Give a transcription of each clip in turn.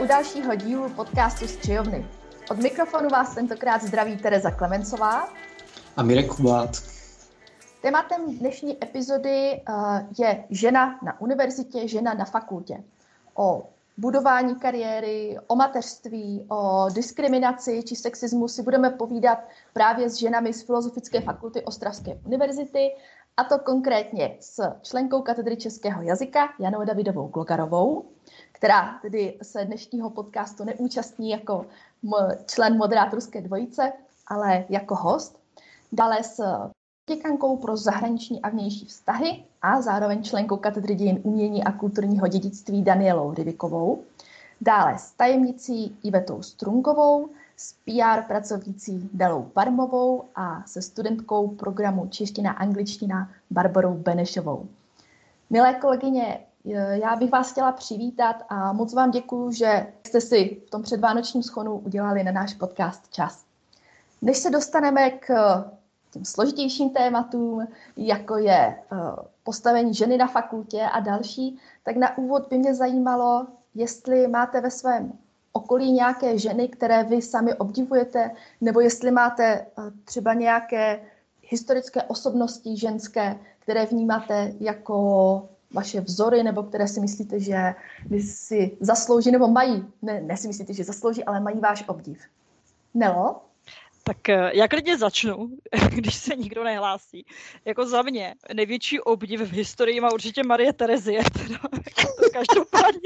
u dalšího dílu podcastu z Čajovny. Od mikrofonu vás tentokrát zdraví Tereza Klemencová a Mirek Kubát. Tématem dnešní epizody je žena na univerzitě, žena na fakultě. O budování kariéry, o mateřství, o diskriminaci či sexismu si budeme povídat právě s ženami z Filozofické fakulty Ostravské univerzity, a to konkrétně s členkou katedry českého jazyka Janou Davidovou Glogarovou, která tedy se dnešního podcastu neúčastní jako člen moderátorské dvojice, ale jako host. Dále s děkankou pro zahraniční a vnější vztahy a zároveň členkou katedry dějin umění a kulturního dědictví Danielou Ryvikovou. Dále s tajemnicí Ivetou Strunkovou, s PR pracovnicí Dalou Parmovou a se studentkou programu Čeština angličtina Barbarou Benešovou. Milé kolegyně, já bych vás chtěla přivítat a moc vám děkuju, že jste si v tom předvánočním schonu udělali na náš podcast čas. Než se dostaneme k těm složitějším tématům, jako je postavení ženy na fakultě a další, tak na úvod by mě zajímalo, jestli máte ve svém okolí nějaké ženy, které vy sami obdivujete, nebo jestli máte třeba nějaké historické osobnosti ženské, které vnímáte jako vaše vzory, nebo které si myslíte, že by si zaslouží, nebo mají, ne si myslíte, že zaslouží, ale mají váš obdiv. Nelo? Tak já klidně začnu, když se nikdo nehlásí. Jako za mě největší obdiv v historii má určitě Marie Terezie. To každopádně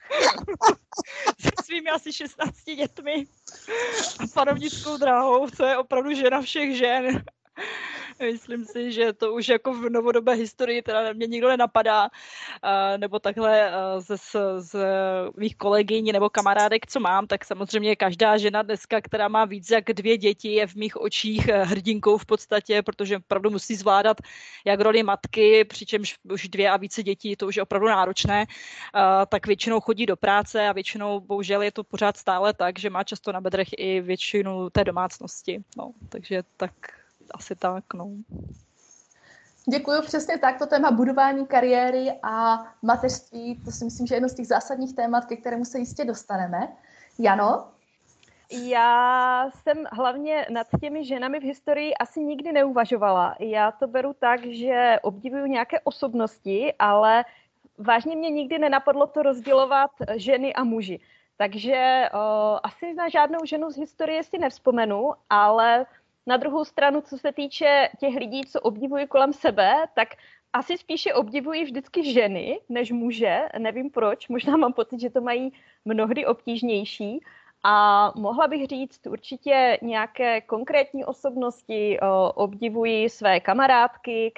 se svými asi 16 dětmi a panovnickou dráhou, to je opravdu žena všech žen. Myslím si, že to už jako v novodobé historii teda mě nikdo nenapadá, nebo takhle z mých kolegyň nebo kamarádek, co mám, tak samozřejmě každá žena dneska, která má víc jak 2 děti, je v mých očích hrdinkou v podstatě, protože opravdu musí zvládat jak roli matky, přičemž už 2 a více dětí, to už je opravdu náročné, tak většinou chodí do práce a většinou bohužel je to pořád stále tak, že má často na bedrech i většinu té domácnosti. No, takže tak asi tak, no. Děkuju, přesně tak, to téma budování kariéry a mateřství, to si myslím, že je jedno z těch zásadních témat, ke kterému se jistě dostaneme. Jano? Já jsem hlavně nad těmi ženami v historii asi nikdy neuvažovala. Já to beru tak, že obdivuju nějaké osobnosti, ale vážně mě nikdy nenapadlo to rozdělovat ženy a muži. Takže asi na žádnou ženu z historie si nevzpomenu, ale na druhou stranu, co se týče těch lidí, co obdivují kolem sebe, tak asi spíše obdivují vždycky ženy než muže. Nevím proč, možná mám pocit, že to mají mnohdy obtížnější. A mohla bych říct určitě nějaké konkrétní osobnosti. Obdivují své kamarádky,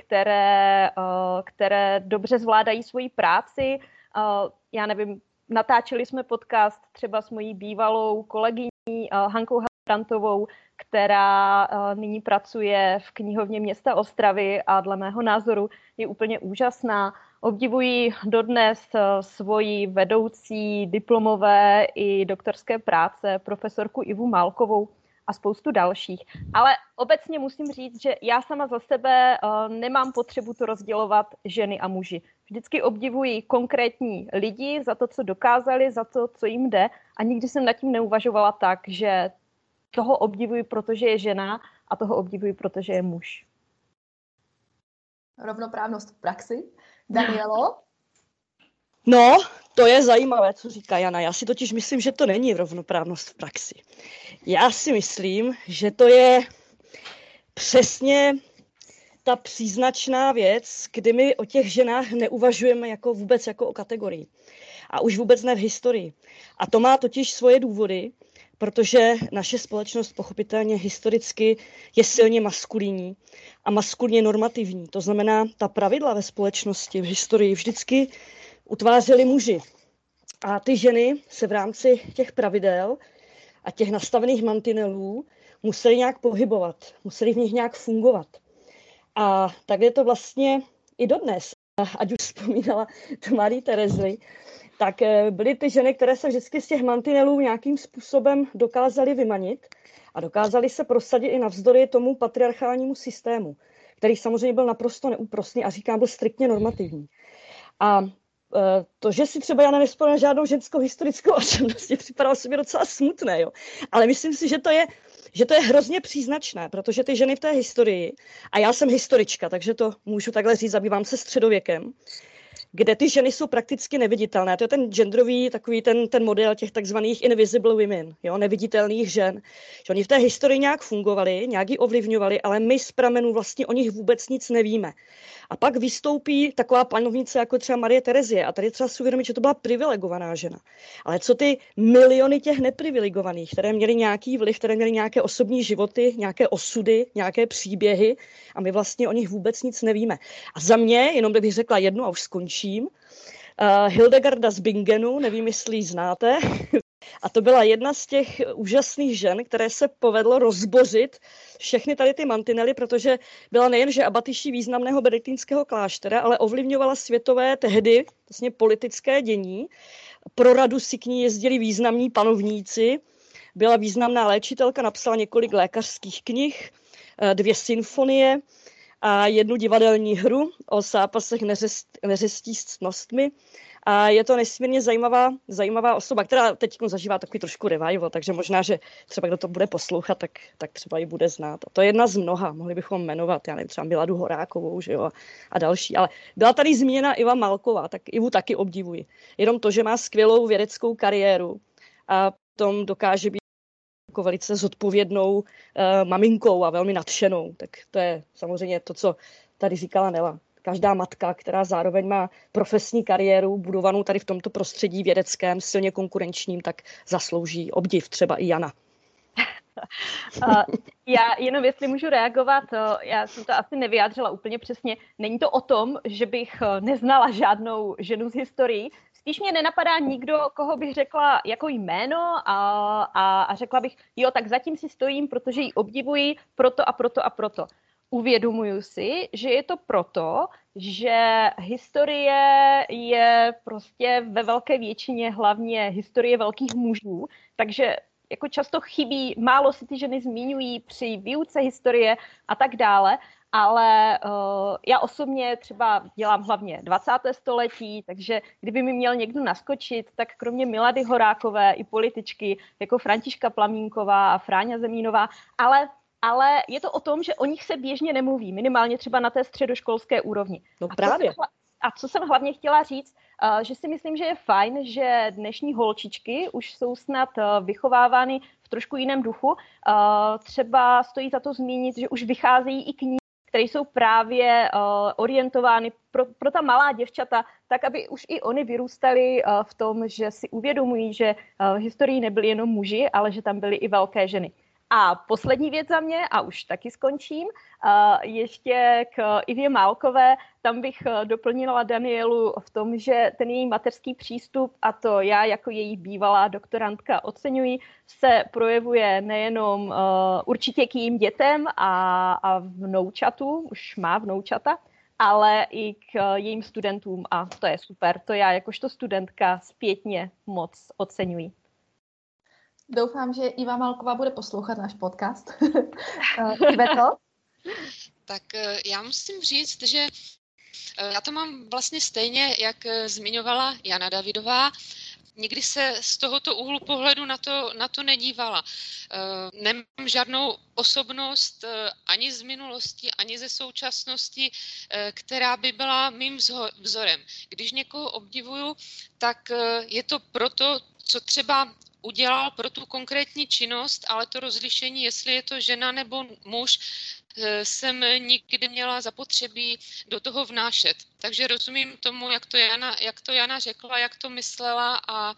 které dobře zvládají svoji práci. Já nevím, natáčeli jsme podcast třeba s mojí bývalou kolegyní Hankou Hrantovou, která nyní pracuje v knihovně města Ostravy a dle mého názoru je úplně úžasná. Obdivují dodnes svoji vedoucí diplomové i doktorské práce profesorku Ivu Málkovou a spoustu dalších. Ale obecně musím říct, že já sama za sebe nemám potřebu to rozdělovat ženy a muži. Vždycky obdivuji konkrétní lidi za to, co dokázali, za to, co jim jde, a nikdy jsem nad tím neuvažovala tak, že toho obdivuji, protože je žena, a toho obdivuji, protože je muž. Rovnoprávnost v praxi. Danielo? No, to je zajímavé, co říká Jana. Já si totiž myslím, že to není rovnoprávnost v praxi. Já si myslím, že to je přesně ta příznačná věc, kdy my o těch ženách neuvažujeme jako vůbec jako o kategorii. A už vůbec ne v historii. A to má totiž svoje důvody, protože naše společnost pochopitelně historicky je silně maskulinní a maskulinně normativní. To znamená, ta pravidla ve společnosti v historii vždycky utvářely muži. A ty ženy se v rámci těch pravidel a těch nastavených mantinelů musely nějak pohybovat, musely v nich nějak fungovat. A tak je to vlastně i dodnes. Ať už vzpomínala tu Marii Terezi, tak byly ty ženy, které se vždycky z těch mantinelů nějakým způsobem dokázaly vymanit a dokázaly se prosadit i navzdory tomu patriarchálnímu systému, který samozřejmě byl naprosto neúprosný a říkám, byl striktně normativní. A to, že si třeba Jana nespomněla žádnou ženskou historickou osobnost, připadalo se mi docela smutné, jo. Ale myslím si, že to je hrozně příznačné, protože ty ženy v té historii, a já jsem historička, takže to můžu takhle říct, zabývám se středověkem, kde ty ženy jsou prakticky neviditelné. To je ten genderový, takový ten model těch takzvaných invisible women, jo, neviditelných žen. Že oni v té historii nějak fungovali, nějak ji ovlivňovali, ale my z pramenů vlastně o nich vůbec nic nevíme. A pak vystoupí taková panovnice jako třeba Marie Terezie. A tady třeba si uvědomit, že to byla privilegovaná žena. Ale co ty miliony těch neprivilegovaných, které měly nějaký vliv, které měly nějaké osobní životy, nějaké osudy, nějaké příběhy a my vlastně o nich vůbec nic nevíme. A za mě, jenom bych řekla jednu a už skončím, Hildegarda z Bingenu, nevím, jestli ji znáte, a to byla jedna z těch úžasných žen, které se povedlo rozbořit všechny tady ty mantinely, protože byla nejenže abatyší významného benediktínského kláštera, ale ovlivňovala světové tehdy vlastně politické dění. Pro radu si k ní jezdili významní panovníci, byla významná léčitelka, napsala několik lékařských knih, 2 symfonie a 1 divadelní hru o zápasech neřestí s ctnostmi. A je to nesmírně zajímavá osoba, která teď zažívá takový trošku revival, takže možná, že třeba kdo to bude poslouchat, tak třeba ji bude znát. A to je jedna z mnoha, mohli bychom jmenovat, já nevím, třeba Miladu Horákovou, že jo, a další. Ale byla tady zmíněna Iva Malková, tak Ivu taky obdivuji. Jenom to, že má skvělou vědeckou kariéru a potom dokáže být jako velice zodpovědnou maminkou a velmi nadšenou. Tak to je samozřejmě to, co tady říkala Nela. Každá matka, která zároveň má profesní kariéru budovanou tady v tomto prostředí vědeckém, silně konkurenčním, tak zaslouží obdiv, třeba i Jana. Já jenom, jestli můžu reagovat, já jsem to asi nevyjádřila úplně přesně. Není to o tom, že bych neznala žádnou ženu z historii. Spíš mě nenapadá nikdo, koho bych řekla jako jméno a řekla bych, jo, tak zatím si stojím, protože ji obdivuji proto a proto a proto. Uvědomuju si, že je to proto, že historie je prostě ve velké většině hlavně historie velkých mužů, takže jako často chybí, málo si ty ženy zmiňují při výuce historie a tak dále, ale já osobně třeba dělám hlavně 20. století, takže kdyby mi měl někdo naskočit, tak kromě Milady Horákové i političky jako Františka Plamínková a Fráňa Zemínová, ale je to o tom, že o nich se běžně nemluví, minimálně třeba na té středoškolské úrovni. No právě. A co jsem hlavně chtěla říct, že si myslím, že je fajn, že dnešní holčičky už jsou snad vychovávány v trošku jiném duchu. Třeba stojí za to zmínit, že už vycházejí i knihy, které jsou právě orientovány pro ta malá děvčata, tak aby už i oni vyrůstali v tom, že si uvědomují, že v historii nebyli jenom muži, ale že tam byly i velké ženy. A poslední věc za mě, a už taky skončím, ještě k Ivě Málkové, tam bych doplnila Danielu v tom, že ten její mateřský přístup, a to já jako její bývalá doktorantka oceňuji, se projevuje nejenom určitě k jejím dětem a vnoučatům, už má vnoučata, ale i k jejím studentům a to je super. To já jakožto studentka zpětně moc oceňuji. Doufám, že Iva Malková bude poslouchat náš podcast. Iveto? Tak já musím říct, že já to mám vlastně stejně, jak zmiňovala Jana Davidová. Nikdy se z tohoto úhlu pohledu na to nedívala. Nemám žádnou osobnost ani z minulosti, ani ze současnosti, která by byla mým vzorem. Když někoho obdivuju, tak je to proto, co třeba udělal pro tu konkrétní činnost, ale to rozlišení, jestli je to žena nebo muž, jsem nikdy měla zapotřebí do toho vnášet. Takže rozumím tomu, jak to Jana řekla, jak to myslela a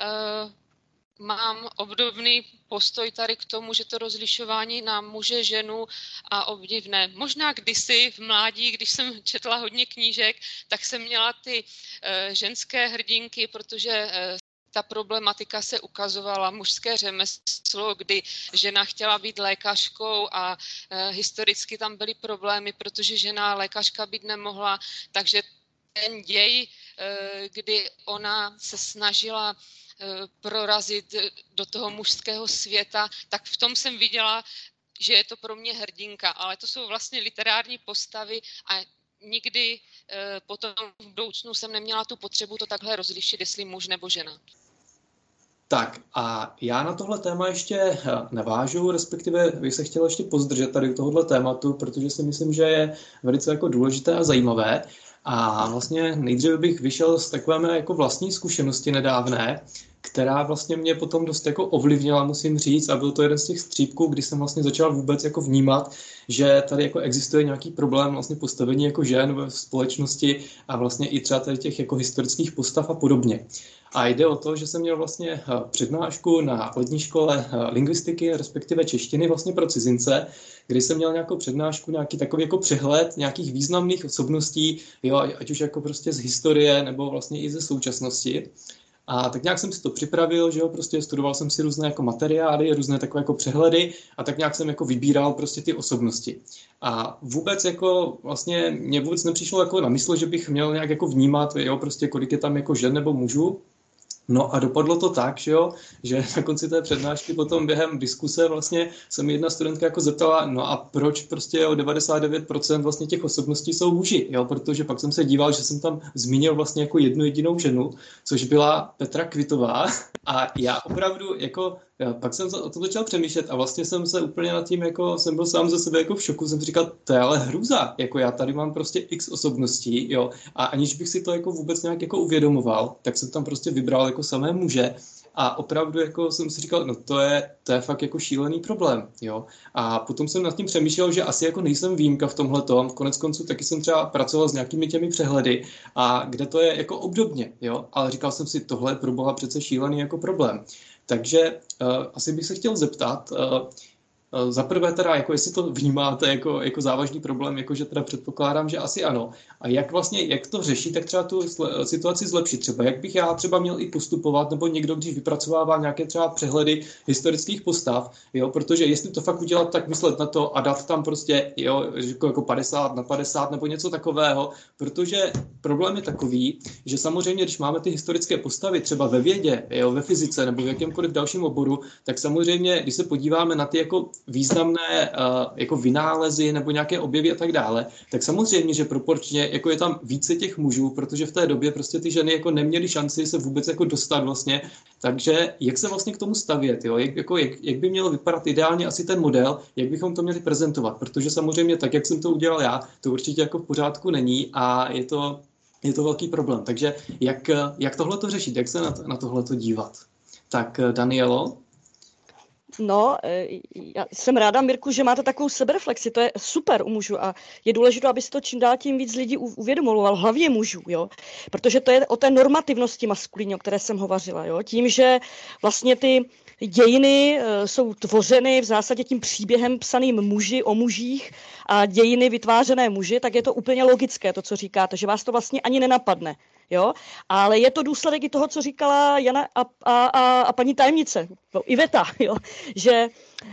mám obdobný postoj tady k tomu, že to rozlišování na muže, ženu a obdivné. Možná kdysi v mládí, když jsem četla hodně knížek, tak jsem měla ty ženské hrdinky, protože ta problematika se ukazovala, mužské řemeslo, kdy žena chtěla být lékařkou a historicky tam byly problémy, protože žena lékařka být nemohla, takže ten děj, kdy ona se snažila prorazit do toho mužského světa, tak v tom jsem viděla, že je to pro mě hrdinka, ale to jsou vlastně literární postavy a nikdy potom v budoucnu jsem neměla tu potřebu to takhle rozlišit, jestli muž nebo žena. Tak a já na tohle téma ještě navážu, respektive bych se chtěl ještě pozdržet tady u tohohle tématu, protože si myslím, že je velice jako důležité a zajímavé. A vlastně nejdříve bych vyšel z takové mé jako vlastní zkušenosti nedávné, která vlastně mě potom dost jako ovlivnila, musím říct, a byl to jeden z těch střípků, kdy jsem vlastně začal vůbec jako vnímat, že tady jako existuje nějaký problém vlastně postavení jako žen ve společnosti a vlastně i třeba tady těch jako historických postav a podobně. A jde o to, že jsem měl vlastně přednášku na letní škole lingvistiky, respektive češtiny vlastně pro cizince, kdy jsem měl nějakou přednášku, nějaký takový jako přehled nějakých významných osobností, jo, ať už jako prostě z historie nebo vlastně i ze současnosti. A tak nějak jsem si to připravil, že jo, prostě studoval jsem si různé jako materiály, různé takové jako přehledy a tak nějak jsem jako vybíral prostě ty osobnosti. A vůbec jako vlastně mě vůbec nepřišlo jako na mysl, že bych měl nějak jako vnímat, jo, prostě kolik je tam jako žen nebo mužů. No a dopadlo to tak, že na konci té přednášky potom během diskuse vlastně se mi jedna studentka jako zeptala, no a proč prostě 99% vlastně těch osobností jsou muži, jo, protože pak jsem se díval, že jsem tam zmínil vlastně jako jednu jedinou ženu, což byla Petra Kvitová a já opravdu jako pak jsem o to začal přemýšlet a vlastně jsem se úplně nad tím, jako jsem byl sám ze sebe jako v šoku, jsem si říkal, to je ale hrůza, jako já tady mám prostě x osobností, jo, a aniž bych si to jako vůbec nějak jako uvědomoval, tak jsem tam prostě vybral jako samé muže a opravdu jako jsem si říkal, no to je fakt jako šílený problém, jo. A potom jsem nad tím přemýšlel, že asi jako nejsem výjimka v tomhletom, konec konců taky jsem třeba pracoval s nějakými těmi přehledy a kde to je jako obdobně, jo, ale říkal jsem si, tohle je pro boha přece šílený jako problém. Takže asi bych se chtěl zeptat, za prvé teda, jako jestli to vnímáte jako závažný problém, jakože teda předpokládám, že asi ano. A jak to řešit, tak třeba tu situaci zlepšit třeba. Jak bych já třeba měl i postupovat, nebo někdo, když vypracovává nějaké třeba přehledy historických postav, jo, protože jestli to fakt udělat, tak myslet na to a dát tam prostě, jo, jako 50/50 nebo něco takového, protože problém je takový, že samozřejmě, když máme ty historické postavy třeba ve vědě, jo, ve fyzice nebo v jakémkoliv dalším oboru, tak samozřejmě, když se podíváme na ty jako významné jako vynálezy nebo nějaké objevy a tak dále, tak samozřejmě, že proporčně jako je tam více těch mužů, protože v té době prostě ty ženy jako neměly šanci se vůbec jako dostat vlastně. Takže jak se vlastně k tomu stavět, jo? Jak by měl vypadat ideálně asi ten model, jak bychom to měli prezentovat, protože samozřejmě tak, jak jsem to udělal já, to určitě jako v pořádku není a je to velký problém. Takže jak tohle to řešit, jak se na tohle to dívat? Tak Danielo? No, já jsem ráda, Mirku, že máte takovou sebereflexi, to je super u mužů a je důležité, aby si to čím dál tím víc lidí uvědomovalo, hlavně mužů, jo, protože to je o té normativnosti maskulíně, o které jsem hovořila, jo, tím, že vlastně ty dějiny jsou tvořeny v zásadě tím příběhem psaným muži o mužích a dějiny vytvářené muži, tak je to úplně logické, to, co říkáte, že vás to vlastně ani nenapadne. Jo? Ale je to důsledek i toho, co říkala Jana a paní tajemnice, Iveta, jo? Že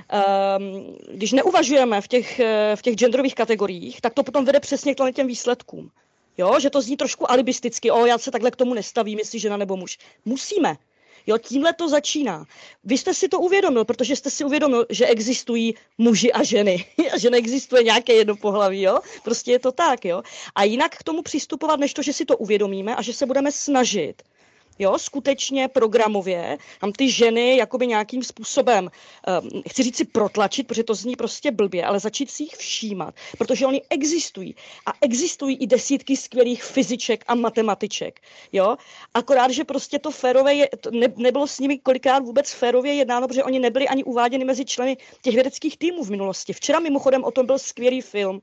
když neuvažujeme v těch genderových kategoriích, tak to potom vede přesně k těm výsledkům. Jo? Že to zní trošku alibisticky, já se takhle k tomu nestavím, jestli žena nebo muž. Musíme. Jo, tímhle to začíná. Vy jste si to uvědomil, protože jste si uvědomil, že existují muži a ženy. A že neexistuje nějaké jedno pohlaví, jo? Prostě je to tak, jo? A jinak k tomu přistupovat, než to, že si to uvědomíme a že se budeme snažit, jo, skutečně programově, tam ty ženy jakoby nějakým způsobem, chci říct si protlačit, protože to zní prostě blbě, ale začít si jich všímat, protože oni existují. A existují i desítky skvělých fyziček a matematiček, jo. Akorát, že prostě to férové nebylo s nimi kolikrát vůbec férově jednáno, protože oni nebyli ani uváděni mezi členy těch vědeckých týmů v minulosti. Včera mimochodem o tom byl skvělý film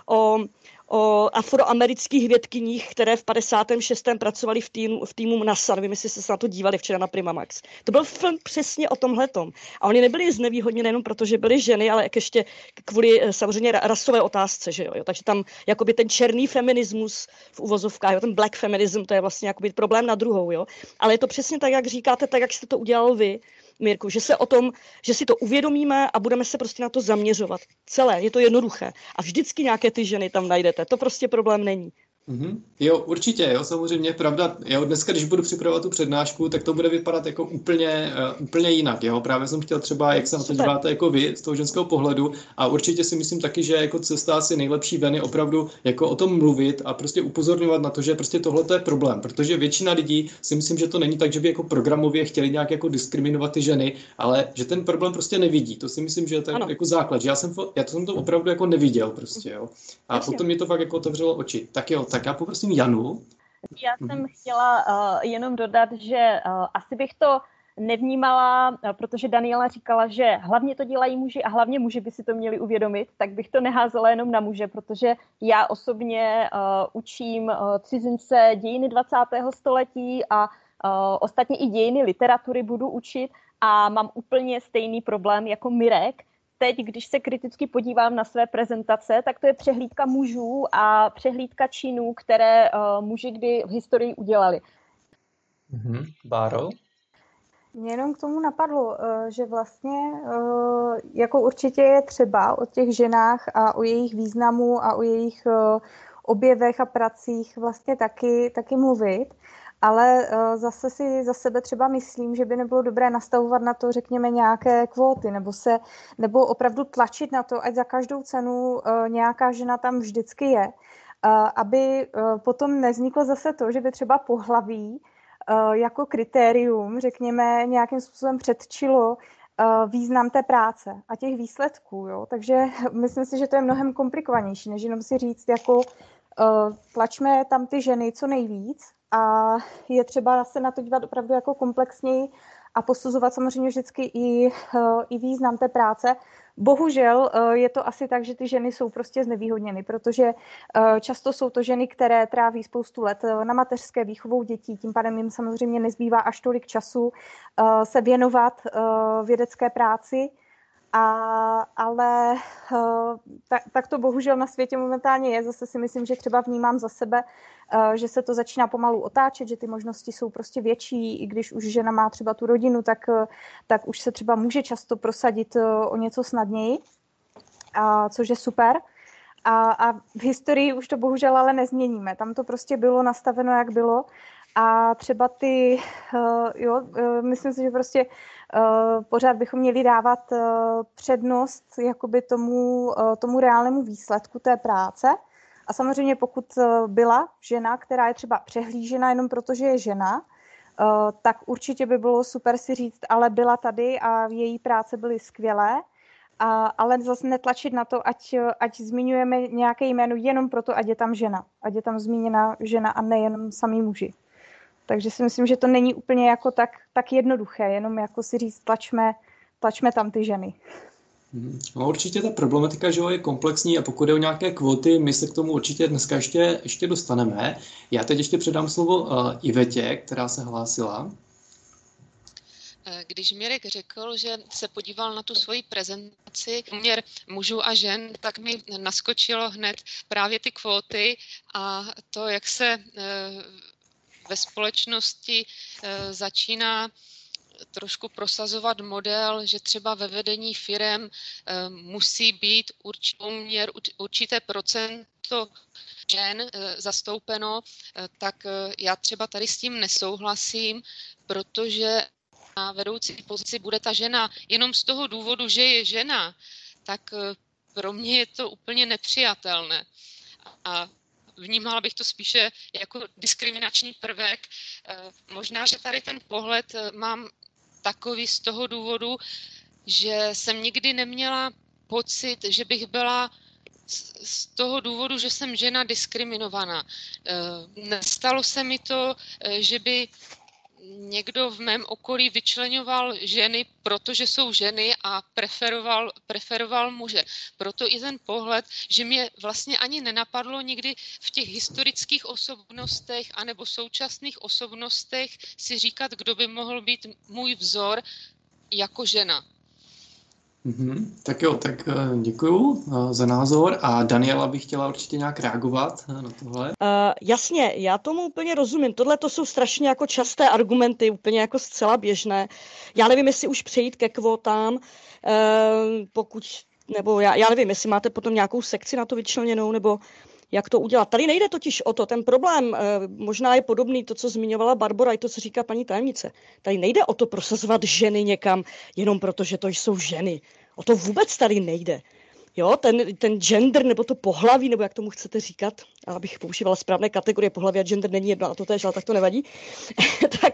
o afroamerických vědkyních, které v 56. pracovali v týmu NASA. Nevím, jestli jste se na to dívali včera na Prima Max. To byl film přesně o tomhletom. A oni nebyli znevýhodněni jenom proto, že byli ženy, ale ještě kvůli samozřejmě rasové otázce. Že jo? Takže tam jakoby ten černý feminismus v uvozovkách, jo? Ten black feminism, to je vlastně jakoby problém na druhou. Jo? Ale je to přesně tak, jak říkáte, tak, jak jste to udělal vy, Mirku, že si to uvědomíme a budeme se prostě na to zaměřovat. Celé, je to jednoduché. A vždycky nějaké ty ženy tam najdete. To prostě problém není. Jo, určitě, jo, samozřejmě, pravda. Jo, dneska, když budu připravovat tu přednášku, tak to bude vypadat jako úplně jinak, jo. Právě jsem chtěl třeba, jak se na to díváte jako vy, z toho ženského pohledu, a určitě si myslím taky, že jako cesta asi nejlepší ven je opravdu jako o tom mluvit a prostě upozorňovat na to, že prostě tohle je problém, protože většina lidí si myslím, že to není tak, že by jako programově chtěli nějak jako diskriminovat ty ženy, ale že ten problém prostě nevidí. To si myslím, že je tak jako základ, že já jsem to opravdu jako neviděl prostě, jo. A potom mě to fakt jako otevřelo oči. Tak jo, tak já poprosím Janu. Já jsem chtěla jenom dodat, že asi bych to nevnímala, protože Daniela říkala, že hlavně to dělají muži a hlavně muži by si to měli uvědomit, tak bych to neházela jenom na muže, protože já osobně učím cizince dějiny 20. století a ostatně i dějiny literatury budu učit a mám úplně stejný problém jako Mirek. Teď, když se kriticky podívám na své prezentace, tak to je přehlídka mužů a přehlídka činů, které muži kdy v historii udělali. Báro? Mě jenom k tomu napadlo, že vlastně jako určitě je třeba o těch ženách a o jejich významu a o jejich objevech a pracích vlastně taky mluvit, ale zase si za sebe třeba myslím, že by nebylo dobré nastavovat na to, řekněme, nějaké kvóty, nebo opravdu tlačit na to, ať za každou cenu nějaká žena tam vždycky je, aby potom nevzniklo zase to, že by třeba pohlaví jako kritérium, řekněme, nějakým způsobem předčilo význam té práce a těch výsledků. Jo? Takže myslím si, že to je mnohem komplikovanější, než jenom si říct, jako tlačme tam ty ženy co nejvíc a je třeba se na to dívat opravdu jako komplexněji a posuzovat samozřejmě vždycky i význam té práce. Bohužel je to asi tak, že ty ženy jsou prostě znevýhodněny, protože často jsou to ženy, které tráví spoustu let na mateřské výchovou dětí, tím pádem jim samozřejmě nezbývá až tolik času se věnovat vědecké práci, ale tak to bohužel na světě momentálně je. Zase si myslím, že třeba vnímám za sebe, že se to začíná pomalu otáčet, že ty možnosti jsou prostě větší, i když už žena má třeba tu rodinu, tak už se třeba může často prosadit o něco snadněji, což je super. A v historii už to bohužel ale nezměníme. Tam to prostě bylo nastaveno, jak bylo. A třeba myslím si, že prostě pořád bychom měli dávat přednost jakoby tomu reálnému výsledku té práce. A samozřejmě pokud byla žena, která je třeba přehlížena jenom proto, že je žena, tak určitě by bylo super si říct, ale byla tady a její práce byly skvělé, ale zase netlačit na to, ať zmiňujeme nějaké jméno jenom proto, ať je tam žena. Ať je tam zmíněna žena a nejenom samý muži. Takže si myslím, že to není úplně jako tak jednoduché, jenom jako si říct, tlačme tam ty ženy. No, určitě ta problematika, že je komplexní a pokud je o nějaké kvóty, my se k tomu určitě dneska ještě dostaneme. Já teď ještě předám slovo Ivetě, která se hlásila. Když Mirek řekl, že se podíval na tu svoji prezentaci poměr mužů a žen, tak mi naskočilo hned právě ty kvóty a to, jak se ve společnosti začíná trošku prosazovat model, že třeba ve vedení firem musí být určité procento žen zastoupeno, tak já třeba tady s tím nesouhlasím, protože na vedoucí pozici bude ta žena jenom z toho důvodu, že je žena, tak pro mě je to úplně nepřijatelné. A vnímala bych to spíše jako diskriminační prvek. Možná, že tady ten pohled mám takový z toho důvodu, že jsem nikdy neměla pocit, že bych byla z toho důvodu, že jsem žena diskriminovaná. Nestalo se mi to, že by někdo v mém okolí vyčleňoval ženy, protože jsou ženy a preferoval muže. Proto i ten pohled, že mě vlastně ani nenapadlo nikdy v těch historických osobnostech anebo současných osobnostech si říkat, kdo by mohl být můj vzor jako žena. Tak jo, tak děkuju za názor a Daniela by chtěla určitě nějak reagovat na tohle. Jasně, já tomu úplně rozumím. Tohle to jsou strašně jako časté argumenty, úplně jako zcela běžné. Já nevím, jestli už přejít ke kvótám, nebo já nevím, jestli máte potom nějakou sekci na to vyčleněnou, nebo jak to udělat. Tady nejde totiž o to, ten problém možná je podobný to, co zmiňovala Barbora, i to, co říká paní tajemnice. Tady nejde o to prosazovat ženy někam jenom proto, že to jsou ženy. O to vůbec tady nejde. Jo, ten gender, nebo to pohlaví, nebo jak tomu chcete říkat, abych používala správné kategorie, pohlaví a gender není jedno, a to též, ale tak to nevadí, tak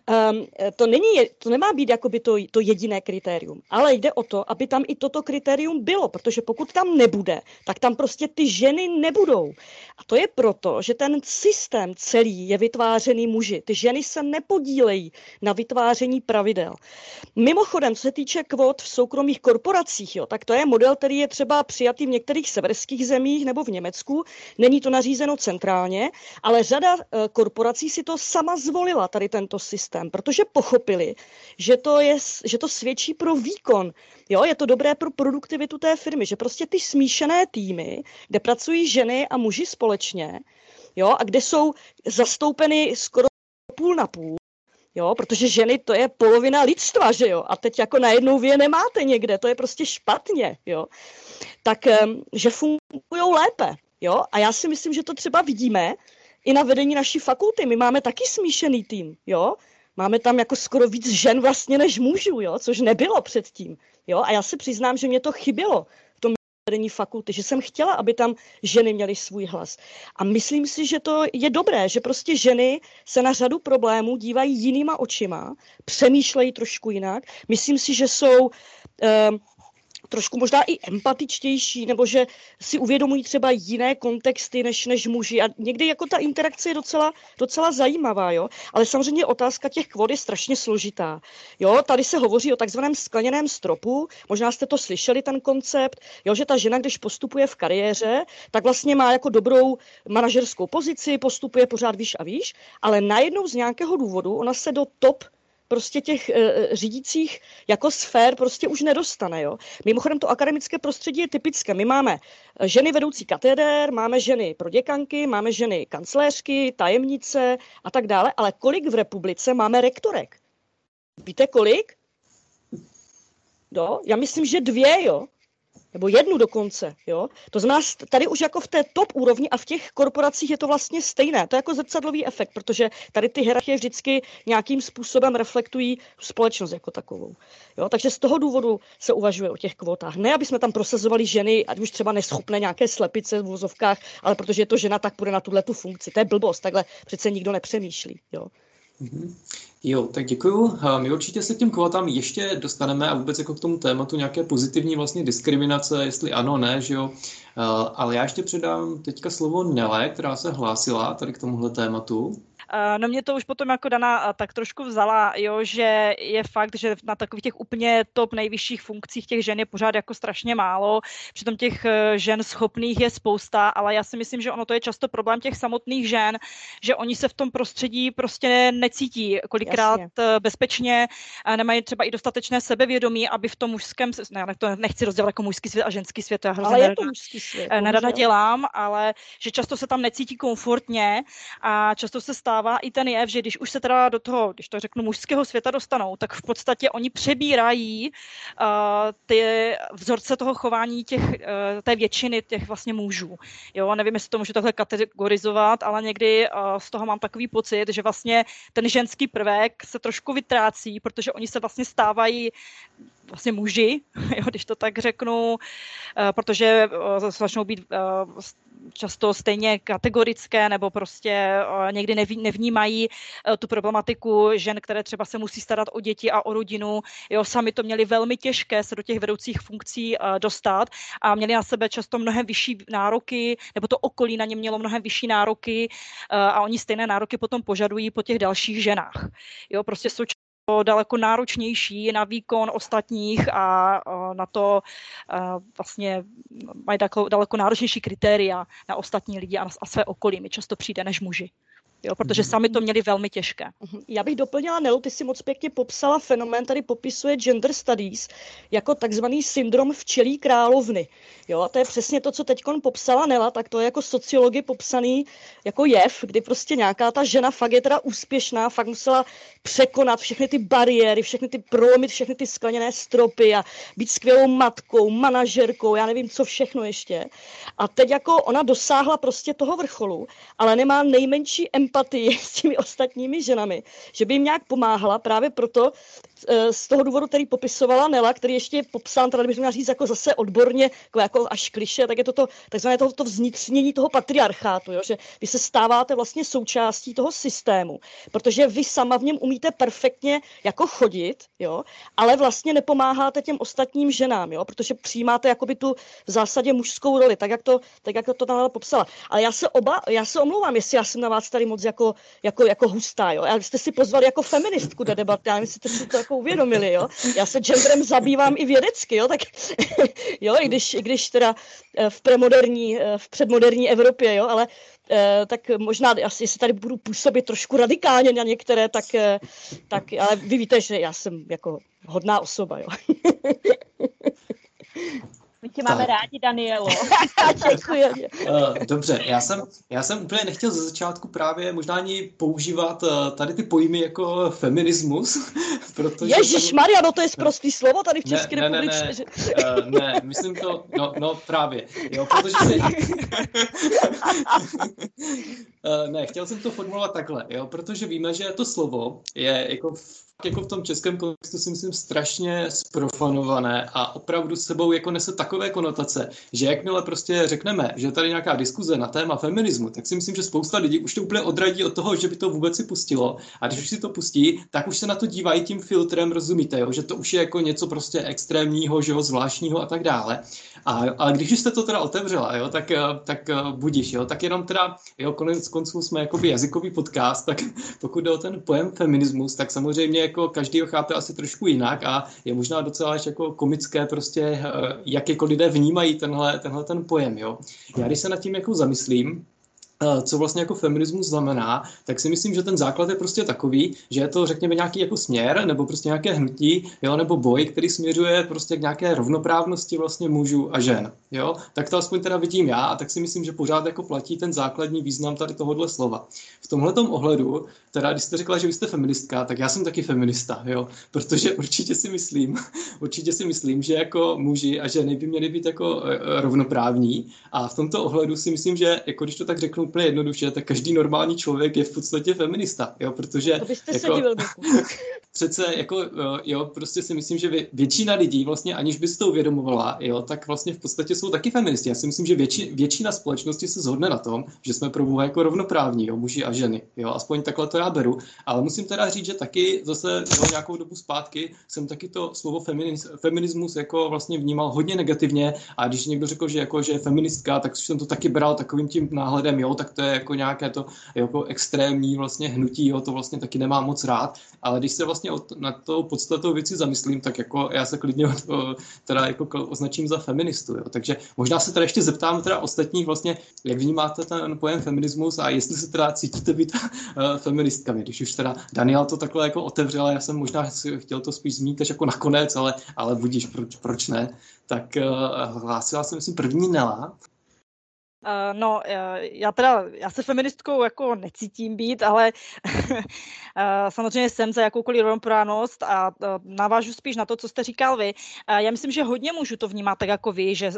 to nemá být jakoby to jediné kritérium, ale jde o to, aby tam i toto kritérium bylo, protože pokud tam nebude, tak tam prostě ty ženy nebudou. A to je proto, že ten systém celý je vytvářený muži. Ty ženy se nepodílejí na vytváření pravidel. Mimochodem, co se týče kvót v soukromých korporacích, jo, tak to je model, který je třeba přijatý v některých severských zemích nebo v Německu. Není to nařízeno centrálně, ale řada korporací si to sama zvolila, tady tento systém, protože pochopili, že to svědčí pro výkon. Jo, je to dobré pro produktivitu té firmy, že prostě ty smíšené týmy, kde pracují ženy a muži společně, jo, a kde jsou zastoupeny skoro půl na půl, jo, protože ženy to je polovina lidstva, že jo, a teď jako najednou vy je nemáte někde, to je prostě špatně, jo, tak, že fungují lépe, jo, a já si myslím, že to třeba vidíme i na vedení naší fakulty, my máme taky smíšený tým, jo, máme tam jako skoro víc žen vlastně než mužů, jo, což nebylo předtím, jo, a já se přiznám, že mě to chybělo v tom vedení fakulty, že jsem chtěla, aby tam ženy měly svůj hlas. A myslím si, že to je dobré, že prostě ženy se na řadu problémů dívají jinýma očima, přemýšlejí trošku jinak. Myslím si, že jsou trošku možná i empatičtější, nebo že si uvědomují třeba jiné kontexty než muži. A někdy jako ta interakce je docela zajímavá, jo. Ale samozřejmě otázka těch kvót je strašně složitá. Jo, tady se hovoří o takzvaném skleněném stropu. Možná jste to slyšeli, ten koncept, jo, že ta žena, když postupuje v kariéře, tak vlastně má jako dobrou manažerskou pozici, postupuje pořád výš a výš, ale najednou z nějakého důvodu ona se do top prostě těch řídících jako sfér prostě už nedostane. Jo? Mimochodem to akademické prostředí je typické. My máme ženy vedoucí katedér, máme ženy proděkanky, máme ženy kancléřky, tajemnice a tak dále, ale kolik v republice máme rektorek? Víte kolik? Jo? Já myslím, že 2, jo? Nebo 1 dokonce, jo. To znamená, tady už jako v té top úrovni a v těch korporacích je to vlastně stejné. To je jako zrcadlový efekt, protože tady ty hierarchie vždycky nějakým způsobem reflektují společnost jako takovou. Jo. Takže z toho důvodu se uvažuje o těch kvótách. Ne, aby jsme tam prosazovali ženy, ať už třeba neschopné nějaké slepice v vozovkách, ale protože je to žena, tak půjde na tuhletu funkci. To je blbost, takhle přece nikdo nepřemýšlí, jo. Jo, tak děkuju. My určitě se k těm kvótám ještě dostaneme a vůbec jako k tomu tématu nějaké pozitivní vlastně diskriminace, jestli ano, ne, že jo. Ale já ještě předám teďka slovo Nele, která se hlásila tady k tomuhle tématu. No mě to už potom jako Dana tak trošku vzala, jo, že je fakt, že na takových těch úplně top nejvyšších funkcích těch žen je pořád jako strašně málo, přitom těch žen schopných je spousta, ale já si myslím, že ono to je často problém těch samotných žen, že oni se v tom prostředí prostě necítí kolikrát bezpečně, nemají třeba i dostatečné sebevědomí, aby v tom mužském, ne, to nechci rozdělat jako mužský svět a ženský svět, to já hrozně nerada dělám, ale že často se tam necítí komfortně a často se stává i ten jev, že když už se teda do toho, když to řeknu, mužského světa dostanou, tak v podstatě oni přebírají ty vzorce toho chování té většiny těch vlastně mužů. Jo, nevím, jestli to můžu takhle kategorizovat, ale někdy z toho mám takový pocit, že vlastně ten ženský prvek se trošku vytrácí, protože oni se vlastně stávají vlastně muži, jo, když to tak řeknu, protože začnou být často stejně kategorické nebo prostě někdy nevnímají tu problematiku žen, které třeba se musí starat o děti a o rodinu. Jo, sami to měli velmi těžké se do těch vedoucích funkcí dostat a měli na sebe často mnohem vyšší nároky, nebo to okolí na ně mělo mnohem vyšší nároky a oni stejné nároky potom požadují po těch dalších ženách. Jo, prostě jsou daleko náročnější na výkon ostatních a na to vlastně mají daleko náročnější kritéria na ostatní lidi a své okolí mi často přijde než muži. Jo, protože sami to měli velmi těžké. Já bych doplnila, Nelu, ty si moc pěkně popsala fenomén, tady popisuje gender studies jako takzvaný syndrom včelí královny. Jo, a to je přesně to, co teďkon popsala Nela, tak to je jako sociology popsaný jako jev, kdy prostě nějaká ta žena fakt je teda úspěšná, fakt musela překonat všechny ty bariéry, všechny ty prolomit, všechny ty skleněné stropy a být skvělou matkou, manažerkou, já nevím, co všechno ještě. A teď jako ona dosáhla prostě toho vrcholu, ale nemá nejmenší empatii s těmi ostatními ženami, že by jim nějak pomáhala, právě proto z toho důvodu, který popisovala Nela, který ještě je popsán, teda bych měla říct jako zase odborně, jako až kliše, tak je to takzvané to vnitřnění toho patriarchátu, jo? Že vy se stáváte vlastně součástí toho systému, protože vy sama v něm umíte perfektně jako chodit, jo? Ale vlastně nepomáháte těm ostatním ženám, jo? Protože přijímáte jakoby tu v zásadě mužskou roli, tak jak to Nela popsala. Ale já se omlouvám, jestli já jsem na vás tady moc jako hustá, jo? A jste si pozvali jako feministku do debaty, já nevím, jestli jste si to jako uvědomili, jo? Já se genderem zabývám i vědecky, jo? Tak jo, i když teda v předmoderní Evropě, jo, ale tak možná, jestli tady budu působit trošku radikálně na některé, tak ale vy víte, že já jsem jako hodná osoba, jo. My tě máme rádi, Danielo. Děkuji. Dobře, já jsem úplně nechtěl ze začátku právě možná ani používat tady ty pojmy jako feminismus, protože... Ježišmarja, no to je sprostý slovo tady v České republice. Ne, myslím to, no právě, jo, protože si... Ne, chtěl jsem to formulovat takhle, jo, protože víme, že to slovo je jako v tom českém kontextu si myslím strašně zprofanované a opravdu s sebou jako nese takové konotace, že jakmile prostě řekneme, že je tady nějaká diskuze na téma feminismu, tak si myslím, že spousta lidí už to úplně odradí od toho, že by to vůbec si pustilo. A když už si to pustí, tak už se na to dívají tím filtrem, rozumíte, jo? Že to už je jako něco prostě extrémního, že jo, zvláštního a tak dále. Ale když jste to teda otevřela, jo, tak budiš, jo, tak jenom teda, jo, konec konců jsme jakoby jazykový podcast, tak pokud jde o ten pojem feminismus, tak samozřejmě jako každý ho chápe asi trošku jinak a je možná docela až jako komické prostě, jak jako lidé vnímají tenhle ten pojem, jo. Já když se nad tím jako zamyslím, co vlastně jako feminismus znamená, tak si myslím, že ten základ je prostě takový, že je to, řekněme, nějaký jako směr, nebo prostě nějaké hnutí, jo, nebo boj, který směřuje prostě k nějaké rovnoprávnosti vlastně mužů a žen, jo. Tak to aspoň teda vidím já a tak si myslím, že pořád jako platí ten základní význam tady tohohle slova. V tomhletom ohledu, teda když jste řekla, že vy jste feministka, tak já jsem taky feminista, jo, protože určitě si myslím, že jako muži a ženy by měly být jako rovnoprávní a v tomto ohledu si myslím, že jako když to tak řeknu úplně jednoduše, tak každý normální člověk je v podstatě feminista, jo, protože... To byste jako, se divil, přece jako, jo, prostě si myslím, že většina lidí vlastně, aniž by si to uvědomovala, jo, tak vlastně v podstatě jsou taky feministi. Já si myslím, že většina společnosti se shodne na tom, že jsme pro Boha jako rovnoprávní, jo, muži a ženy, jo, aspoň takhle to já beru, ale musím teda říct, že taky zase jo, nějakou dobu zpátky jsem taky to slovo feminismus jako vlastně vnímal hodně negativně a když někdo řekl, že je feministka, tak jsem to taky bral takovým tím náhledem, jo, tak to je jako nějaké to jako extrémní vlastně hnutí, jo, to vlastně taky nemám moc rád, ale když se vlastně na tou podstatou věci zamyslím, tak jako já se klidně teda jako označím za feministu, jo. Takže možná se teda ještě zeptám teda ostatních vlastně, jak vnímáte ten pojem feminismus a jestli se teda cítíte být feministkami, když už teda Daniel to takhle jako otevřela, já jsem možná chtěl to spíš zmínit až jako nakonec, ale budíš, proč ne, tak hlásila jsem myslím první Nela. No, já se feministkou jako necítím být, ale samozřejmě jsem za jakoukoliv rovnoprávnost a navážu spíš na to, co jste říkal vy. Já myslím, že hodně mužů to vnímá tak jako vy, že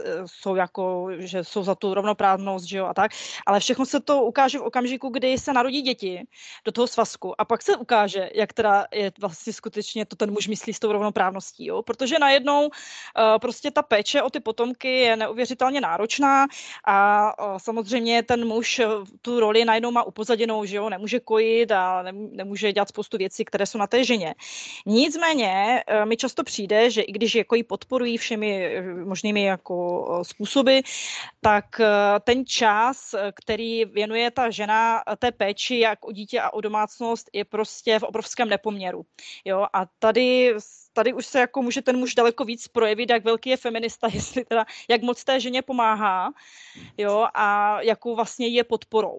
jsou za tu rovnoprávnost, že jo, a tak, ale všechno se to ukáže v okamžiku, kdy se narodí děti do toho svazku a pak se ukáže, jak teda je vlastně skutečně to ten muž myslí s tou rovnoprávností, jo, protože najednou prostě ta péče o ty potomky je neuvěřitelně náročná a samozřejmě ten muž tu roli najednou má upozaděnou, že jo, nemůže kojit a nemůže dělat spoustu věcí, které jsou na té ženě. Nicméně mi často přijde, že i když jako ji podporují všemi možnými jako způsoby, tak ten čas, který věnuje ta žena té péči jak o dítě a o domácnost, je prostě v obrovském nepoměru. Jo, a tady už se jako může ten muž daleko víc projevit, jak velký je feminista, jestli teda, jak moc té ženě pomáhá, jo, a jakou vlastně je podporou.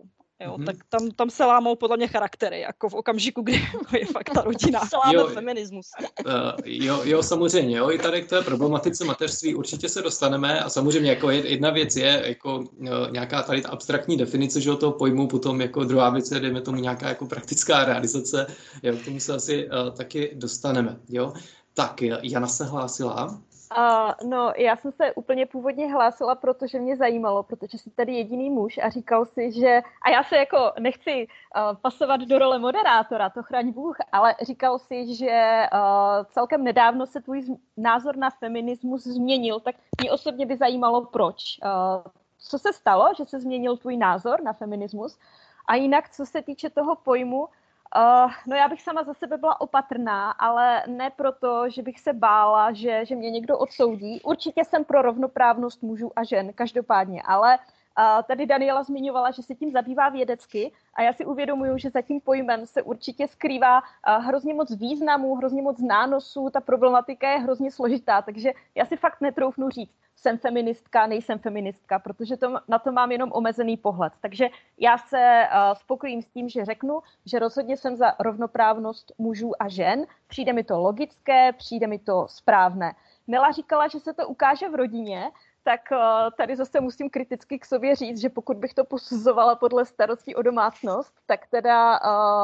Jo, tak tam se lámou podle mě charaktery, jako v okamžiku, kdy je fakt ta rodina. Láme feminismus. Jo, samozřejmě, jo, i tady k té problematice mateřství určitě se dostaneme a samozřejmě jako jedna věc je jako nějaká tady ta abstraktní definice, že toho pojmu, potom jako druhá věc je, dejme tomu nějaká jako praktická realizace, jo, k tomu se asi taky dostaneme, jo. Tak, Jana se hlásila. No, já jsem se úplně původně hlásila, protože mě zajímalo, protože jsi tady jediný muž a říkal si, že, a já se jako nechci pasovat do role moderátora, to chraň Bůh, ale říkal si, že celkem nedávno se tvůj názor na feminismus změnil, tak mě osobně by zajímalo, proč. Co se stalo, že se změnil tvůj názor na feminismus? A jinak, co se týče toho pojmu, no já bych sama za sebe byla opatrná, ale ne proto, že bych se bála, že mě někdo odsoudí. Určitě jsem pro rovnoprávnost mužů a žen, každopádně, ale tady Daniela zmiňovala, že se tím zabývá vědecky a já si uvědomuju, že za tím pojmem se určitě skrývá hrozně moc významů, hrozně moc nánosů, ta problematika je hrozně složitá, takže já si fakt netroufnu říct, jsem feministka, nejsem feministka, protože na to mám jenom omezený pohled. Takže já se spokojím s tím, že řeknu, že rozhodně jsem za rovnoprávnost mužů a žen. Přijde mi to logické, přijde mi to správné. Nela říkala, že se to ukáže v rodině, tak tady zase musím kriticky k sobě říct, že pokud bych to posuzovala podle starostí o domácnost, tak teda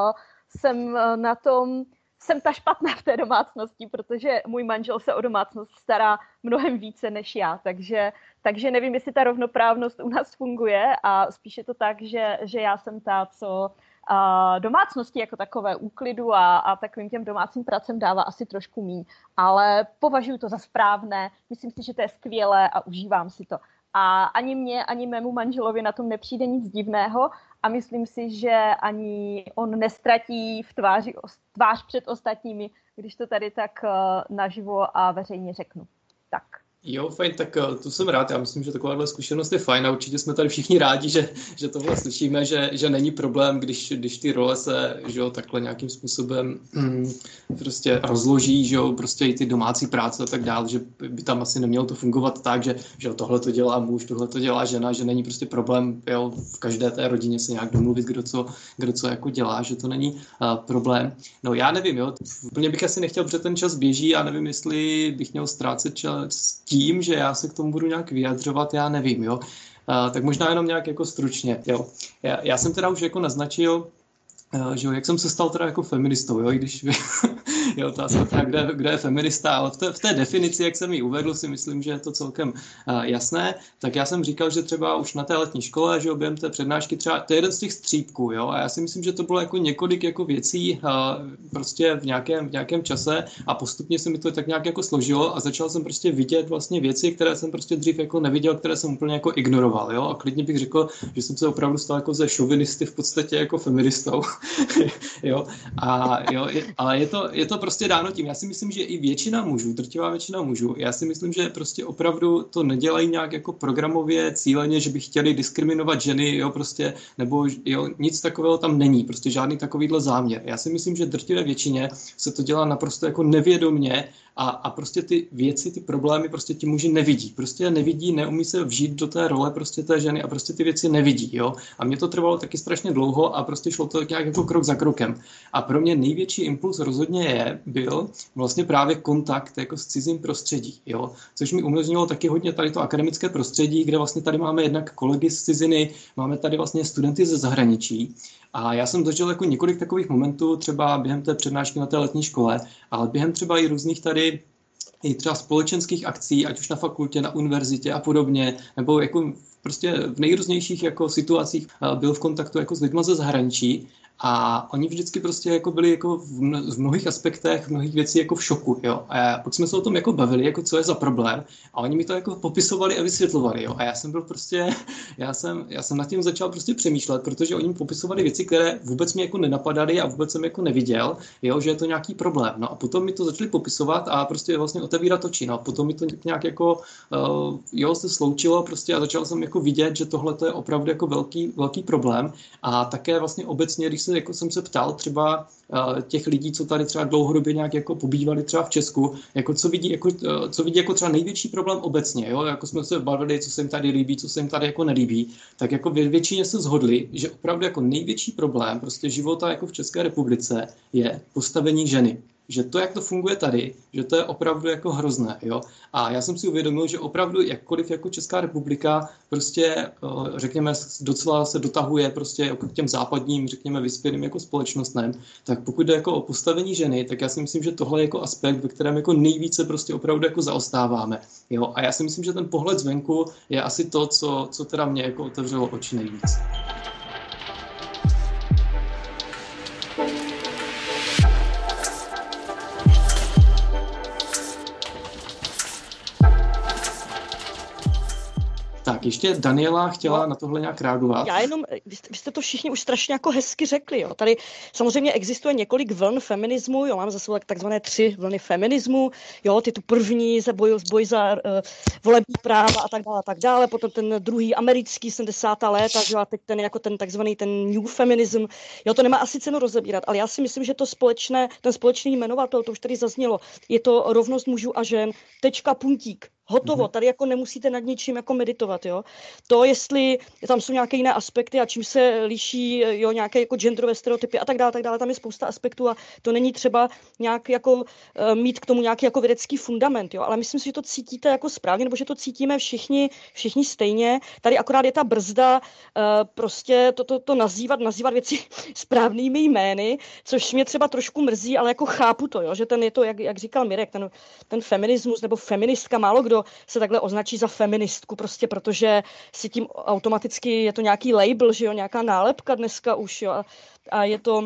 jsem ta špatná v té domácnosti, protože můj manžel se o domácnost stará mnohem více než já, takže nevím, jestli ta rovnoprávnost u nás funguje a spíš je to tak, že já jsem ta, co domácnosti jako takové úklidu a takovým těm domácím pracem dává asi trošku míň, ale považuji to za správné, myslím si, že to je skvělé a užívám si to. A ani mně, ani mému manželovi na tom nepřijde nic divného a myslím si, že ani on nestratí v tvář před ostatními, když to tady tak naživo a veřejně řeknu. Tak. Jo, fajn, tak to jsem rád. Já myslím, že takováhle zkušenost je fajn a určitě jsme tady všichni rádi, že tohle slyšíme, že není problém, když ty role se, že jo, takhle nějakým způsobem prostě rozloží, že jo, prostě i ty domácí práce a tak dále, že by tam asi nemělo to fungovat tak, že jo, tohle to dělá muž, tohle to dělá žena, že není prostě problém, jo, v každé té rodině se nějak domluvit, kdo co jako dělá, že to není problém. No já nevím, jo, úplně bych asi nechtěl, protože ten čas běží a nevím, jestli bych měl ztrácet čas tím, že já se k tomu budu nějak vyjadřovat, já nevím, jo. Tak možná jenom nějak jako stručně, jo. Já jsem teda už jako naznačil, že jo, jak jsem se stal teda jako feministou, jo, i když je otázka teda, kde je feminista, ale v té definici, jak jsem ji uvedl, si myslím, že je to celkem jasné, tak já jsem říkal, že třeba už na té letní škole, že během té přednášky třeba, to je jeden z těch střípků, jo, a já si myslím, že to bylo jako několik jako věcí prostě v nějakém čase a postupně se mi to tak nějak jako složilo a začal jsem prostě vidět vlastně věci, které jsem prostě dřív jako neviděl, které jsem úplně jako ignoroval, jo, a klidně bych řekl, že jsem se opravdu stal jako ze šovinisty v podstatě jako feministou. Jo, a jo, ale je to prostě dáno tím. Já si myslím, že i většina mužů, drtivá většina mužů, já si myslím, že prostě opravdu to nedělají nějak jako programově, cíleně, že by chtěli diskriminovat ženy, jo, prostě, nebo jo, nic takového tam není, prostě žádný takovýhle záměr. Já si myslím, že drtivé většině se to dělá naprosto jako nevědomně a prostě ty věci, ty problémy prostě ti muži nevidí. Prostě nevidí, neumí se vžít do té role prostě té ženy a prostě ty věci nevidí, jo. A mě to trvalo taky strašně dlouho a prostě šlo to nějak jako krok za krokem. A pro mě největší impuls rozhodně byl vlastně právě kontakt jako s cizím prostředí, jo. Což mi umožnilo taky hodně tady to akademické prostředí, kde vlastně tady máme jednak kolegy z ciziny, máme tady vlastně studenty ze zahraničí. A já jsem zažil jako několik takových momentů, třeba během té přednášky na té letní škole, ale během třeba i různých tady i třeba společenských akcí, ať už na fakultě, na univerzitě a podobně, nebo jako prostě v nejrůznějších jako situacích byl v kontaktu jako s lidmi ze zahraničí. A oni vždycky prostě jako byli jako v mnohých aspektech, v mnohých věcí jako v šoku, jo. A pak jsme se o tom jako bavili, jako co je za problém. A oni mi to jako popisovali a vysvětlovali, jo. A já jsem byl prostě, já jsem nad tím začal prostě přemýšlet, protože oni mi popisovali věci, které vůbec mě jako nenapadaly a vůbec jsem jako neviděl, jo, že je to nějaký problém. No a potom mi to začali popisovat a prostě vlastně otevírat oči. No a potom mi to nějak jako, jo, se sloučilo prostě a začal jsem jako vidět, že tohle to je opravdu jako velký problém. A také vlastně obecně, když jako jsem se ptal třeba těch lidí, co tady třeba dlouhodobě nějak jako pobývali třeba v Česku, jako co vidí jako třeba největší problém obecně, jo? Jako jsme se bavili, co se jim tady líbí, co se jim tady jako nelíbí, tak jako většině se shodli, že opravdu jako největší problém prostě života jako v České republice je postavení ženy. Že to, jak to funguje tady, že to je opravdu jako hrozné, jo. A já jsem si uvědomil, že opravdu jakkoliv jako Česká republika prostě, řekněme, docela se dotahuje prostě jako k těm západním, řekněme, vyspělým jako společnostem, tak pokud jde jako o postavení ženy, tak já si myslím, že tohle je jako aspekt, ve kterém jako nejvíce prostě opravdu jako zaostáváme, jo. A já si myslím, že ten pohled zvenku je asi to, co teda mě jako otevřelo oči nejvíc. Tak, ještě Daniela chtěla na tohle nějak reagovat. Já jenom, vy jste to všichni už strašně jako hezky řekli, jo. Tady samozřejmě existuje několik vln feminismu, jo, máme za sebou takzvané 3 vlny feminismu, jo, ty tu první boj za volební práva a tak dále, potom ten druhý americký 70. léta, jo, a teď ten jako ten takzvaný ten new feminism, jo, to nemá asi cenu rozebírat, ale já si myslím, že ten společný jmenovatel, to už tady zaznělo, je to rovnost mužů a žen, tečka, puntík. Hotovo, tady jako nemusíte nad ničím jako meditovat, jo. To, jestli tam jsou nějaké jiné aspekty a čím se liší, jo, nějaké jako genderové stereotypy a tak dále, tam je spousta aspektů a to není třeba nějak jako mít k tomu nějaký jako vědecký fundament, jo, ale myslím si, že to cítíte jako správně, nebo že to cítíme všichni stejně. Tady akorát je ta brzda prostě to nazývat věci správnými jmény, což mě třeba trošku mrzí, ale jako chápu to, jo, že ten je to, jak říkal Mirek, ten feminismus nebo feministka, málo kdo se takhle označí za feministku, prostě protože si tím automaticky je to nějaký label, že jo, nějaká nálepka dneska už, jo, a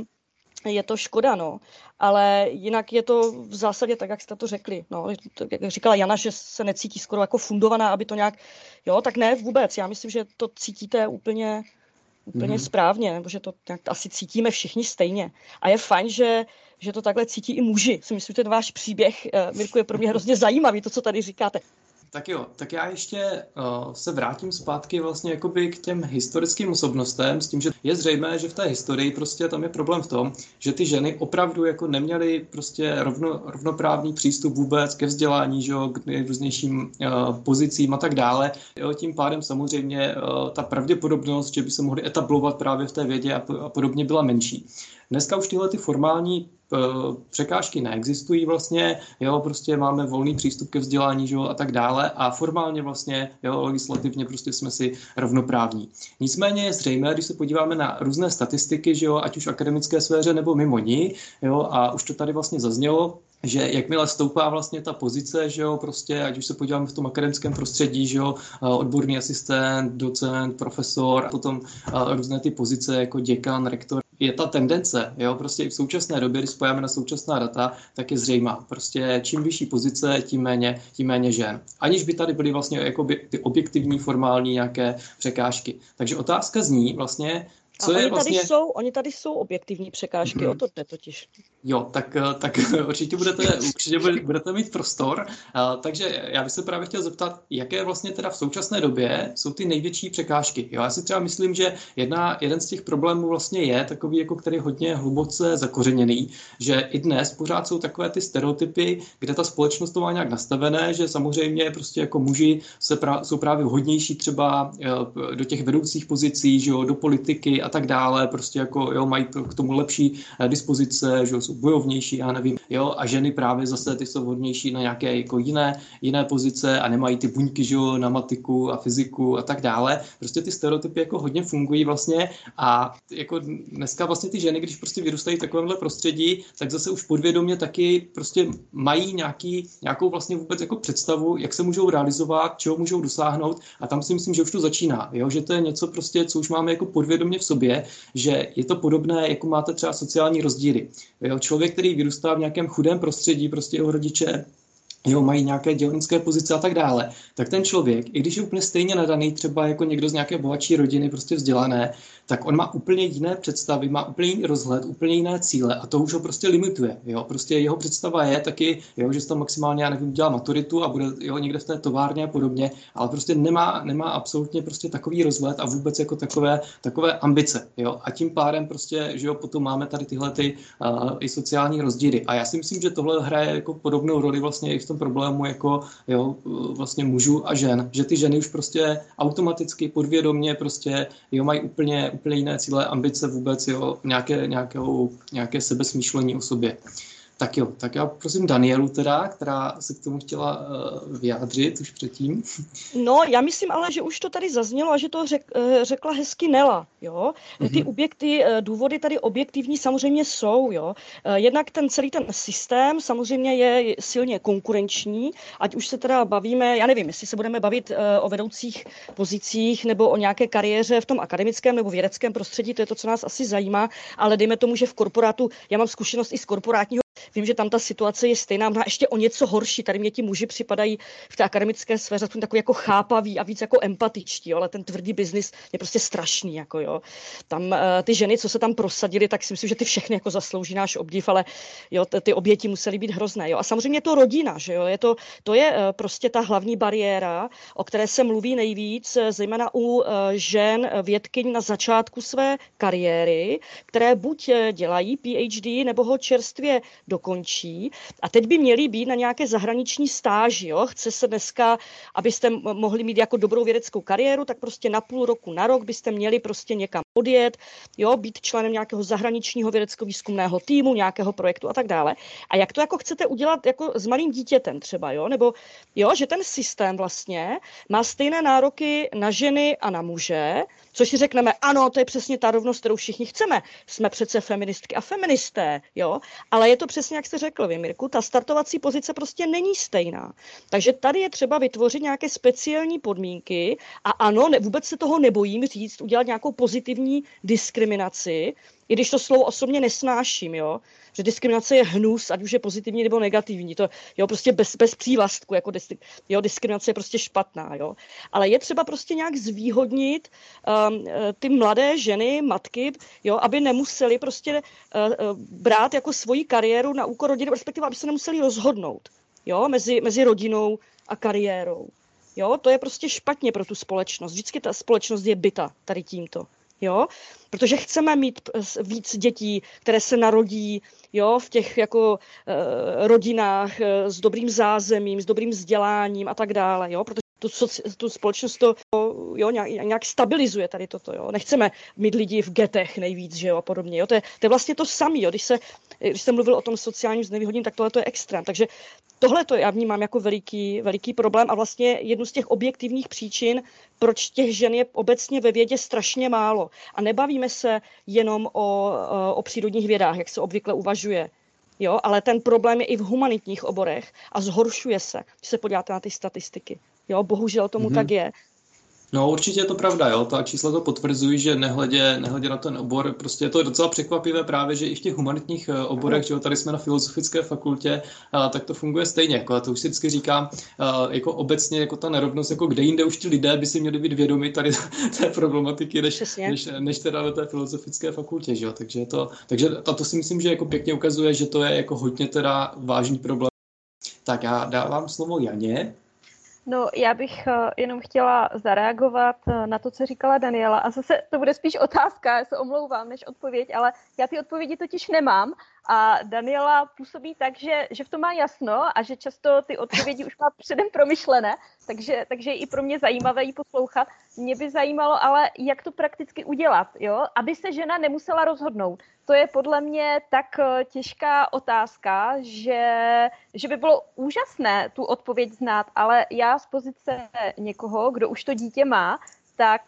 je to škoda, no. Ale jinak je to v zásadě tak, jak jste to řekli, no, jak říkala Jana, že se necítí skoro jako fundovaná, aby to nějak, jo, tak ne vůbec, já myslím, že to cítíte úplně správně, nebo že to nějak asi cítíme všichni stejně. A je fajn, že to takhle cítí i muži. Si myslím, že ten váš příběh, Mirku, je pro mě hrozně zajímavý, to, co tady říkáte. Tak jo, tak já ještě se vrátím zpátky vlastně jakoby k těm historickým osobnostem s tím, že je zřejmé, že v té historii prostě tam je problém v tom, že ty ženy opravdu jako neměly prostě rovnoprávný přístup vůbec ke vzdělání, že jo, k nejrůznějším pozicím a tak dále. Jo, tím pádem samozřejmě ta pravděpodobnost, že by se mohly etablovat právě v té vědě a podobně byla menší. Dneska už tyhle ty formální překážky neexistují vlastně, jo, prostě máme volný přístup ke vzdělání, že jo, a tak dále a formálně vlastně, jo, legislativně prostě jsme si rovnoprávní. Nicméně je zřejmé, když se podíváme na různé statistiky, že jo, ať už v akademické sféře nebo mimo ní, jo, a už to tady vlastně zaznělo, že jakmile stoupá vlastně ta pozice, že jo, prostě, ať už se podíváme v tom akademickém prostředí, že jo, odborný asistent, docent, profesor, a potom různé ty pozice jako děkan, rektor, je ta tendence, jo, prostě i v současné době, když spojáme na současná data, tak je zřejmá. Prostě čím vyšší pozice, tím méně žen. Aniž by tady byly vlastně jakoby ty objektivní, formální nějaké překážky. Takže otázka zní vlastně, co je vlastně... Oni tady jsou objektivní překážky, o to jde totiž. Jo, tak určitě budete mít prostor. Takže já bych se právě chtěl zeptat, jaké vlastně teda v současné době jsou ty největší překážky. Jo, já si třeba myslím, že jeden z těch problémů vlastně je takový, jako který je hodně hluboce zakořeněný, že i dnes pořád jsou takové ty stereotypy, kde ta společnost to má nějak nastavené, že samozřejmě prostě jako muži jsou právě vhodnější třeba do těch vedoucích pozicí, že jo, do politiky a tak dále, prostě jako jo, mají k tomu lepší dispozice, že jo, jsou bojovnější, já nevím, jo, a ženy právě zase ty jsou vhodnější na nějaké jako jiné pozice a nemají ty buňky, že jo, na matiku a fyziku a tak dále. Prostě ty stereotypy jako hodně fungují vlastně a jako dneska vlastně ty ženy, když prostě vyrůstají v takovémhle prostředí, tak zase už podvědomě taky prostě mají nějakou vlastně vůbec jako představu, jak se můžou realizovat, čeho můžou dosáhnout a tam si myslím, že už to začíná, jo, že to je něco prostě, co už máme jako podvědomě v sobě, že je to podobné, jako máte třeba sociální rozdíly. Jo, člověk, který vyrůstá v nějakém chudém prostředí, prostě jeho rodiče mají nějaké dělnické pozice a tak dále, tak ten člověk, i když je úplně stejně nadaný, třeba jako někdo z nějaké bohatší rodiny, prostě vzdělané, tak on má úplně jiné představy, má úplně jiný rozhled, úplně jiné cíle a to už ho prostě limituje. Jo? Prostě jeho představa je taky, jo, že se tam maximálně, já nevím, udělá maturitu a bude někde v té továrně a podobně, ale prostě nemá absolutně prostě takový rozhled a vůbec jako takové ambice. Jo? A tím pádem prostě, že jo, potom máme tady tyhle i sociální rozdíly. A já si myslím, že tohle hraje jako podobnou roli vlastně i v tom problému jako jo, vlastně mužů a žen, že ty ženy už prostě automaticky, podvědomě prostě jo, mají úplně jiné cíle, ambice vůbec, jo, nějaké sebesmýšlení o sobě. Tak jo, tak já prosím Danielu teda, která se k tomu chtěla vyjádřit už předtím. No, já myslím ale, že už to tady zaznělo a že to řekla hezky Nela, jo. Ty důvody tady objektivní samozřejmě jsou, jo. Jednak celý ten systém samozřejmě je silně konkurenční, ať už se teda bavíme, já nevím, jestli se budeme bavit o vedoucích pozicích nebo o nějaké kariéře v tom akademickém nebo vědeckém prostředí, to je to, co nás asi zajímá, ale dejme tomu, že v korporátu, já mám zkušenost i z korporátního. Vím, že tam ta situace je stejná, možná ještě o něco horší. Tady mě ti muži připadají v té akademické sféře takový jako chápaví a víc jako empatičtí, jo? Ale ten tvrdý biznis je prostě strašný. Jako, jo? Tam ty ženy, co se tam prosadily, tak si myslím, že ty všechny jako zaslouží náš obdiv, ale jo, ty oběti musely být hrozné. Jo? A samozřejmě to rodina, že jo? To je prostě ta hlavní bariéra, o které se mluví nejvíc, zejména u žen vědkyň na začátku své kariéry, které buď dělají PhD nebo ho čerstvě dokončí a teď by měli být na nějaké zahraniční stáži. Jo? Chce se dneska, abyste mohli mít jako dobrou vědeckou kariéru, tak prostě na půl roku, na rok byste měli prostě někam odjet, jo? Být členem nějakého zahraničního vědecko-výzkumného týmu, nějakého projektu a tak dále. A jak to jako chcete udělat jako s malým dítětem třeba, jo? Nebo jo, že ten systém vlastně má stejné nároky na ženy a na muže, což si řekneme, ano, to je přesně ta rovnost, kterou všichni chceme. Jsme přece feministky a feministé, jo? Ale je to přesně, jak jste řekl vy, Mirku, ta startovací pozice prostě není stejná. Takže tady je třeba vytvořit nějaké speciální podmínky a ano, vůbec se toho nebojím říct, udělat nějakou pozitivní diskriminaci, i když to slovo osobně nesnáším, jo? Že diskriminace je hnus, ať už je pozitivní nebo negativní. To jo, prostě bez přívlastku, jako diskriminace je prostě špatná, jo? Ale je třeba prostě nějak zvýhodnit ty mladé ženy, matky, jo, aby nemuseli prostě brát jako svoji kariéru na úkor rodiny, respektive aby se nemuseli rozhodnout, jo, mezi rodinou a kariérou. Jo, to je prostě špatně pro tu společnost. Vždycky ta společnost je bita tady tímto. Jo? Protože chceme mít víc dětí, které se narodí, jo, v těch jako rodinách s dobrým zázemím, s dobrým vzděláním a tak dále, jo, protože tu společnost to jo, nějak stabilizuje tady toto, jo. Nechceme mít lidi v getech nejvíc, že jo, a podobně, jo. To je vlastně to samé, jo. Když jsem mluvil o tom sociálním znevýhodnění, tak tohle to je extrém. Takže tohle to já vnímám jako veliký problém a vlastně jednu z těch objektivních příčin, proč těch žen je obecně ve vědě strašně málo. A nebavíme se jenom o přírodních vědách, jak se obvykle uvažuje. Jo, ale ten problém je i v humanitních oborech a zhoršuje se, když se podíváte na ty statistiky. Jo, bohužel tomu tak je. No určitě je to pravda, jo, ta čísla to potvrzují, že nehledě na ten obor, prostě je to docela překvapivé právě, že i v těch humanitních oborech, že jo, tady jsme na Filozofické fakultě, tak to funguje stejně, jako, a to už si vždycky říkám, jako obecně, jako ta nerovnost, jako kde jinde už ti lidé by si měli být vědomi tady té problematiky, než teda na té Filozofické fakultě, že jo, takže to si myslím, že jako pěkně ukazuje, že to je jako hodně teda vážný problém. Tak já dávám slovo Janě. No, já bych jenom chtěla zareagovat na to, co říkala Daniela. A zase to bude spíš otázka, já se omlouvám, než odpověď, ale já ty odpovědi totiž nemám. A Daniela působí tak, že v tom má jasno a že často ty odpovědi už má předem promyšlené, takže je i pro mě zajímavé jí poslouchat. Mě by zajímalo ale, jak to prakticky udělat, jo? Aby se žena nemusela rozhodnout. To je podle mě tak těžká otázka, že by bylo úžasné tu odpověď znát, ale já z pozice někoho, kdo už to dítě má, tak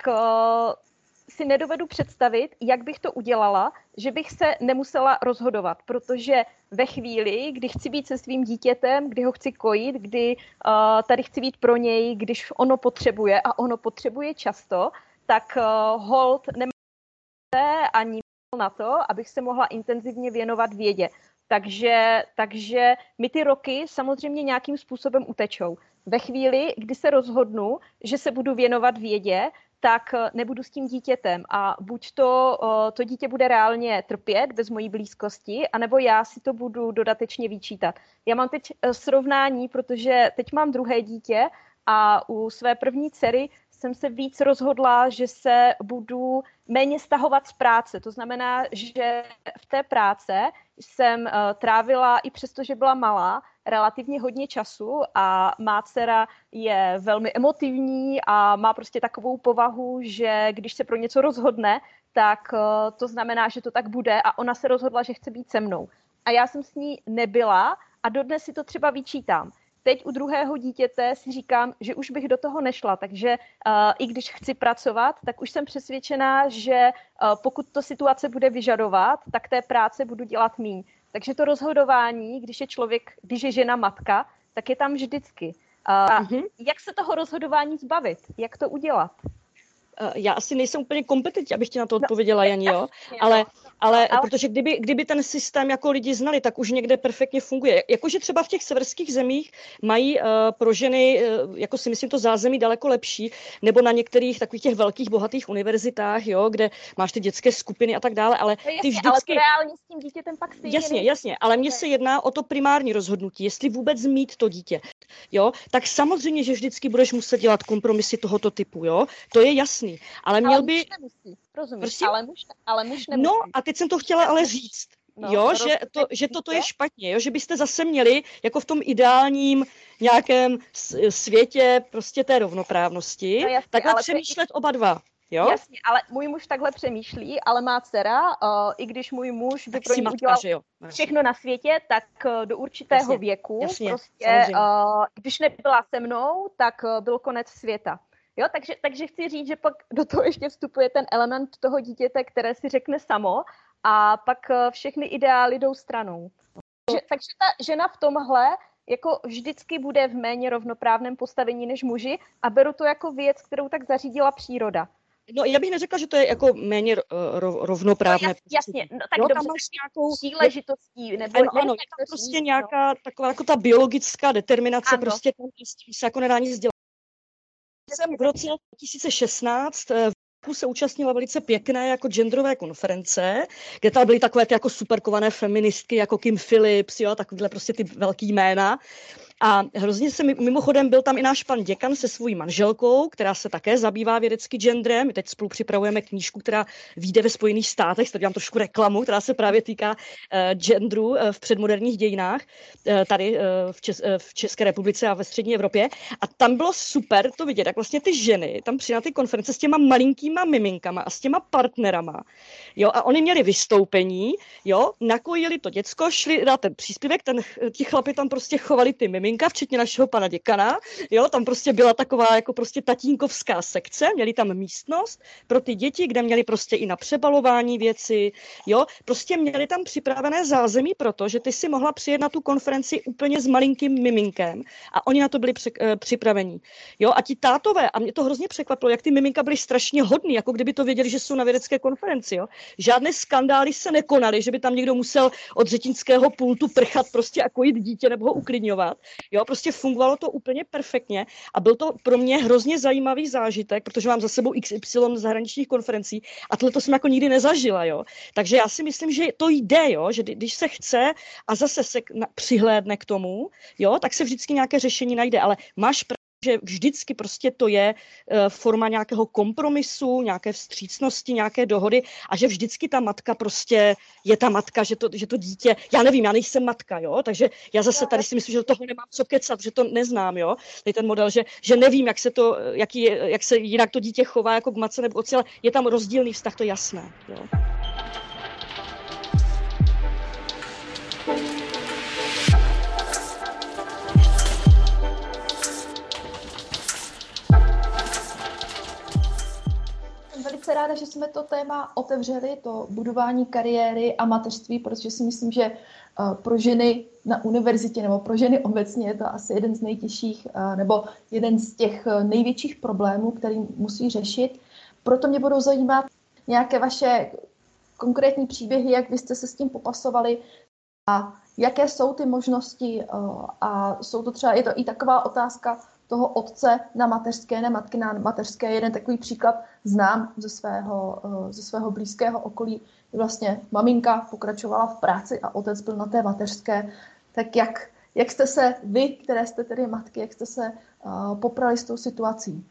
si nedovedu představit, jak bych to udělala, že bych se nemusela rozhodovat, protože ve chvíli, kdy chci být se svým dítětem, kdy ho chci kojit, kdy tady chci být pro něj, když ono potřebuje a ono potřebuje často, tak hold nemá ani na to, abych se mohla intenzivně věnovat vědě. Takže mi ty roky samozřejmě nějakým způsobem utečou. Ve chvíli, kdy se rozhodnu, že se budu věnovat vědě, tak nebudu s tím dítětem a buď to dítě bude reálně trpět bez mojí blízkosti, anebo já si to budu dodatečně vyčítat. Já mám teď srovnání, protože teď mám druhé dítě a u své první dcery jsem se víc rozhodla, že se budu méně stahovat z práce. To znamená, že v té práce jsem trávila, i přesto, že byla malá, relativně hodně času a má dcera je velmi emotivní a má prostě takovou povahu, že když se pro něco rozhodne, tak to znamená, že to tak bude a ona se rozhodla, že chce být se mnou. A já jsem s ní nebyla a dodnes si to třeba vyčítám. Teď u druhého dítěte si říkám, že už bych do toho nešla, takže i když chci pracovat, tak už jsem přesvědčená, že pokud to situace bude vyžadovat, tak té práce budu dělat míň. Takže to rozhodování, když je žena matka, tak je tam vždycky. Jak se toho rozhodování zbavit? Jak to udělat? Já asi nejsem úplně kompetentní, abych ti na to odpověděla, Jani, jo? Ale protože kdyby ten systém jako lidi znali, tak už někde perfektně funguje. Jakože třeba v těch severských zemích mají pro ženy, jako si myslím, to zázemí daleko lepší, nebo na některých takových těch velkých, bohatých univerzitách, jo, kde máš ty dětské skupiny a tak dále, ale ty vždycky... Ale to reálně s tím dítětem pak stejně Jasně, ale mně se jedná o to primární rozhodnutí, jestli vůbec mít to dítě, jo, tak samozřejmě, že vždycky budeš muset dělat kompromisy tohoto typu, jo, to je jasný. Ale měl by... Muž nemusí, rozumíš, ale muž nemusí. No a teď jsem to chtěla ale říct, že toto je špatně, jo? Že byste zase měli jako v tom ideálním nějakém světě prostě té rovnoprávnosti, no jasně, takhle přemýšlet oba dva. Jo? Jasně, ale můj muž takhle přemýšlí, ale má dcera, i když můj muž by pro ní udělal všechno na světě, tak do určitého věku, prostě, když nebyla se mnou, tak byl konec světa. Jo, takže chci říct, že pak do toho ještě vstupuje ten element toho dítěte, které si řekne samo a pak všechny ideály jdou stranou. Takže ta žena v tomhle jako vždycky bude v méně rovnoprávném postavení než muži a beru to jako věc, kterou tak zařídila příroda. No, já bych neřekla, že to je jako méně rovnoprávné. No, jasně, no, tak dobře, tam máš nějakou příležitostí, nebo ano, je tam prostě nějaká taková jako ta biologická determinace, prostě tam s tím se jako nedá nic dělat. Jsem v roce 2016 se účastnila velice pěkné jako genderové konference, kde tam byly takové ty jako superkované feministky jako Kim Phillips, jo, takovýhle prostě ty velký jména. A hrozně se mimochodem byl tam i náš pan děkan se svojí manželkou, která se také zabývá vědecky genderem. My teď spolu připravujeme knížku, která vyjde ve Spojených státech, tady dělám trošku reklamu, která se právě týká genderu v předmoderních dějinách, tady v České republice a ve střední Evropě. A tam bylo super to vidět, jak vlastně ty ženy tam přijeli na ty konference s těma malinkýma miminkama a s těma partnerama. Jo, a oni měli vystoupení, jo, nakojili to děcko, šli dát ten příspěvek, ti chlapi tam prostě chovali ty miminka, včetně našeho pana děkana, jo, tam prostě byla taková jako prostě tatínkovská sekce, měli tam místnost pro ty děti, kde měli prostě i na přebalování věci, jo, prostě měli tam připravené zázemí pro to, že ty si mohla přijet na tu konferenci úplně s malinkým miminkem a oni na to byli připravení, jo, a ti tátové, a mě to hrozně překvapilo, jak ty miminka byly strašně hodný, jako kdyby to věděli, že jsou na vědecké konferenci, jo, žádné skandály se nekonaly, že by tam někdo musel od řečnického pultu prchat prostě a kojit dítě nebo ho uklidňovat. Jo, prostě fungovalo to úplně perfektně a byl to pro mě hrozně zajímavý zážitek, protože mám za sebou XY zahraničních konferencí a tohle to jsem jako nikdy nezažila, jo. Takže já si myslím, že to jde, jo, že když se chce a zase se přihlédne k tomu, jo, tak se vždycky nějaké řešení najde, ale máš že vždycky prostě to je forma nějakého kompromisu, nějaké vstřícnosti, nějaké dohody a že vždycky ta matka prostě je ta matka, že to dítě, já nevím, já nejsem matka, jo, takže já zase tady si myslím, že do toho nemám co kecat, že to neznám, jo, tady ten model, že nevím, jak se jinak to dítě chová jako k matce nebo otci, ale je tam rozdílný vztah, to je jasné, jo. Velice ráda, že jsme to téma otevřeli, to budování kariéry a mateřství, protože si myslím, že pro ženy na univerzitě nebo pro ženy obecně je to asi jeden z nejtěžších nebo jeden z těch největších problémů, který musí řešit. Proto mě budou zajímat nějaké vaše konkrétní příběhy, jak vy jste se s tím popasovali, a jaké jsou ty možnosti a jsou to třeba, je to i taková otázka toho otce na mateřské, ne matky na mateřské. Jeden takový příklad znám ze svého blízkého okolí, kdy vlastně maminka pokračovala v práci a otec byl na té mateřské. Tak jak jste se vy, které jste tedy matky, jak jste se poprali s tou situací?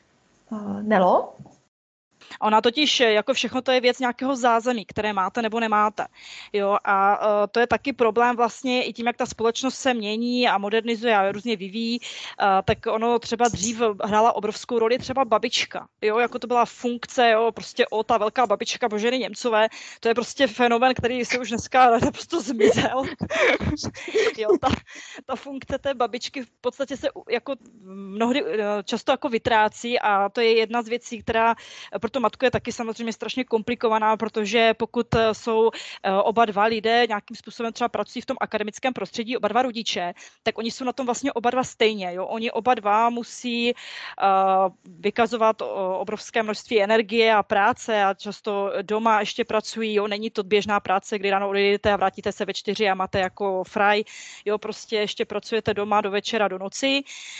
Nelo? Ona totiž, jako všechno, to je věc nějakého zázemí, které máte nebo nemáte. Jo, a to je taky problém vlastně i tím, jak ta společnost se mění a modernizuje a různě vyvíjí, tak ono třeba dřív hrála obrovskou roli třeba babička. Jo, jako to byla funkce, jo, prostě ta velká babička Boženy Němcové, to je prostě fenomén, který se už dneska naprosto zmizel. Jo, ta funkce té babičky v podstatě se jako mnohdy často jako vytrácí a to je jedna z věcí, která pro tu matku je taky samozřejmě strašně komplikovaná, protože pokud jsou oba dva lidé nějakým způsobem třeba pracují v tom akademickém prostředí, oba dva rodiče, tak oni jsou na tom vlastně oba dva stejně. Jo? Oni oba dva musí vykazovat obrovské množství energie a práce a často doma ještě pracují. Jo? Není to běžná práce, kdy ráno odejdete a vrátíte se ve 4 a máte jako fraj. Jo? Prostě ještě pracujete doma do večera, do noci.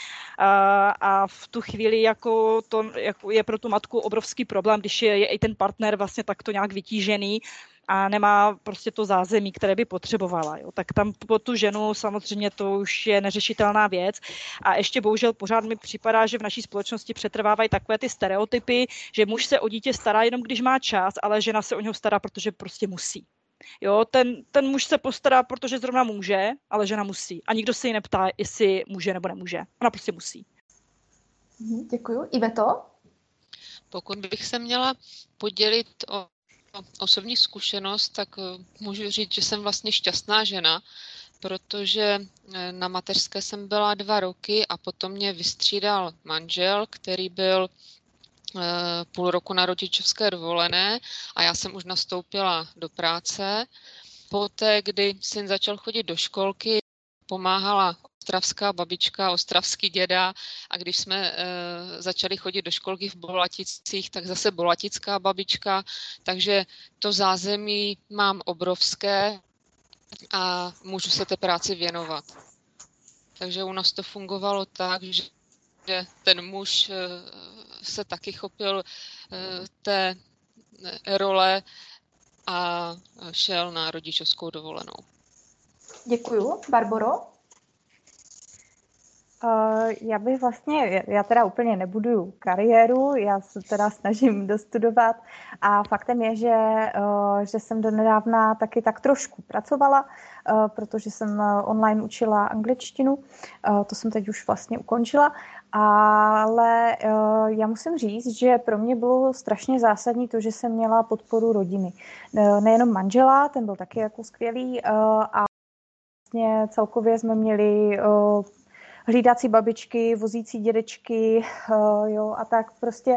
A v tu chvíli jako to jako je pro tu matku obrovský problém, když je i ten partner vlastně takto nějak vytížený a nemá prostě to zázemí, které by potřebovala. Jo. Tak tam po tu ženu samozřejmě to už je neřešitelná věc. A ještě bohužel pořád mi připadá, že v naší společnosti přetrvávají takové ty stereotypy, že muž se o dítě stará jenom když má čas, ale žena se o něho stará, protože prostě musí. Jo, ten muž se postará, protože zrovna může, ale žena musí. A nikdo se jí neptá, jestli může nebo nemůže. Ona prostě musí. Děkuju. Iveto? Pokud bych se měla podělit o osobní zkušenost, tak můžu říct, že jsem vlastně šťastná žena, protože na mateřské jsem byla 2 roky a potom mě vystřídal manžel, který byl půl roku na rodičovské dovolené a já jsem už nastoupila do práce. Poté, kdy syn začal chodit do školky, pomáhala ostravská babička, ostravský děda a když jsme začali chodit do školky v Bolaticích, tak zase bolatická babička, takže to zázemí mám obrovské a můžu se té práci věnovat. Takže u nás to fungovalo tak, že ten muž se taky chopil té role a šel na rodičovskou dovolenou. Děkuju. Barboro? Já teda úplně nebuduju kariéru, já se teda snažím dostudovat a faktem je, že jsem donedávna taky tak trošku pracovala, protože jsem online učila angličtinu, to jsem teď už vlastně ukončila, ale já musím říct, že pro mě bylo strašně zásadní to, že jsem měla podporu rodiny. Nejenom manžela, ten byl taky jako skvělý a vlastně celkově jsme měli hlídací babičky, vozící dědečky, jo, a tak prostě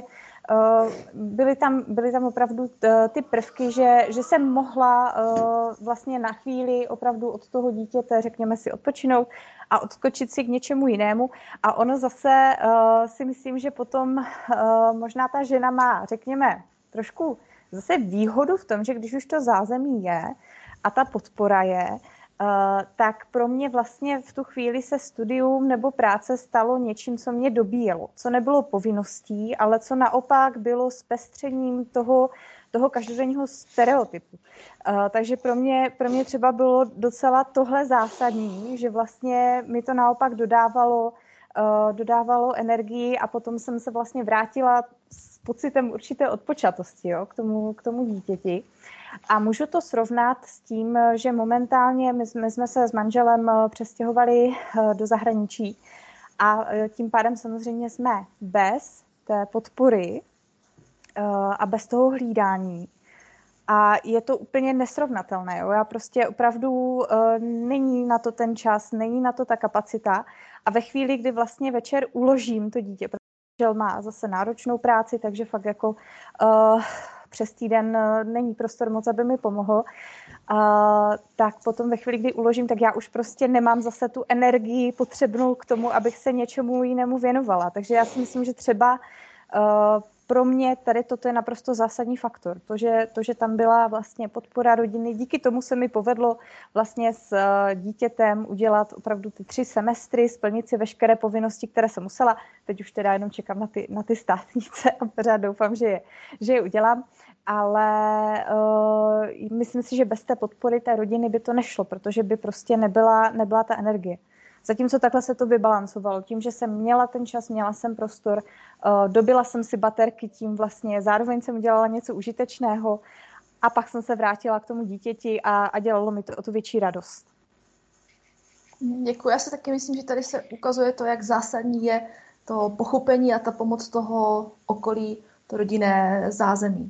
byly tam opravdu ty prvky, že jsem mohla vlastně na chvíli opravdu od toho dítěte, řekněme si, odpočinout a odskočit si k něčemu jinému. A ono zase si myslím, že potom možná ta žena má, řekněme, trošku zase výhodu v tom, že když už to zázemí je a ta podpora je, tak pro mě vlastně v tu chvíli se studium nebo práce stalo něčím, co mě dobíjelo, co nebylo povinností, ale co naopak bylo zpestřením toho každodenního stereotypu. Takže pro mě třeba bylo docela tohle zásadní, že vlastně mi to naopak dodávalo energii a potom jsem se vlastně vrátila s pocitem určité odpočatosti, jo, k tomu dítěti. A můžu to srovnat s tím, že momentálně my jsme se s manželem přestěhovali do zahraničí a tím pádem samozřejmě jsme bez té podpory a bez toho hlídání. A je to úplně nesrovnatelné. Jo? Já prostě opravdu není na to ten čas, není na to ta kapacita. A ve chvíli, kdy vlastně večer uložím to dítě, protože manžel má zase náročnou práci, takže fakt jako přes týden není prostor moc, aby mi pomohl, tak potom ve chvíli, kdy uložím, tak já už prostě nemám zase tu energii potřebnou k tomu, abych se něčemu jinému věnovala. Takže já si myslím, že třeba pro mě tady toto je naprosto zásadní faktor. To, že tam byla vlastně podpora rodiny, díky tomu se mi povedlo vlastně s dítětem udělat opravdu ty 3 semestry, splnit si veškeré povinnosti, které jsem musela. Teď už teda jenom čekám na ty státnice a pořád doufám, že je udělám. Ale myslím si, že bez té podpory té rodiny by to nešlo, protože by prostě nebyla ta energie. Zatímco takhle se to vybalancovalo. Tím, že jsem měla ten čas, měla jsem prostor, dobila jsem si baterky tím vlastně, zároveň jsem udělala něco užitečného a pak jsem se vrátila k tomu dítěti a dělalo mi to o tu větší radost. Děkuji. Já si taky myslím, že tady se ukazuje to, jak zásadní je to pochopení a ta pomoc toho okolí, to rodinné zázemí.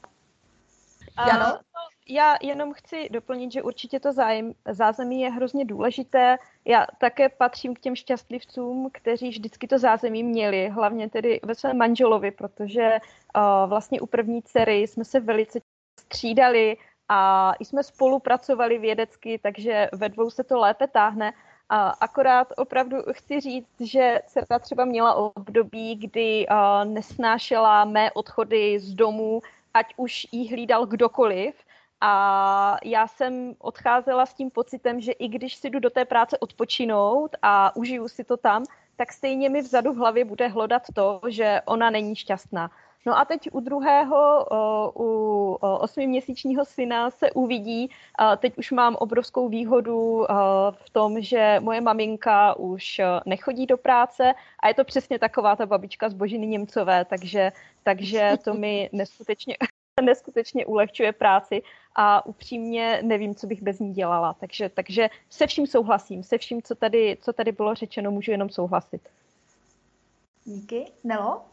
Jano? Já jenom chci doplnit, že určitě to zázemí je hrozně důležité. Já také patřím k těm šťastlivcům, kteří vždycky to zázemí měli, hlavně tedy ve svém manželovi, protože vlastně u první dcery jsme se velice střídali a jsme spolupracovali vědecky, takže ve dvou se to lépe táhne. A akorát opravdu chci říct, že dcera třeba měla období, kdy nesnášela mé odchody z domu, ať už jí hlídal kdokoliv. A já jsem odcházela s tím pocitem, že i když si jdu do té práce odpočinout a užiju si to tam, tak stejně mi vzadu v hlavě bude hlodat to, že ona není šťastná. No a teď u druhého, u 8měsíčního syna se uvidí. Teď už mám obrovskou výhodu v tom, že moje maminka už nechodí do práce a je to přesně taková ta babička z Božiny Němcové, takže to mi neskutečně ulehčuje práci a upřímně nevím, co bych bez ní dělala. Takže se vším souhlasím, se vším, co tady bylo řečeno, můžu jenom souhlasit. Díky. Nelo?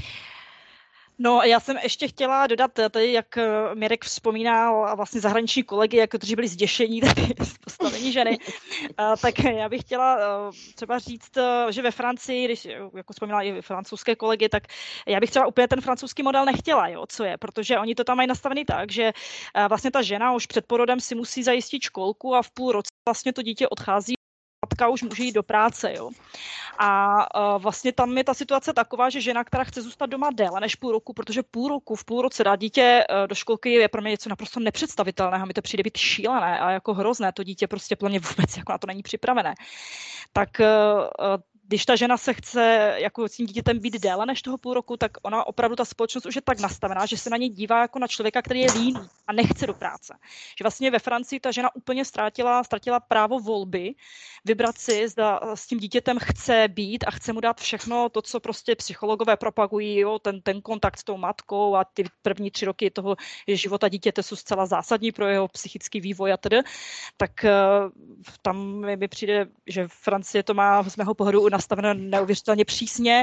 No, já jsem ještě chtěla dodat tady, jak Mirek vzpomínal vlastně zahraniční kolegy, kteří byli zděšení tady z postavení ženy, tak já bych chtěla třeba říct, že ve Francii, když jako vzpomínala i francouzské kolegy, tak já bych třeba úplně ten francouzský model nechtěla, jo, co je, protože oni to tam mají nastavený tak, že vlastně ta žena už před porodem si musí zajistit školku a v půl roce vlastně to dítě odchází, matka už může jít do práce, jo. A vlastně tam je ta situace taková, že žena, která chce zůstat doma déle než půl roku, protože v půl roce dát dítě do školky je pro mě něco naprosto nepředstavitelného, mi to přijde být šílené a jako hrozné, to dítě prostě plně vůbec jako na to není připravené. Tak když ta žena se chce jako s tím dítětem být déle než toho půl roku, tak ona opravdu, ta společnost už je tak nastavená, že se na něj dívá jako na člověka, který je líný a nechce do práce. Že vlastně ve Francii ta žena úplně ztratila právo volby, vybrat si, zda s tím dítětem chce být a chce mu dát všechno to, co prostě psychologové propagují, jo, ten kontakt s tou matkou a ty první 3 roky toho života dítěte jsou zcela zásadní pro jeho psychický vývoj a tedy. Tak tam mi přijde, že Francie to má z mého pohledu nastaveno neuvěřitelně přísně.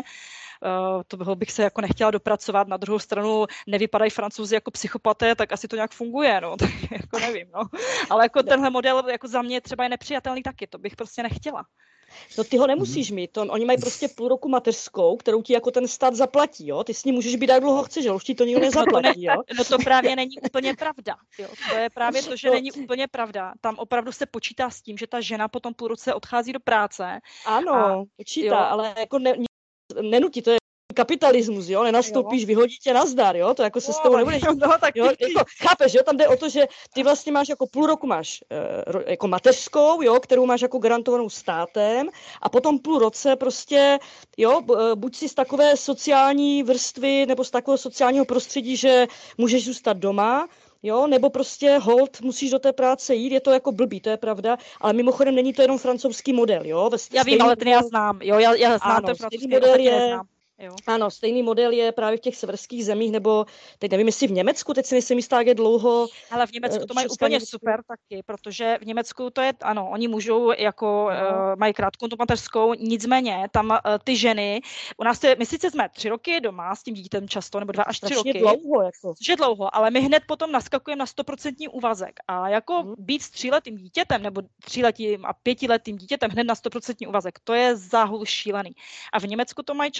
To bych se jako nechtěla dopracovat. Na druhou stranu nevypadají Francouzi jako psychopaté, tak asi to nějak funguje, no. Tak jako nevím, no. Ale jako tenhle model jako za mě třeba je nepřijatelný taky, to bych prostě nechtěla. No ty ho nemusíš mít, oni mají prostě půl roku mateřskou, kterou ti jako ten stát zaplatí, jo? Ty s ní můžeš být jak dlouho chceš, že už ti to nikdo nezaplatí, jo? No to právě není úplně pravda, jo? To je právě to, že není úplně pravda. Tam opravdu se počítá s tím, že ta žena po tom půl roce odchází do práce. Ano, počítá, ale jako nenutí, to je kapitalismus, jo, nenastoupíš, vyhodí tě nazdar, jo, to jako se s tebou nebudeš, tak jo, jako, chápeš, jo, tam jde o to, že ty vlastně máš jako půl roku máš jako mateřskou, jo, kterou máš jako garantovanou státem a potom půl roce prostě, jo, buď si z takové sociální vrstvy nebo z takového sociálního prostředí, že můžeš zůstat doma, jo, nebo prostě hold, musíš do té práce jít, je to jako blbý, to je pravda, ale mimochodem není to jenom francouzský model, jo. Já vím, ale ten já znám, jo, já znám ten francouzský model, neznám. Jo. Ano, stejný model je právě v těch severských zemích, nebo teď nevím, jestli v Německu, teď si nejsem jistá, jak je dlouho. Ale v Německu to mají úplně super taky, protože v Německu to je, ano, oni můžou jako, mají krátkou tu mateřskou, nicméně tam ty ženy, u nás my sice jsme 3 roky doma s tím dítětem často, nebo 2 až 3 roky. Dlouho, jako. Což je dlouho, ale my hned potom naskakujeme na 100% úvazek a jako být s 3letým dítětem, nebo 3letým a 5letým dítětem hned na 100% úvazek, to je záhul šílený. A v Německu to mají často tak,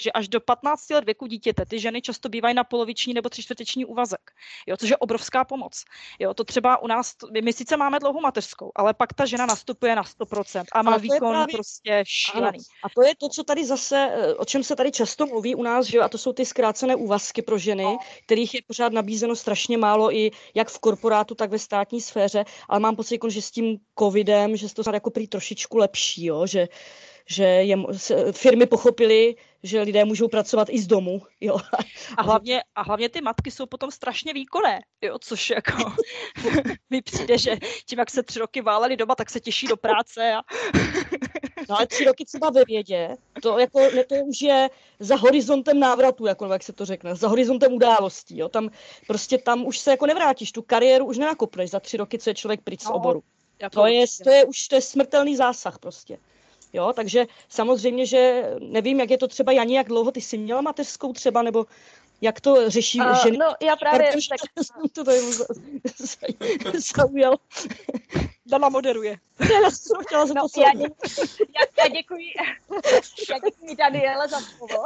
že až do 15 let věku dítěte ty ženy často bývají na poloviční nebo 3/4 úvazek, jo, což je obrovská pomoc. Jo, to třeba u nás, my sice máme dlouhou mateřskou, ale pak ta žena nastupuje na 100% a má výkon právě prostě šílený. A to je to, co tady zase, o čem se tady často mluví u nás, že jo, a to jsou ty zkrácené úvazky pro ženy, kterých je pořád nabízeno strašně málo i jak v korporátu, tak ve státní sféře, ale mám pocit, že s tím covidem, že se to jako prý trošičku lepší, jo, že firmy pochopily, že lidé můžou pracovat i z domu. Jo. A hlavně ty matky jsou potom strašně výkonné, jo, což jako mi přijde, že tím, jak se 3 roky váleli doma, tak se těší do práce. No ale 3 roky třeba ve vědě, to už je za horizontem návratu, jako jak se to řekne, za horizontem událostí. Jo. Tam už se jako nevrátíš, tu kariéru už nenakopneš za 3 roky, co je člověk pryč z oboru. To je smrtelný zásah prostě. Jo, takže samozřejmě, že nevím, jak je to třeba Jani, jak dlouho ty jsi měla mateřskou třeba, nebo jak to řeší ženy. No, já právě to je zaujalo. Dana moderuje. Já děkuji Daniele za slovo.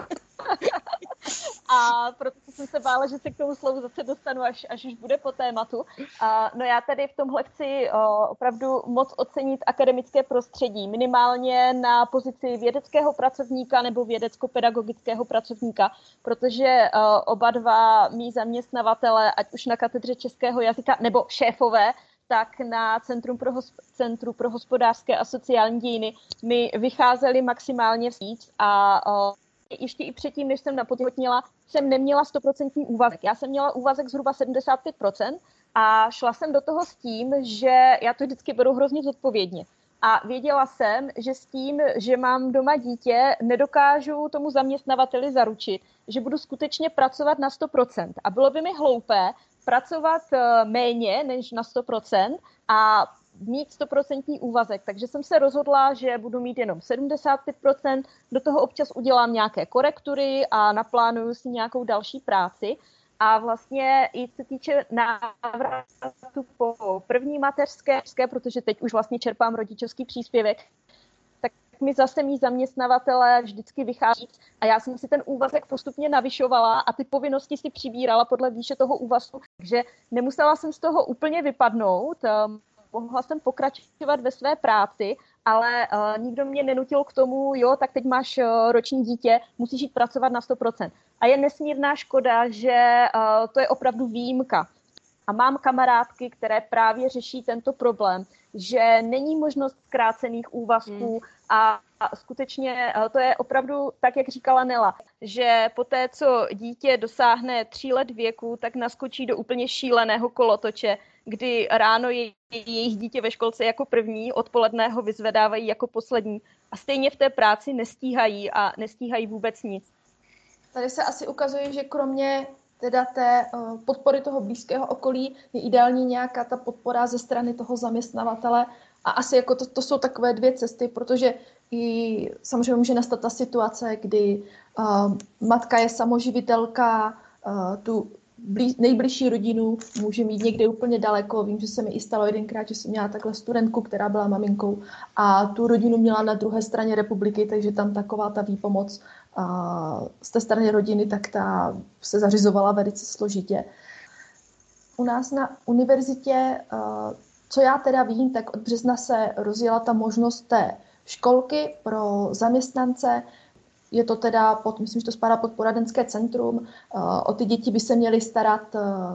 A proto jsem se bála, že se k tomu slovu zase dostanu, až už bude po tématu. No já tady v tomhle chci opravdu moc ocenit akademické prostředí, minimálně na pozici vědeckého pracovníka nebo vědecko-pedagogického pracovníka, protože oba dva mí zaměstnavatele, ať už na katedře českého jazyka nebo šéfové, tak na Centru pro hospodářské a sociální dějiny mi vycházeli maximálně vstříc a ještě i předtím, než jsem napotěhotněla, jsem neměla 100% úvazek. Já jsem měla úvazek zhruba 75% a šla jsem do toho s tím, že já to vždycky beru hrozně zodpovědně. A věděla jsem, že s tím, že mám doma dítě, nedokážu tomu zaměstnavateli zaručit, že budu skutečně pracovat na 100%. A bylo by mi hloupé pracovat méně než na 100% a mít 100% úvazek. Takže jsem se rozhodla, že budu mít jenom 75%, do toho občas udělám nějaké korektury a naplánuju si nějakou další práci. A vlastně i se týče návratu po první mateřské, protože teď už vlastně čerpám rodičovský příspěvek, tak mi zase mý zaměstnavatelé vždycky vychází a já jsem si ten úvazek postupně navyšovala a ty povinnosti si přibírala podle výše toho úvazku, takže nemusela jsem z toho úplně vypadnout, mohla jsem pokračovat ve své práci, ale nikdo mě nenutil k tomu, jo, tak teď máš roční dítě, musíš jít pracovat na 100%. A je nesmírná škoda, že to je opravdu výjimka. A mám kamarádky, které právě řeší tento problém, že není možnost zkrácených úvazků a skutečně to je opravdu tak, jak říkala Nela, že poté, co dítě dosáhne 3 let věku, tak naskočí do úplně šíleného kolotoče, kdy ráno je jejich dítě ve školce jako první, odpoledne ho vyzvedávají jako poslední a stejně v té práci nestíhají vůbec nic. Tady se asi ukazuje, že kromě teda té podpory toho blízkého okolí je ideální nějaká ta podpora ze strany toho zaměstnavatele a asi jako to jsou takové 2 cesty, protože i samozřejmě může nastat ta situace, kdy matka je samoživitelka, tu nejbližší rodinu může mít někde úplně daleko. Vím, že se mi i stalo jedenkrát, že jsem měla takhle studentku, která byla maminkou a tu rodinu měla na druhé straně republiky, takže tam taková ta výpomoc z té strany rodiny, tak ta se zařizovala velice složitě. U nás na univerzitě, co já teda vím, tak od března se rozjela ta možnost té školky pro zaměstnance. Je to teda, myslím, že to spadá pod poradenské centrum. O ty děti by se měli starat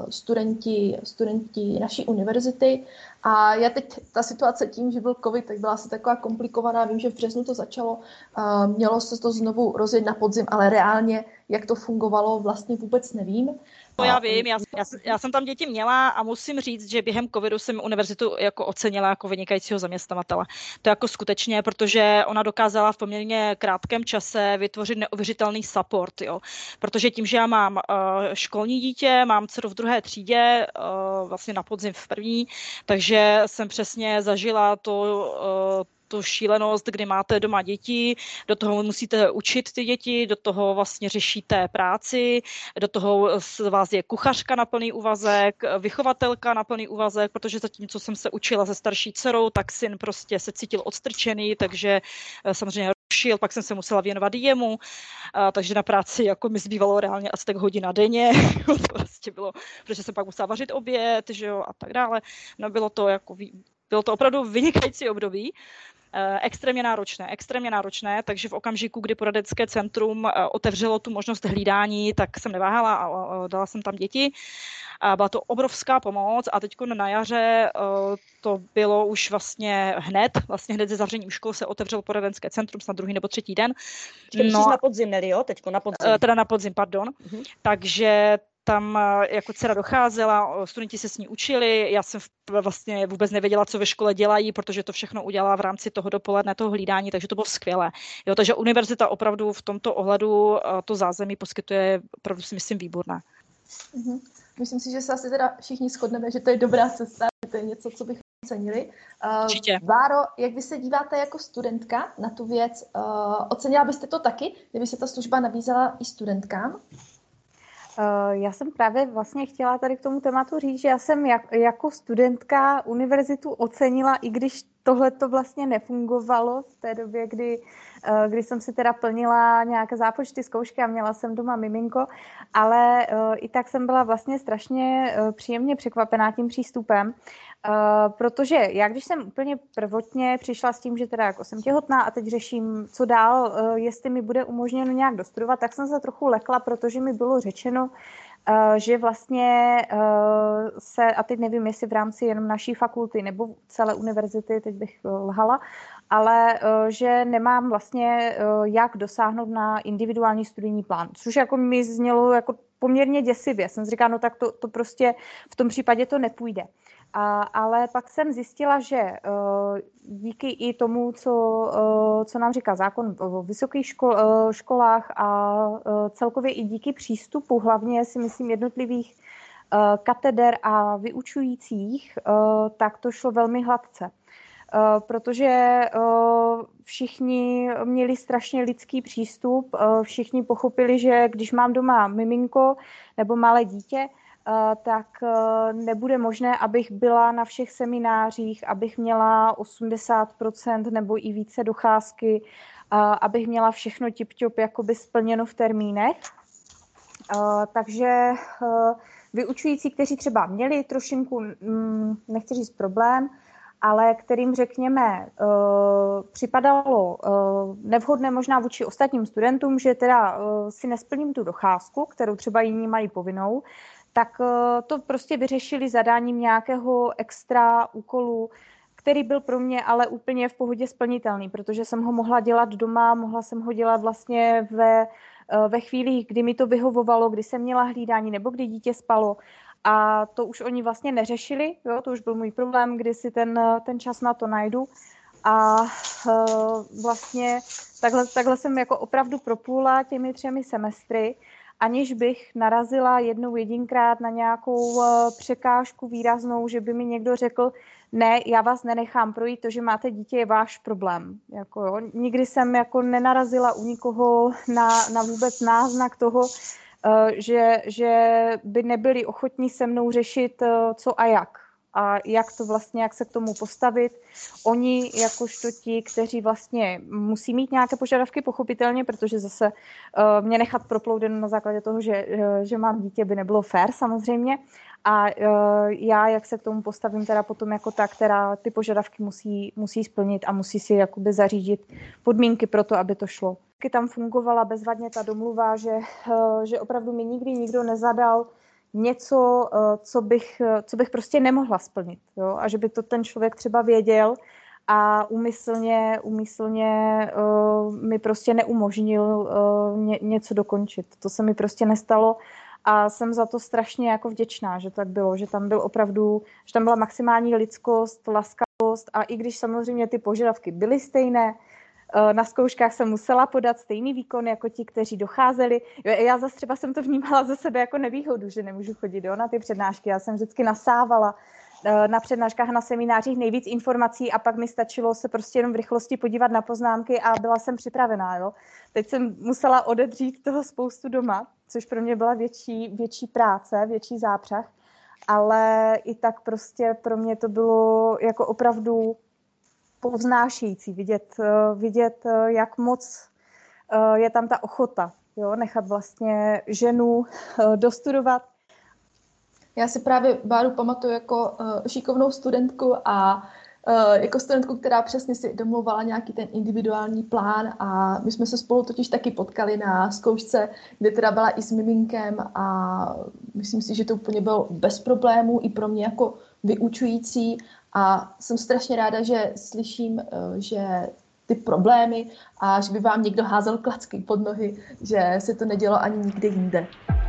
studenti naší univerzity. A já teď, ta situace tím, že byl covid, tak byla asi taková komplikovaná. Vím, že v březnu to začalo. Mělo se to znovu rozjet na podzim, ale reálně, jak to fungovalo, vlastně vůbec nevím. To já vím, já jsem tam děti měla a musím říct, že během covidu jsem univerzitu jako ocenila jako vynikajícího zaměstnavatele. To jako skutečně, protože ona dokázala v poměrně krátkém čase vytvořit neuvěřitelný support, jo. Protože tím, že já mám školní dítě, mám dceru v 2. třídě, vlastně na podzim v 1., takže jsem přesně zažila tu šílenost, kdy máte doma děti, do toho musíte učit ty děti, do toho vlastně řešíte práci, do toho vás je kuchařka na plný úvazek, vychovatelka na plný úvazek, protože zatímco jsem se učila se starší dcerou, tak syn prostě se cítil odstrčený, takže samozřejmě učil, pak jsem se musela věnovat jemu, takže na práci jako mi zbývalo reálně asi tak hodina denně, to prostě bylo, protože jsem pak musela vařit oběd, že jo, a tak dále. No bylo to opravdu vynikající období. Extrémně náročné, takže v okamžiku, kdy poradenské centrum otevřelo tu možnost hlídání, tak jsem neváhala a dala jsem tam děti. A byla to obrovská pomoc a teď na jaře to bylo už vlastně hned ze zavřením škol se otevřelo poradenské centrum, snad 2. nebo 3. den. Na podzim, ne, jo? Teďko na podzim. Teda na podzim, pardon. Takže tam jako dcera docházela, studenti se s ní učili, já jsem vlastně vůbec nevěděla, co ve škole dělají, protože to všechno udělala v rámci toho dopoledne, toho hlídání, takže to bylo skvělé. Jo, takže univerzita opravdu v tomto ohledu to zázemí poskytuje, opravdu si myslím, výborné. Myslím si, že se asi teda všichni shodneme, že to je dobrá cesta, že to je něco, co bychom ocenili. Určitě. Váro, jak vy se díváte jako studentka na tu věc? Ocenila byste to taky, kdyby se ta služba nabízela i studentkám? Já jsem právě vlastně chtěla tady k tomu tématu říct, že já jsem jako studentka univerzitu ocenila, i když tohle to vlastně nefungovalo v té době, kdy jsem si teda plnila nějaké zápočty, zkoušky a měla jsem doma miminko, ale i tak jsem byla vlastně strašně příjemně překvapená tím přístupem, protože já, když jsem úplně prvotně přišla s tím, že teda jako jsem těhotná a teď řeším, co dál, jestli mi bude umožněno nějak dostudovat, tak jsem se trochu lekla, protože mi bylo řečeno, že vlastně se, a teď nevím, jestli v rámci jenom naší fakulty nebo celé univerzity, teď bych lhala, ale že nemám vlastně jak dosáhnout na individuální studijní plán, což jako mi znělo jako poměrně děsivě. Jsem si říkala, no tak to prostě v tom případě to nepůjde. Ale pak jsem zjistila, že díky i tomu, co nám říká zákon o vysokých školách a celkově i díky přístupu, hlavně si myslím jednotlivých kateder a vyučujících, tak to šlo velmi hladce. Protože všichni měli strašně lidský přístup, všichni pochopili, že když mám doma miminko nebo malé dítě, tak nebude možné, abych byla na všech seminářích, abych měla 80% nebo i více docházky, abych měla všechno tip-top jakoby splněno v termínech. Takže vyučující, kteří třeba měli trošinku, nechci říct problém, ale kterým, řekněme, připadalo nevhodné možná vůči ostatním studentům, že teda si nesplním tu docházku, kterou třeba jiní mají povinnou, tak to prostě vyřešili zadáním nějakého extra úkolu, který byl pro mě ale úplně v pohodě splnitelný, protože jsem ho mohla dělat doma, mohla jsem ho dělat vlastně ve chvílích, kdy mi to vyhovovalo, kdy jsem měla hlídání nebo kdy dítě spalo. A to už oni vlastně neřešili, jo? To už byl můj problém, kdy si ten čas na to najdu. A vlastně takhle jsem jako opravdu proplula těmi 3 semestry, aniž bych narazila jedinkrát na nějakou překážku výraznou, že by mi někdo řekl, ne, já vás nenechám projít, to, že máte dítě, je váš problém. Jako, jo. Nikdy jsem nenarazila u nikoho na vůbec náznak toho, že by nebyli ochotní se mnou řešit, co a jak. A jak se k tomu postavit. Oni, jakožto ti, kteří vlastně musí mít nějaké požadavky, pochopitelně, protože zase mě nechat proplouděno na základě toho, že mám dítě, by nebylo fér samozřejmě. A já, jak se k tomu postavím teda potom jako ta, která ty požadavky musí splnit a musí si jakoby zařídit podmínky pro to, aby to šlo. Tam fungovala bezvadně ta domluva, že opravdu mi nikdy nikdo nezadal něco, co bych prostě nemohla splnit. Jo? A že by to ten člověk třeba věděl a úmyslně mi prostě neumožnil něco dokončit. To se mi prostě nestalo a jsem za to strašně jako vděčná, že tak bylo, že tam byla maximální lidskost, laskavost a i když samozřejmě ty požadavky byly stejné, na zkouškách jsem musela podat stejný výkon jako ti, kteří docházeli. Já zase třeba jsem to vnímala za sebe jako nevýhodu, že nemůžu chodit na ty přednášky. Já jsem vždycky nasávala na přednáškách, na seminářích nejvíc informací a pak mi stačilo se prostě jenom v rychlosti podívat na poznámky a byla jsem připravená. Jo? Teď jsem musela odedřít toho spoustu doma, což pro mě byla větší práce, větší zápřah, ale i tak prostě pro mě to bylo jako opravdu povznášející, vidět, jak moc je tam ta ochota, jo, nechat vlastně ženu dostudovat. Já si právě Báru pamatuju jako šikovnou studentku a jako studentku, která přesně si domluvala nějaký ten individuální plán a my jsme se spolu totiž taky potkali na zkoušce, kde teda byla i s miminkem a myslím si, že to úplně bylo bez problémů i pro mě jako vyučující a jsem strašně ráda, že slyším, že ty problémy a že by vám někdo házel klacky pod nohy, že se to nedělo ani nikde jinde.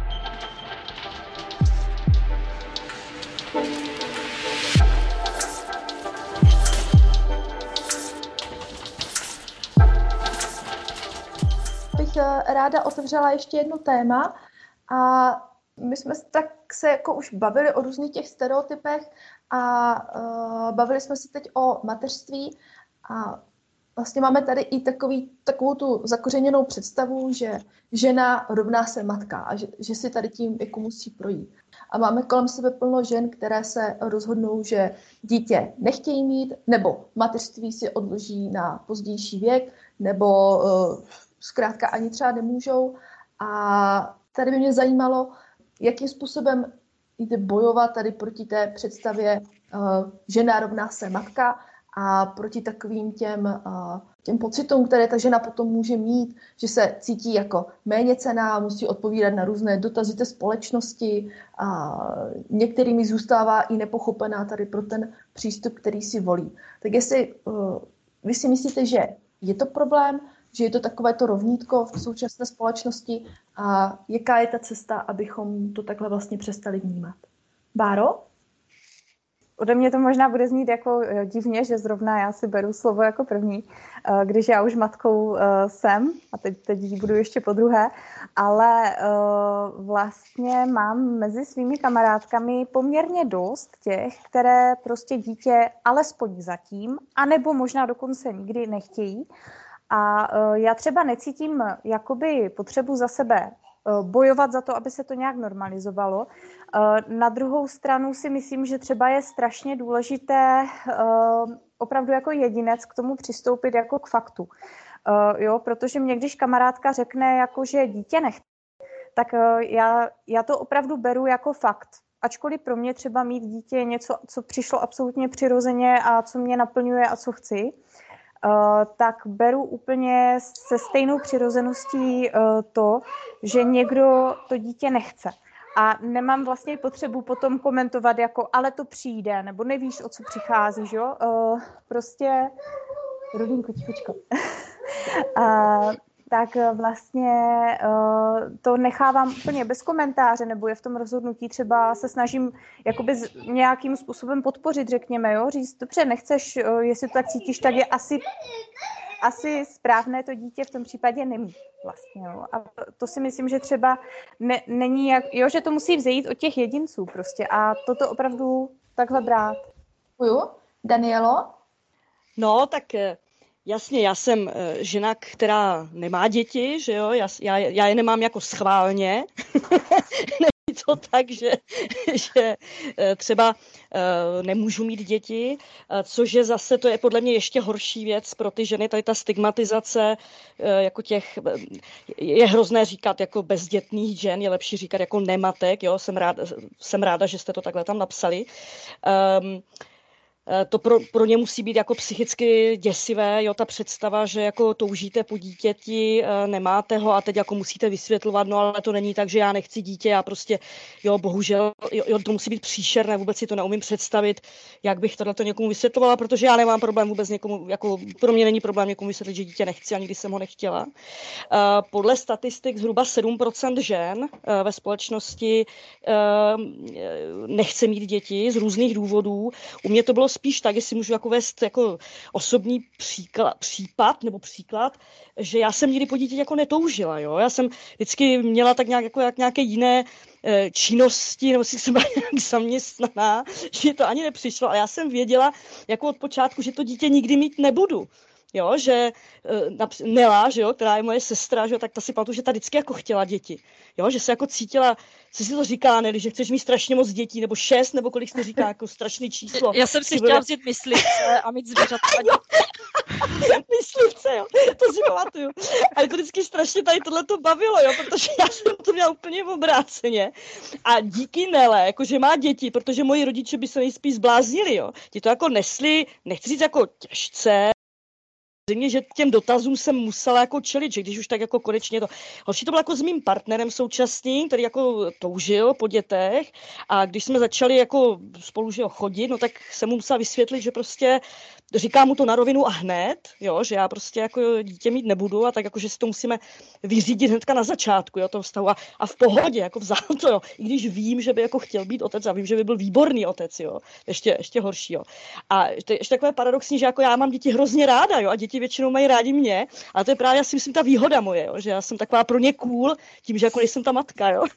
Bych ráda otevřela ještě jedno téma a my jsme tak se jako už bavili o různých těch stereotypech a bavili jsme se teď o mateřství a vlastně máme tady i takovou tu zakořeněnou představu, že žena rovná se matka a že si tady tím jako musí projít. A máme kolem sebe plno žen, které se rozhodnou, že dítě nechtějí mít, nebo mateřství si odloží na pozdější věk, nebo zkrátka ani třeba nemůžou. A tady by mě zajímalo, jakým způsobem jde bojovat tady proti té představě žena rovná se matka a proti takovým těm pocitům, které ta žena potom může mít, že se cítí jako méněcenná, musí odpovídat na různé dotazy té společnosti a některými zůstává i nepochopená tady pro ten přístup, který si volí. Tak jestli vy si myslíte, že je to problém, že je to takovéto rovnítko v současné společnosti a jaká je ta cesta, abychom to takhle vlastně přestali vnímat? Báro? Ode mě to možná bude znít jako divně, že zrovna já si beru slovo jako první, když já už matkou jsem, a teď ji budu ještě podruhé, ale vlastně mám mezi svými kamarádkami poměrně dost těch, které prostě dítě alespoň zatím, anebo možná dokonce nikdy nechtějí. A já třeba necítím jakoby potřebu za sebe bojovat za to, aby se to nějak normalizovalo. Na druhou stranu si myslím, že třeba je strašně důležité opravdu jako jedinec k tomu přistoupit jako k faktu. Jo, protože mě, když kamarádka řekne, jako, že dítě nechce, tak já to opravdu beru jako fakt. Ačkoliv pro mě třeba mít dítě je něco, co přišlo absolutně přirozeně a co mě naplňuje a co chci, tak beru úplně se stejnou přirozeností to, že někdo to dítě nechce. A nemám vlastně potřebu potom komentovat jako, ale to přijde, nebo nevíš, o co přichází, že jo? Prostě, rodinko, tichočko. Tak vlastně to nechávám úplně bez komentáře, nebo je v tom rozhodnutí třeba se snažím jakoby nějakým způsobem podpořit, řekněme, jo, říct, dobře, nechceš, jestli to tak cítíš, tak je asi správné to dítě v tom případě nemít vlastně, jo. A to si myslím, že třeba není, že to musí vzejít od těch jedinců prostě a toto opravdu takhle brát. Děkuju. Danielo? No, tak jasně, já jsem žena, která nemá děti, že jo, já je nemám jako schválně. Není to tak, že třeba nemůžu mít děti, což je zase, to je podle mě ještě horší věc pro ty ženy, tady ta stigmatizace jako těch, je hrozné říkat jako bezdětných žen, je lepší říkat jako nematek, jo, jsem ráda, že jste to takhle tam napsali. To pro ně musí být jako psychicky děsivé, jo, ta představa, že jako toužíte po dítěti, nemáte ho a teď jako musíte vysvětlovat, no ale to není tak, že já nechci dítě, já prostě, jo, bohužel, jo, to musí být příšerné, vůbec si to neumím představit, jak bych tohleto někomu vysvětlovala, protože já nemám problém vůbec někomu, jako pro mě není problém někomu vysvětlit, že dítě nechci, ani když jsem ho nechtěla. Podle statistik zhruba 7% žen ve společnosti nechce mít děti z různých důvodů. U mě to bylo spíš tak, jestli můžu jako vést jako osobní příklad, že já jsem nikdy po dítěti jako netoužila, jo. Já jsem vždycky měla tak nějak jako nějaké jiné činnosti, nebo si jsem byla nějak zaměstnaná, že to ani nepřišlo. A já jsem věděla jako od počátku, že to dítě nikdy mít nebudu. jo, že Nela, že jo, která je moje sestra, že jo, tak ta si pamatuju, že ta vždycky jako chtěla děti, jo, že se jako cítila, co si to říká, Neli, že chceš mít strašně moc dětí, nebo 6, nebo kolik se říká, jako strašný číslo. Já jsem si chtěla vzít myslivce a mít zvířata. Myslivce, jo, to si pamatuju. Ale to vždycky strašně tady tohleto bavilo, jo, protože já jsem to měla úplně v obráceně. A díky Nele, jakože má děti, protože moji rodiče by se nejspíš zbláznili, jo. Ti to jako nesli, nechci říct jako těžce, samozřejmě, že těm dotazům jsem musela jako čelit, že když už tak jako konečně to... Horší to bylo jako s mým partnerem současným, který jako toužil po dětech a když jsme začali jako spolu že chodit, no tak jsem mu musela vysvětlit, že prostě říkám mu to na rovinu a hned, jo, že já prostě jako dítě mít nebudu a tak jako, že si to musíme vyřídit hnedka na začátku, jo, toho vztahu a v pohodě, jako vzal to, jo, i když vím, že by jako chtěl být otec a vím, že by byl výborný otec, jo, ještě horší, jo. A ještě takové paradoxní, že jako já mám děti hrozně ráda, jo, a děti většinou mají rádi mě, a to je právě, já si myslím, ta výhoda moje, jo, že já jsem taková pro ně cool, tím, že jako nejsem ta matka, jo.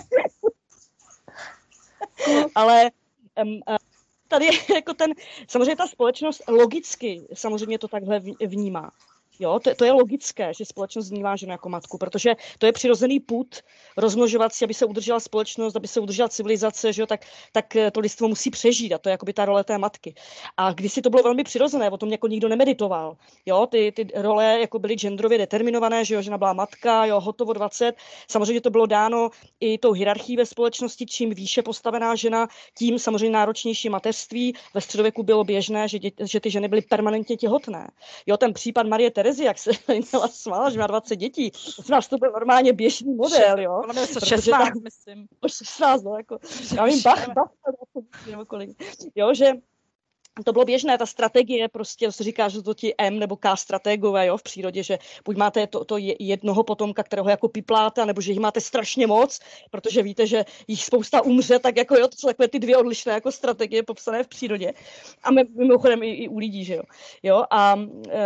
Ale tady je jako samozřejmě ta společnost logicky samozřejmě to takhle vnímá. Jo, to je logické, že společnost vnímá ženu jako matku, protože to je přirozený pud rozmnožovat si, aby se udržela společnost, aby se udržela civilizace, že jo, tak to lidstvo musí přežít a to je jakoby ta role té matky. A kdysi to bylo velmi přirozené, o tom jako nikdo nemeditoval. Jo, ty role jako byly genderově determinované, že jo, žena byla matka, jo, hotovo 20. Samozřejmě to bylo dáno i tou hierarchií ve společnosti, čím výše postavená žena, tím samozřejmě náročnější mateřství. Ve středověku bylo běžné, že ty ženy byly permanentně těhotné. Jo, ten případ Marie Terezy, jak se Nela smála, že má 20 dětí. To byl normálně běžný model, jo. 16, myslím. 16, no, jako, já vím, bach, nebo kolik. Jo, že to bylo běžné, ta strategie prostě, se říká, že to ti M nebo K strategové, jo, v přírodě, že buď máte to jednoho potomka, kterého jako pipláte, nebo že jich máte strašně moc, protože víte, že jich spousta umře, tak jako jo, to jsou takové ty dvě odlišné jako strategie popsané v přírodě. A mimochodem i u lidí, že jo. Jo, a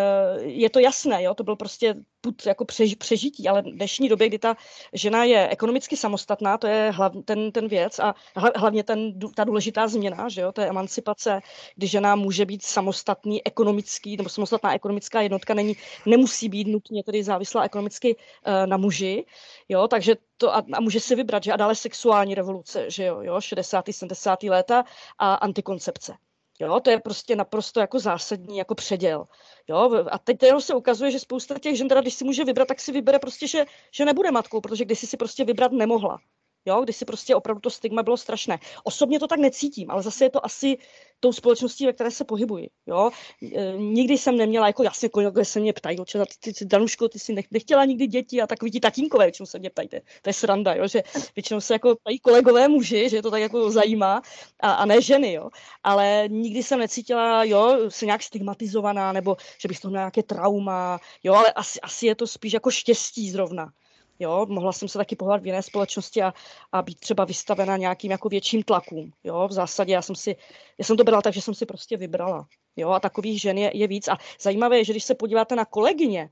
je to jasné, jo, to byl prostě put jako přežití, ale v dnešní době, kdy ta žena je ekonomicky samostatná, to je ten věc a hlavně ta důležitá změna, že jo, to je emancipace, kdy žena může být samostatný ekonomický, nebo samostatná ekonomická jednotka nemusí být nutně tedy závislá ekonomicky na muži, jo, takže to a může si vybrat, že a dále sexuální revoluce, že jo, 60. 70. léta a antikoncepce. Jo, to je prostě naprosto jako zásadní jako předěl. Jo, a teď se ukazuje, že spousta těch žen, když si může vybrat, tak si vybere prostě, že nebude matkou, protože kdysi si prostě vybrat nemohla. Jo, když si prostě opravdu to stigma bylo strašné. Osobně to tak necítím, ale zase je to asi tou společností, ve které se pohybuji. Jo? Nikdy jsem neměla, jako jasně, kde se mě ptají, Danuško, ty jsi nechtěla nikdy děti a takový ti tatínkové, většinou se mě ptají, to je sranda, jo? Že většinou se jako ptají kolegové muži, že je to tak jako zajímá a ne ženy, jo? Ale nikdy jsem necítila, jo, se nějak stigmatizovaná nebo že bych z toho měla nějaké trauma, jo, ale asi je to spíš jako štěstí zrovna. Jo, mohla jsem se taky pohovat v jiné společnosti a být třeba vystavena nějakým jako větším tlakům. Jo, v zásadě já jsem to brala tak, že jsem si prostě vybrala. Jo, a takových žen je víc. A zajímavé je, že když se podíváte na kolegyně,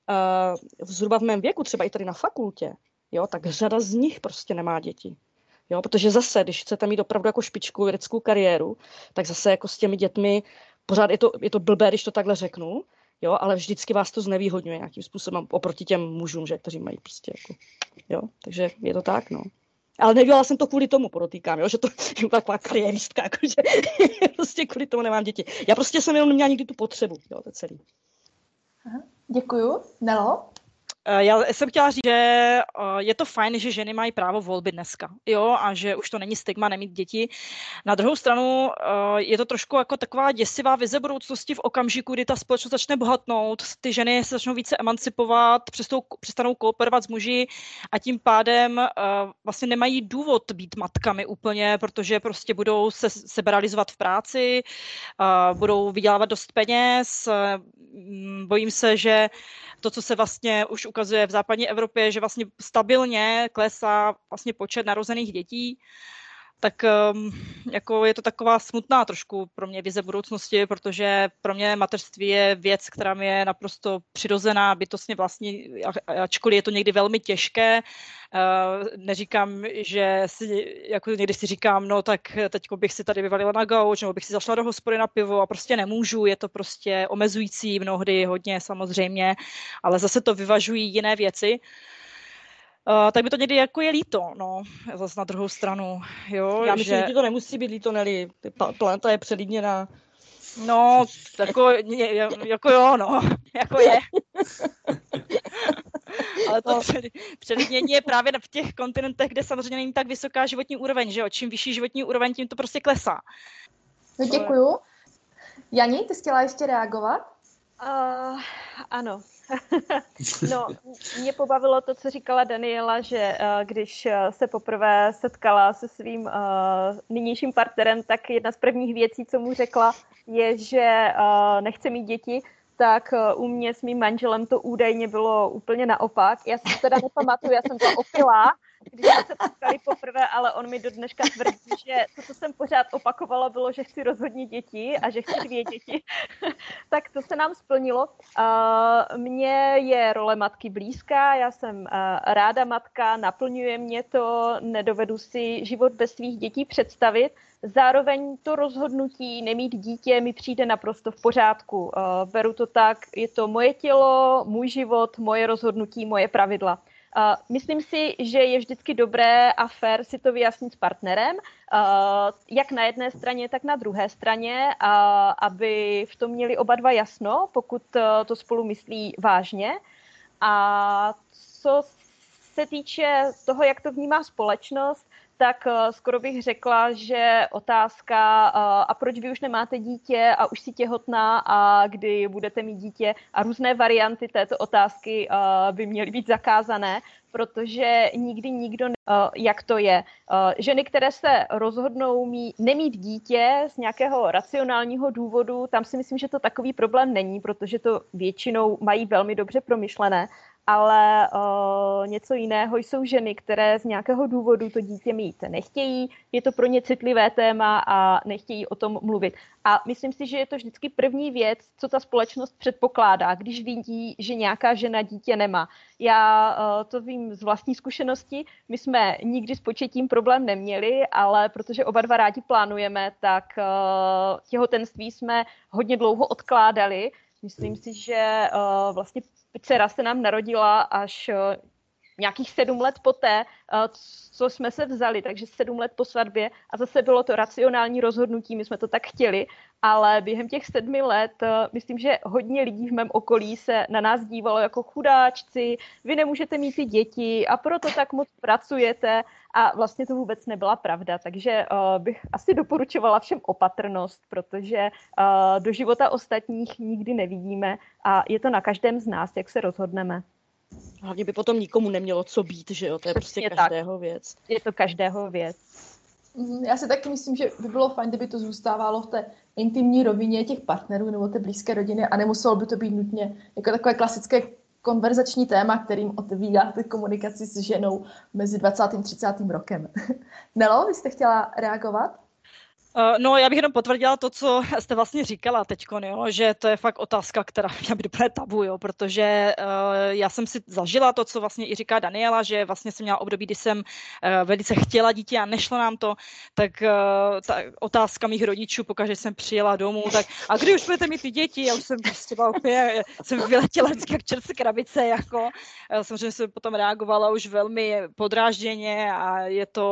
zhruba v mém věku, třeba i tady na fakultě, jo, tak řada z nich prostě nemá děti. Jo, protože zase, když chcete mít opravdu jako špičku vědeckou kariéru, tak zase jako s těmi dětmi, pořád je to blbé, když to takhle řeknu, jo, ale vždycky vás to znevýhodňuje nějakým způsobem oproti těm mužům, že, kteří mají prostě jako, jo, takže je to tak, no. Ale nedělala jsem to kvůli tomu, podotýkám, jo, že to je taková kariéristka, jako, že prostě kvůli tomu nemám děti. Já prostě jsem jenom neměla nikdy tu potřebu, jo, to je celý. Aha, děkuju. Nelo? Já jsem chtěla říct, že je to fajn, že ženy mají právo volby dneska, jo, a že už to není stigma nemít děti. Na druhou stranu je to trošku jako taková děsivá vize budoucnosti v okamžiku, kdy ta společnost začne bohatnout, ty ženy se začnou více emancipovat, přestanou kooperovat s muži a tím pádem vlastně nemají důvod být matkami úplně, protože prostě budou se seberalizovat v práci, budou vydělávat dost peněz, bojím se, že to, co se vlastně už ukazuje v západní Evropě, že vlastně stabilně klesá vlastně počet narozených dětí, tak jako je to taková smutná trošku pro mě vize budoucnosti, protože pro mě mateřství je věc, která mi je naprosto přirozená, bytostně vlastně, ačkoliv je to někdy velmi těžké Neříkám, že jako někdy si říkám, no tak teď bych si tady vyvalila na gauč, nebo bych si zašla do hospody na pivo a prostě nemůžu, je to prostě omezující mnohdy hodně samozřejmě, ale zase to vyvažují jiné věci. Tak by to někdy jako je líto, no, zase na druhou stranu, jo. Já myslím, že ti to nemusí být líto, Neli, planeta je přelidněná. No, jako jo, no, jako je. Ale to přelidnění je právě v těch kontinentech, kde samozřejmě není tak vysoká životní úroveň, že jo? Čím vyšší životní úroveň, tím to prostě klesá. No, děkuju. Jani, ty jsi chtěla ještě reagovat? Ano. No, mě pobavilo to, co říkala Daniela, že když se poprvé setkala se svým nynějším partnerem, tak jedna z prvních věcí, co mu řekla, je, že nechce mít děti, tak u mě s mým manželem to údajně bylo úplně naopak. Já si teda nepamatuju, já jsem to opila, když jsme se potkali poprvé, ale on mi do dneška tvrdí, že to, co jsem pořád opakovala, bylo, že chci rozhodně děti a že chci 2 děti. Tak to se nám splnilo. Mně je role matky blízká, já jsem ráda matka, naplňuje mě to, nedovedu si život bez svých dětí představit. Zároveň to rozhodnutí nemít dítě mi přijde naprosto v pořádku. Beru to tak, je to moje tělo, můj život, moje rozhodnutí, moje pravidla. Myslím si, že je vždycky dobré a fér si to vyjasnit s partnerem, jak na jedné straně, tak na druhé straně, aby v tom měli oba dva jasno, pokud to spolu myslí vážně. A co se týče toho, jak to vnímá společnost, tak skoro bych řekla, že otázka, a proč vy už nemáte dítě a už jsi těhotná a kdy budete mít dítě a různé varianty této otázky by měly být zakázané, protože nikdy nikdo jak to je. Ženy, které se rozhodnou nemít dítě z nějakého racionálního důvodu, tam si myslím, že to takový problém není, protože to většinou mají velmi dobře promyšlené, ale něco jiného jsou ženy, které z nějakého důvodu to dítě mít nechtějí, je to pro ně citlivé téma a nechtějí o tom mluvit. A myslím si, že je to vždycky první věc, co ta společnost předpokládá, když vidí, že nějaká žena dítě nemá. Já to vím z vlastní zkušenosti, my jsme nikdy s početím problém neměli, ale protože oba dva rádi plánujeme, tak těhotenství jsme hodně dlouho odkládali. Myslím si, že vlastně dcera se nám narodila až nějakých 7 let poté, co jsme se vzali, takže 7 let po svatbě a zase bylo to racionální rozhodnutí, my jsme to tak chtěli, ale během těch 7 let myslím, že hodně lidí v mém okolí se na nás dívalo jako chudáčci, vy nemůžete mít ty děti a proto tak moc pracujete a vlastně to vůbec nebyla pravda, takže bych asi doporučovala všem opatrnost, protože do života ostatních nikdy nevidíme a je to na každém z nás, jak se rozhodneme. Hlavně by potom nikomu nemělo co být, že jo? To je prostě každého věc. Je to každého věc. Já si taky myslím, že by bylo fajn, kdyby to zůstávalo v té intimní rovině těch partnerů nebo té blízké rodiny a nemuselo by to být nutně jako takové klasické konverzační téma, kterým otevíráte komunikaci s ženou mezi 20. a 30. rokem. Nelo, vy jste chtěla reagovat? No, já bych jenom potvrdila to, co jste vlastně říkala teďko, že to je fakt otázka, která měla být úplně tabu, jo, protože já jsem si zažila to, co vlastně i říká Daniela, že vlastně jsem měla období, kdy jsem velice chtěla dítě a nešlo nám to, tak ta otázka mých rodičů, pokaždé jsem přijela domů, tak a kdy už budete mít ty děti? Já už jsem prostě úplně, jsem vyletěla vždycky jak čert z krabice, jako. Samozřejmě jsem potom reagovala už velmi podrážděně a je to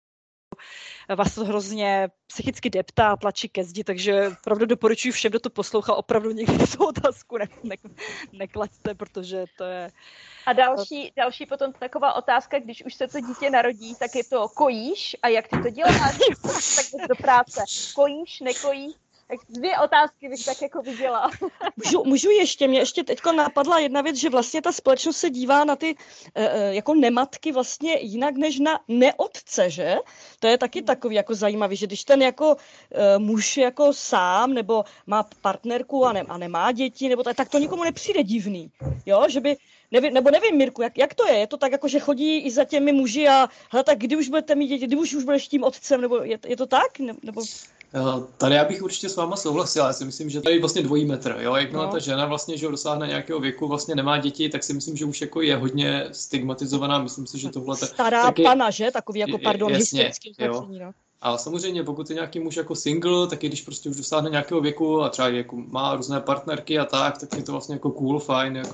vás to hrozně psychicky deptá, tlačí ke zdi, takže opravdu doporučuji všem, kdo to poslouchal, opravdu někdy tu otázku neklaďte, protože to je... A další potom taková otázka, když už se to dítě narodí, tak je to kojíš a jak ty to děláš, tak jdeš do práce. Kojíš, nekojíš? Tak 2 otázky bych tak jako viděla. Můžu ještě, mě ještě teďko napadla jedna věc, že vlastně ta společnost se dívá na ty jako nematky vlastně jinak než na neotce, že? To je taky takový jako zajímavý, že když ten jako muž jako sám nebo má partnerku a nemá děti, nebo tak to nikomu nepřijde divný, jo? Že by nevím, Mirku, jak to je? Je to tak, jako, že chodí i za těmi muži a hele, tak kdy už budete mít děti, kdy už budeš tím otcem, nebo je to tak? Nebo... Tady já bych určitě s váma souhlasil, já si myslím, že tady je vlastně dvojí metr, jo, jakmile ta žena vlastně, že dosáhne nějakého věku, vlastně nemá děti, tak si myslím, že už jako je hodně stigmatizovaná, myslím si, že tohle stará taky, pana, že? Takový jako, pardon, jasně, historický označení, no. A samozřejmě, pokud je nějaký muž jako single, tak i když prostě už dosáhne nějakého věku a třeba jako má různé partnerky a tak je to vlastně jako cool, fajn, jako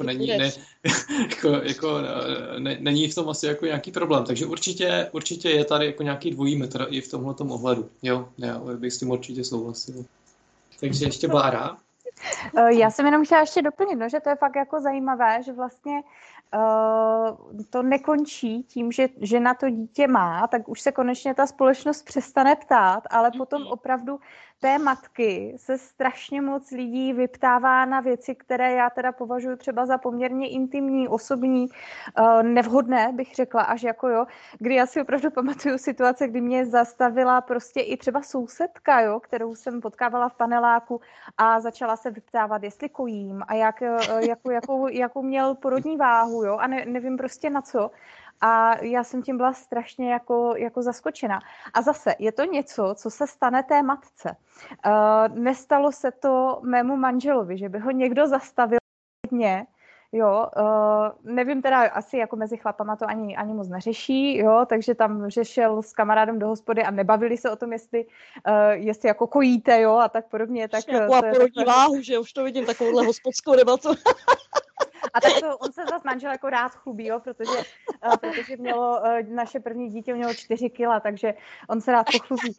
není v tom asi jako nějaký problém. Takže určitě je tady jako nějaký dvojí metr i v tomhletom ohledu. Jo, já bych s tím určitě souhlasil. Takže ještě Bára. Já jsem jenom chtěla ještě doplnit, no, že to je fakt jako zajímavé, že vlastně to nekončí tím, že žena to dítě má, tak už se konečně ta společnost přestane ptát, ale potom opravdu té matky se strašně moc lidí vyptává na věci, které já teda považuji třeba za poměrně intimní, osobní, nevhodné, bych řekla, až jako jo, kdy já si opravdu pamatuju situace, kdy mě zastavila prostě i třeba sousedka, jo, kterou jsem potkávala v paneláku a začala se vyptávat, jestli kojím a jakou měl porodní váhu, jo, a nevím prostě na co. A já jsem tím byla strašně jako zaskočena. A zase, je to něco, co se stane té matce. Nestalo se to mému manželovi, že by ho někdo zastavil mě, jo, nevím teda, asi jako mezi chlapama to ani moc neřeší, jo, takže tam šel s kamarádem do hospody a nebavili se o tom, jestli jako kojíte, jo, a tak podobně. Tak a porodní váhu, že už to vidím, takovouhle hospodskou debatu. A tak to, on se zase manžel jako rád chlubí, jo, protože naše první dítě mělo 4 kila, takže on se rád pochlubí.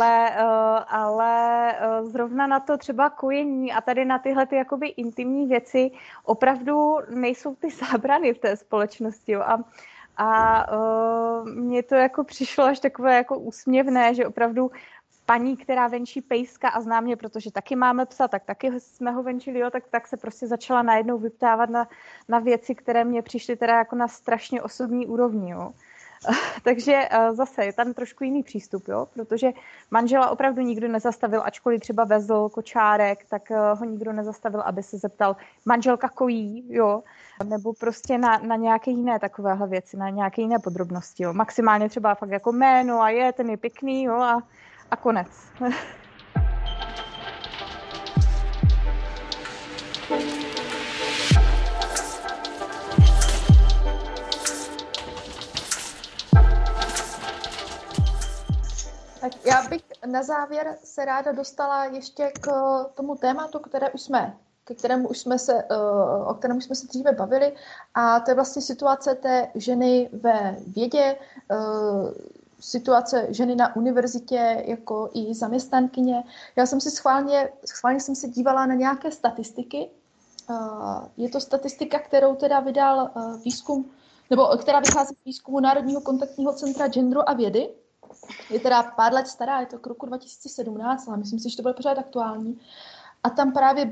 Ale zrovna na to třeba kojení a tady na tyhle ty jakoby intimní věci opravdu nejsou ty zábrany v té společnosti, jo. A mně to jako přišlo až takové jako úsměvné, že opravdu paní, která venčí pejska a zná mě, protože taky máme psa, tak taky jsme ho venčili, jo, tak se prostě začala najednou vyptávat na věci, které mě přišly teda jako na strašně osobní úrovni, jo. Takže zase je tam trošku jiný přístup, jo, protože manžela opravdu nikdo nezastavil, ačkoliv třeba vezl kočárek, tak ho nikdo nezastavil, aby se zeptal, manželka kojí, jo, nebo prostě na nějaké jiné takovéhle věci, na nějaké jiné podrobnosti, jo. Maximálně třeba fakt jako jméno a ten je pěkný, jo, a konec. Tak já bych na závěr se ráda dostala ještě k tomu tématu, o kterém už jsme se dříve bavili, a to je vlastně situace té ženy ve vědě, situace ženy na univerzitě jako i zaměstnankyně. Já jsem si schválně jsem se dívala na nějaké statistiky. Je to statistika, kterou teda vydal výzkum, nebo která vychází z výzkumu Národního kontaktního centra genderu a vědy. Je teda pár let stará, je to k roku 2017, ale myslím si, že to bude pořád aktuální. A tam právě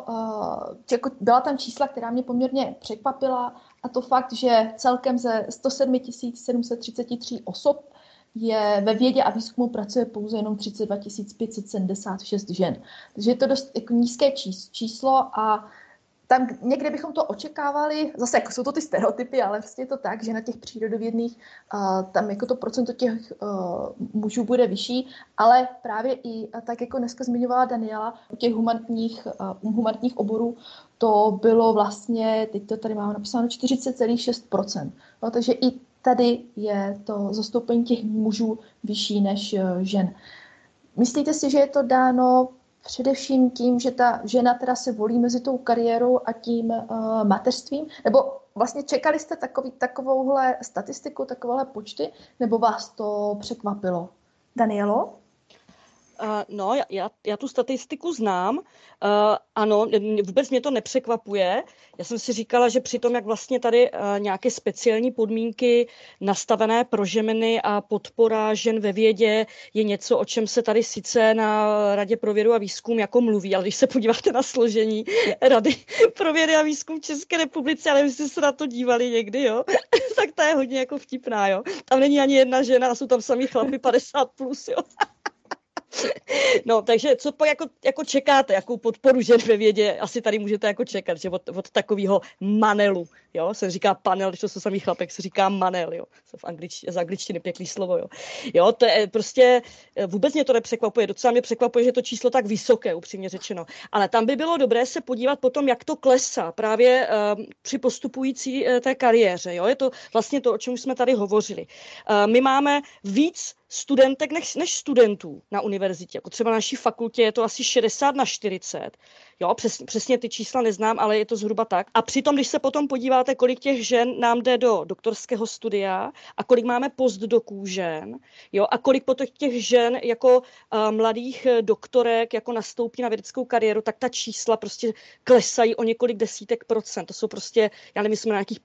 byla tam čísla, která mě poměrně překvapila, a to fakt, že celkem ze 107 733 osob je ve vědě a výzkumu pracuje pouze jenom 32 576 žen. Takže je to dost jako nízké číslo a tam někde bychom to očekávali, zase jako jsou to ty stereotypy, ale vlastně je to tak, že na těch přírodovědných tam jako to procento těch mužů bude vyšší, ale právě i tak, jako dneska zmiňovala Daniela, u těch humanitních oborů to bylo vlastně, teď to tady máme napsáno, 40,6%. No, takže i tady je to zastoupení těch mužů vyšší než žen. Myslíte si, že je to dáno především tím, že ta žena teda se volí mezi tou kariérou a tím mateřstvím? Nebo vlastně čekali jste takovouhle statistiku, takovéhle počty, nebo vás to překvapilo? Danielo? No, já tu statistiku znám. Ano, vůbec mě to nepřekvapuje. Já jsem si říkala, že při tom, jak vlastně tady nějaké speciální podmínky nastavené pro ženy a podpora žen ve vědě je něco, o čem se tady sice na Radě pro vědu a výzkum jako mluví, ale když se podíváte na složení Rady pro vědu a výzkum České republice, ale jste se na to dívali někdy, jo, tak ta je hodně jako vtipná, jo. Tam není ani jedna žena a jsou tam samý chlapi 50+, jo. No, takže co jako čekáte, jakou podporu žen ve vědě asi tady můžete jako čekat, že od takového manelu, jo, se říká panel, když to jsou samý chlapek, se říká manel, jo, z angličtiny pěkný slovo, jo. Jo, to je prostě, vůbec mě to nepřekvapuje, docela mě překvapuje, že to číslo tak vysoké, upřímně řečeno, ale tam by bylo dobré se podívat potom, jak to klesá právě při postupující té kariéře, jo, je to vlastně to, o čem jsme tady hovořili. My máme víc studentek než studentů na univerzitě. Jako třeba na naší fakultě je to asi 60/40. Jo, přesně ty čísla neznám, ale je to zhruba tak. A přitom, když se potom podíváte, kolik těch žen nám jde do doktorského studia a kolik máme postdoků žen, jo, a kolik potom těch žen jako mladých doktorek jako nastoupí na vědeckou kariéru, tak ta čísla prostě klesají o několik desítek procent. To jsou prostě, já nevím, jsme na nějakých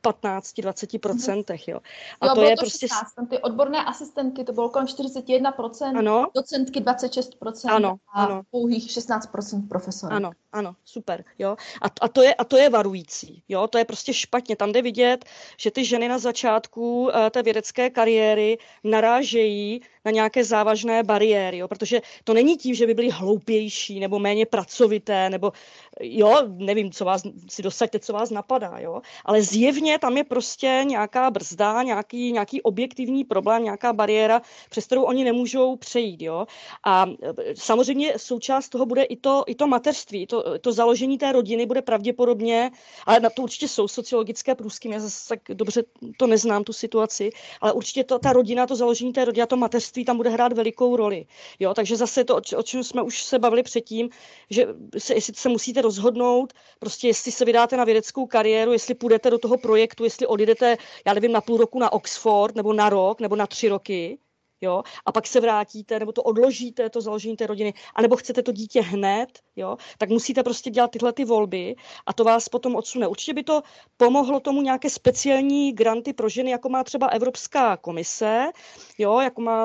15-20%, jo. A jo, to je prostě 16, tam ty odborné asistentky, to bylo kolem 41%, ano. docentky 26% ano, a ano. pouhých 16% profesorů. Ano, super, jo. A to je varující, jo, to je prostě špatně. Tam jde vidět, že ty ženy na začátku té vědecké kariéry narážejí na nějaké závažné bariéry, jo, protože to není tím, že by byly hloupější nebo méně pracovité, nebo jo, nevím, si dosaďte, co vás napadá, jo, ale zjevně tam je prostě nějaká brzda, nějaký objektivní problém, nějaká bariéra, přes kterou oni nemůžou přejít, jo. A samozřejmě součást toho bude i to mateřství, to založení té rodiny bude pravděpodobně, ale na to určitě jsou sociologické průzkumy, já zase tak dobře to neznám, tu situaci, ale určitě ta rodina, to založení té rodiny a to mateřství tam bude hrát velikou roli. Jo, takže zase to, o čem jsme už se bavili předtím, že jestli se musíte rozhodnout, prostě jestli se vydáte na vědeckou kariéru, jestli půjdete do toho projektu, jestli odjedete, já nevím, na půl roku na Oxford, nebo na rok, nebo na 3 roky, jo, a pak se vrátíte, nebo to odložíte, to založení té rodiny, anebo chcete to dítě hned, jo, tak musíte prostě dělat tyhle ty volby a to vás potom odsune. Určitě by to pomohlo tomu nějaké speciální granty pro ženy, jako má třeba Evropská komise, jo, jako má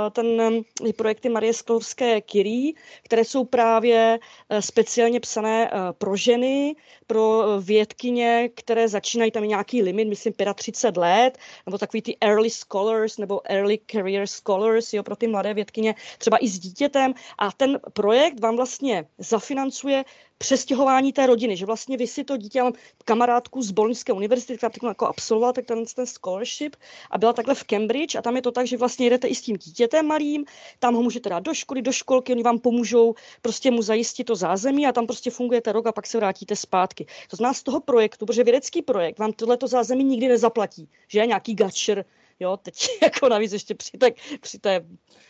ten projekty Marie Sklodowské-Curie, které jsou právě speciálně psané pro ženy, pro vědkyně, které začínají, tam je nějaký limit, myslím 35 let, nebo takový ty early scholars, nebo early career scholars, jo, pro ty mladé vědkyně, třeba i s dítětem. A ten projekt vám vlastně zafinancuje přestěhování té rodiny, že vlastně vy si to dítě, já mám kamarádku z Boloňské univerzity, která teď jako absolvovala tak ten scholarship a byla takhle v Cambridge a tam je to tak, že vlastně jedete i s tím dítětem malým, tam ho můžete dát do školy, do školky, oni vám pomůžou prostě mu zajistit to zázemí a tam prostě fungujete rok a pak se vrátíte zpátky. To znamená z toho projektu, protože vědecký projekt vám tohleto zázemí nikdy nezaplatí, že je nějaký gotcher, jo, teď jako navíc ještě při té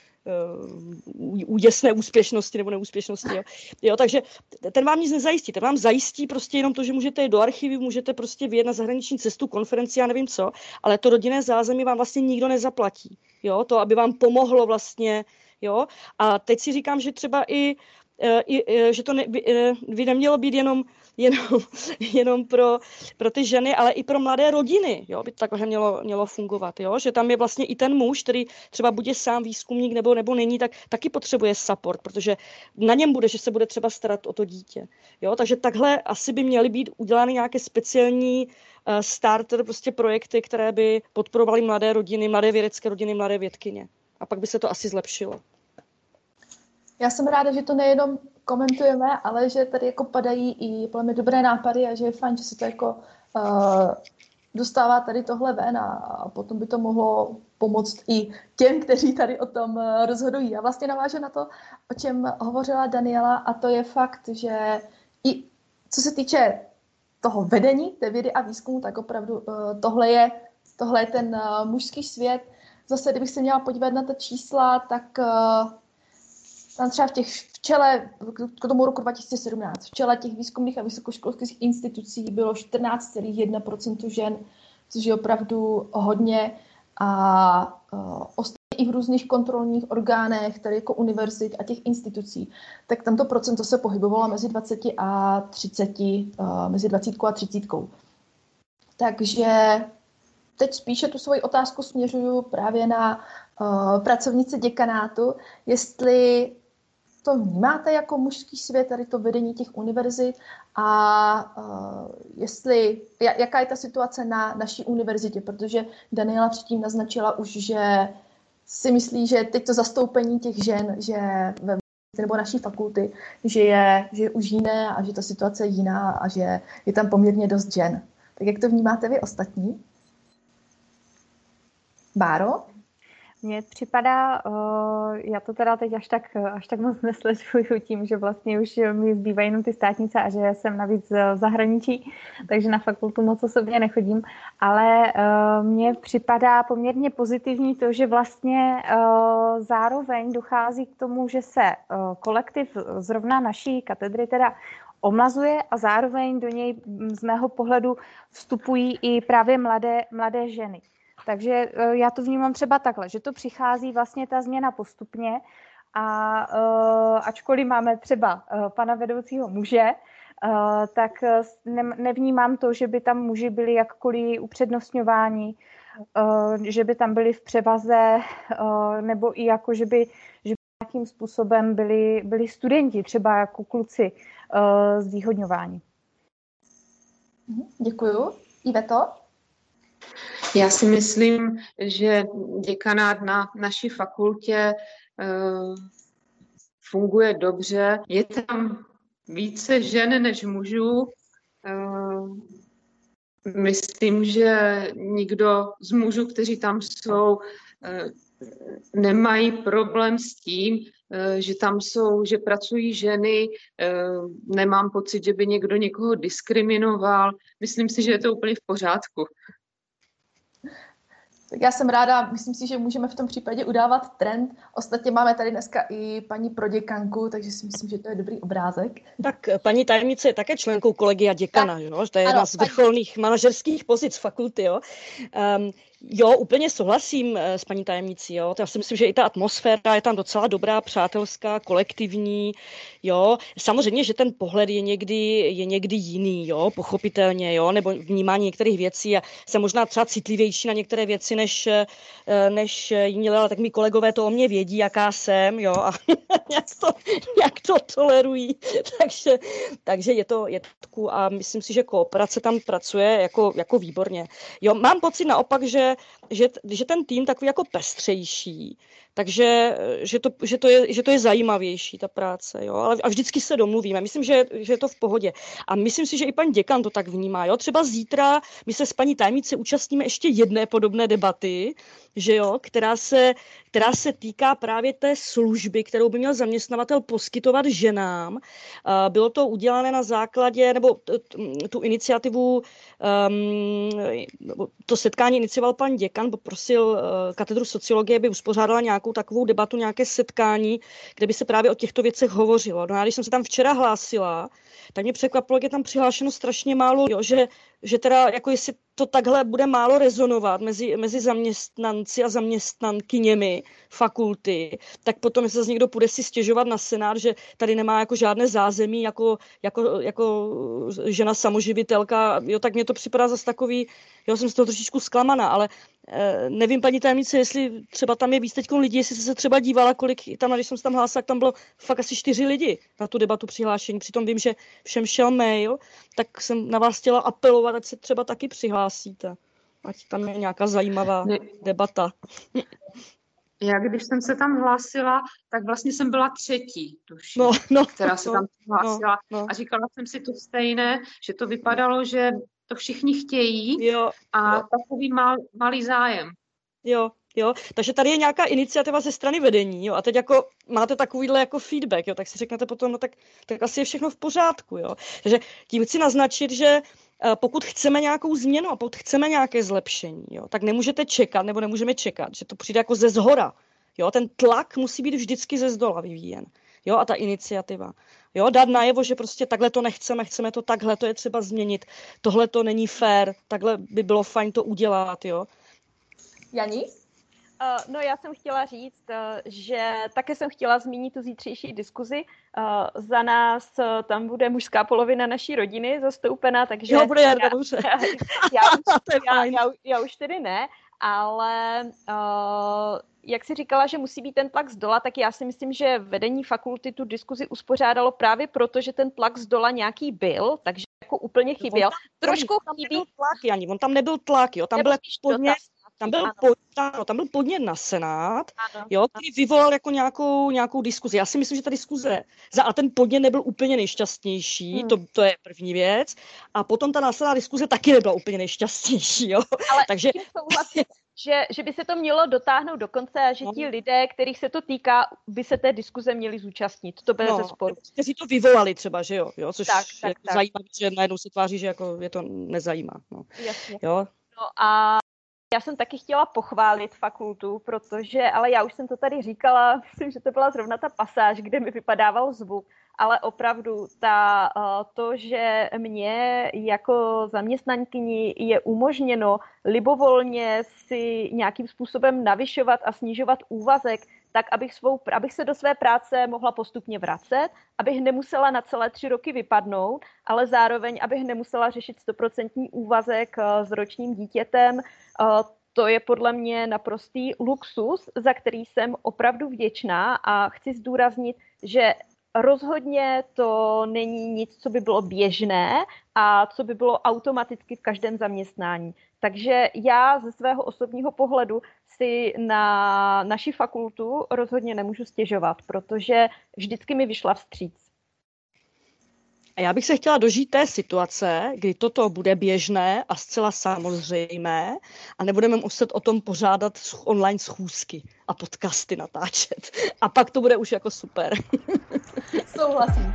úděsné úspěšnosti nebo neúspěšnosti. Jo, takže ten vám nic nezajistí. Ten vám zajistí prostě jenom to, že můžete jít do archivy, můžete prostě vyjet na zahraniční cestu, konferenci, já nevím co, ale to rodinné zázemí vám vlastně nikdo nezaplatí. Jo, to, aby vám pomohlo vlastně, jo. A teď si říkám, že třeba že to by nemělo být jenom pro ty ženy, ale i pro mladé rodiny, jo, by takhle mělo fungovat, jo, že tam je vlastně i ten muž, který třeba bude sám výzkumník nebo není, tak taky potřebuje support, protože na něm bude, že se bude třeba starat o to dítě, jo, takže takhle asi by měly být udělány nějaké speciální starter, prostě projekty, které by podporovaly mladé rodiny, mladé vědecké rodiny, mladé vědkyně. A pak by se to asi zlepšilo. Já jsem ráda, že to nejenom komentujeme, ale že tady jako padají i podle mě dobré nápady a že je fajn, že se to jako dostává tady tohle ven a potom by to mohlo pomoct i těm, kteří tady o tom rozhodují. Já vlastně navážu na to, o čem hovořila Daniela, a to je fakt, že i co se týče toho vedení té vědy a výzkumu, tak opravdu tohle je ten mužský svět. Zase, kdybych se měla podívat na ta čísla, tak tam třeba v čele, k tomu roku 2017, v čele těch výzkumných a vysokoškolských institucí bylo 14,1% žen, což je opravdu hodně. A ostatně i v různých kontrolních orgánech, tady jako univerzit a těch institucí, tak tamto procento se pohybovalo mezi 20 a 30, mezi 20 a 30. Takže teď spíše tu svoji otázku směřuju právě na pracovnice děkanátu, jestli to vnímáte jako mužský svět, tady to vedení těch univerzit a jaká je ta situace na naší univerzitě, protože Daniela předtím naznačila už, že si myslí, že teď to zastoupení těch žen, že nebo naší fakulty, že je už jiné a že ta situace je jiná a že je tam poměrně dost žen. Tak jak to vnímáte vy ostatní? Báro? Mně připadá, já to teda teď až tak moc nesleduju tím, že vlastně už mi zbývají jenom ty státnice a že jsem navíc v zahraničí, takže na fakultu moc osobně nechodím, ale mně připadá poměrně pozitivní to, že vlastně zároveň dochází k tomu, že se kolektiv zrovna naší katedry teda omlazuje a zároveň do něj z mého pohledu vstupují i právě mladé ženy. Takže já to vnímám třeba takhle, že to přichází vlastně ta změna postupně a ačkoliv máme třeba pana vedoucího muže, tak nevnímám to, že by tam muži byli jakkoliv upřednostňováni, že by tam byli v převaze, nebo i jako, že by nějakým způsobem byli studenti, třeba jako kluci, zvýhodňováni. Děkuju. Iveto? Já si myslím, že děkanát na naší fakultě funguje dobře. Je tam více žen než mužů. Myslím, že nikdo z mužů, kteří tam jsou, nemají problém s tím, že tam jsou, že pracují ženy. Nemám pocit, že by někdo někoho diskriminoval. Myslím si, že je to úplně v pořádku. Tak já jsem ráda, myslím si, že můžeme v tom případě udávat trend. Ostatně máme tady dneska i paní proděkanku, takže si myslím, že to je dobrý obrázek. Tak paní tajemnice je také členkou kolegia děkana, jo? To je jedna z vrcholných manažerských pozic fakulty. Jo? Jo, úplně souhlasím s paní tajemnicí. Jo? Já si myslím, že i ta atmosféra je tam docela dobrá, přátelská, kolektivní. Jo? Samozřejmě, že ten pohled je někdy jiný, jo? Pochopitelně, jo? Nebo vnímání některých věcí a jsem možná třeba citlivější na některé věci, než jiní, ale tak mý kolegové to o mě vědí, jaká jsem, jo? A jak to tolerují. Takže je to a myslím si, že kooperace tam pracuje jako výborně. Jo? Mám pocit naopak, že ten tým takový jako pestřejší, takže že to je zajímavější, ta práce, jo, ale a vždycky se domluvíme. Myslím, že je to v pohodě. A myslím si, že i pan děkan to tak vnímá, jo. Třeba zítra my se s paní tajemnicí účastníme ještě jedné podobné debaty, že jo, která se týká právě té služby, kterou by měl zaměstnavatel poskytovat ženám. Bylo to udělané na základě, nebo tu iniciativu, to setkání inicioval pan děkan, poprosil katedru sociologie, aby uspořádala nějakou takovou debatu, nějaké setkání, kde by se právě o těchto věcech hovořilo. No a když jsem se tam včera hlásila, tak mě překvapilo, jak je tam přihlášeno strašně málo, jo, že teda jako jestli to takhle bude málo rezonovat mezi zaměstnanci a zaměstnankyněmi fakulty, tak potom, jestli se někdo půjde si stěžovat na senát, že tady nemá jako žádné zázemí jako žena samoživitelka, jo, tak mně to připadá zase takový, jo, jsem z toho trošičku zklamaná, ale nevím, paní tajemnice, jestli třeba tam je víc teď lidí, jestli jste se třeba dívala, kolik tam, když jsem se tam hlásila, tam bylo fakt asi 4 lidi na tu debatu přihlášení, přitom vím, že všem šel mail, tak jsem na vás chtěla apelovat, ať se třeba taky přihlásíte, ať tam je nějaká zajímavá debata. Já, když jsem se tam hlásila, tak vlastně jsem byla třetí, tuším, která se tam hlásila. A říkala jsem si to stejné, že to vypadalo, že to všichni chtějí a takový malý zájem. Jo, takže tady je nějaká iniciativa ze strany vedení, jo, a teď jako máte takovýhle jako feedback, jo, tak si řeknete potom, no tak asi je všechno v pořádku, jo. Takže tím chci naznačit, že pokud chceme nějakou změnu a pokud chceme nějaké zlepšení, jo, tak nemůžete čekat, nebo nemůžeme čekat, že to přijde jako ze zhora, jo, ten tlak musí být vždycky ze zdola vyvíjen, jo, a ta iniciativa, jo, dát najevo, že prostě takhle to nechceme, chceme to takhle, to je třeba změnit, tohle to není fér, takhle by bylo fajn to udělat, jo. Jani? No, já jsem chtěla říct, že také jsem chtěla zmínit tu zítřejší diskuzi. Za nás tam bude mužská polovina naší rodiny zastoupena, takže... Jo, bude Jarda, dobře. Já už tedy ne, ale jak jsi říkala, že musí být ten tlak z dola, tak já si myslím, že vedení fakulty tu diskuzi uspořádalo právě proto, že ten tlak z dola nějaký byl, takže jako úplně chyběl. Trošku chybí... On tam nebyl tlak, jo, tam byl spodně... Tam byl podnět na Senát, jo, který vyvolal jako nějakou diskuzi. Já si myslím, že ta diskuze a ten podnět nebyl úplně nejšťastnější, to je první věc. A potom ta následná diskuze taky nebyla úplně nejšťastnější, jo. Ale takže že by se to mělo dotáhnout do konce a že ti lidé, kterých se to týká, by se té diskuze měli zúčastnit. To bez zesporu. Kteří to vyvolali třeba, že jo, což je zajímavé, že najednou se tváří, že jako je to nezajímá. No. Jasně. Jo? No a já jsem taky chtěla pochválit fakultu, ale já už jsem to tady říkala, myslím, že to byla zrovna ta pasáž, kde mi vypadával zvuk, ale opravdu to, že mě jako zaměstnankyni je umožněno libovolně si nějakým způsobem navyšovat a snižovat úvazek, tak abych se do své práce mohla postupně vracet, abych nemusela na celé 3 roky vypadnout, ale zároveň, abych nemusela řešit 100% úvazek s ročním dítětem. To je podle mě naprostý luxus, za který jsem opravdu vděčná a chci zdůraznit, že rozhodně to není nic, co by bylo běžné a co by bylo automaticky v každém zaměstnání. Takže já ze svého osobního pohledu si na naši fakultu rozhodně nemůžu stěžovat, protože vždycky mi vyšla vstříc. A já bych se chtěla dožít té situace, kdy toto bude běžné a zcela samozřejmé a nebudeme muset o tom pořádat online schůzky a podcasty natáčet. A pak to bude už jako super. Souhlasím.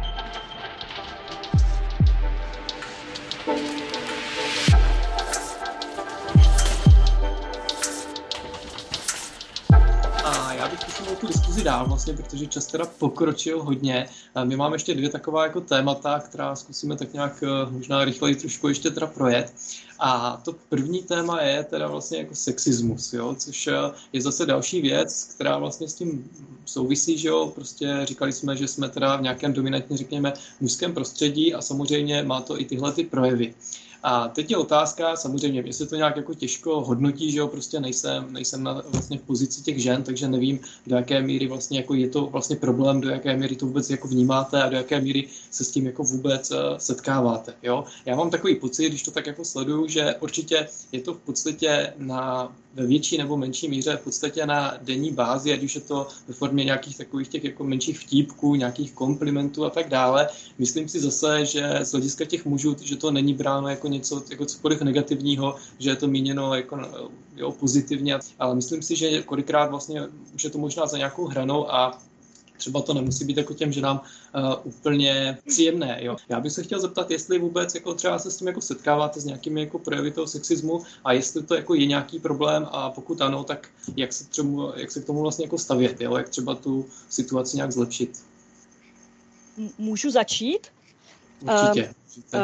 A já bych posunul tu diskuzi dál vlastně, protože čas teda pokročil hodně. My máme ještě 2 taková jako témata, která zkusíme tak nějak možná rychleji trošku ještě teda projet. A to první téma je teda vlastně jako sexismus, jo, což je zase další věc, která vlastně s tím souvisí, že jo, prostě říkali jsme, že jsme teda v nějakém dominantně, řekněme, mužském prostředí a samozřejmě má to i tyhle ty projevy. A teď je otázka, samozřejmě, mě se to nějak jako těžko hodnotí, že jo, prostě nejsem vlastně v pozici těch žen, takže nevím, do jaké míry vlastně jako je to vlastně problém, do jaké míry to vůbec jako vnímáte a do jaké míry se s tím jako vůbec setkáváte, jo. Já mám takový pocit, když to tak jako sleduju, že určitě je to v podstatě ve větší nebo menší míře v podstatě na denní bázi, ať už je to ve formě nějakých takových těch jako menších vtípků, nějakých komplimentů a tak dále. Myslím si zase, že z hlediska těch mužů, že to není bráno jako něco, jako cokoliv negativního, že je to míněno jako pozitivně, ale myslím si, že kolikrát vlastně už je to možná za nějakou hranou a třeba to nemusí být jako těm ženám úplně příjemné. Jo. Já bych se chtěl zeptat, jestli vůbec jako třeba se s tím jako setkáváte s nějakými jako projevy toho sexismu a jestli to jako je nějaký problém a pokud ano, tak jak se k tomu vlastně jako stavět, jo? Jak třeba tu situaci nějak zlepšit. Můžu začít? Určitě.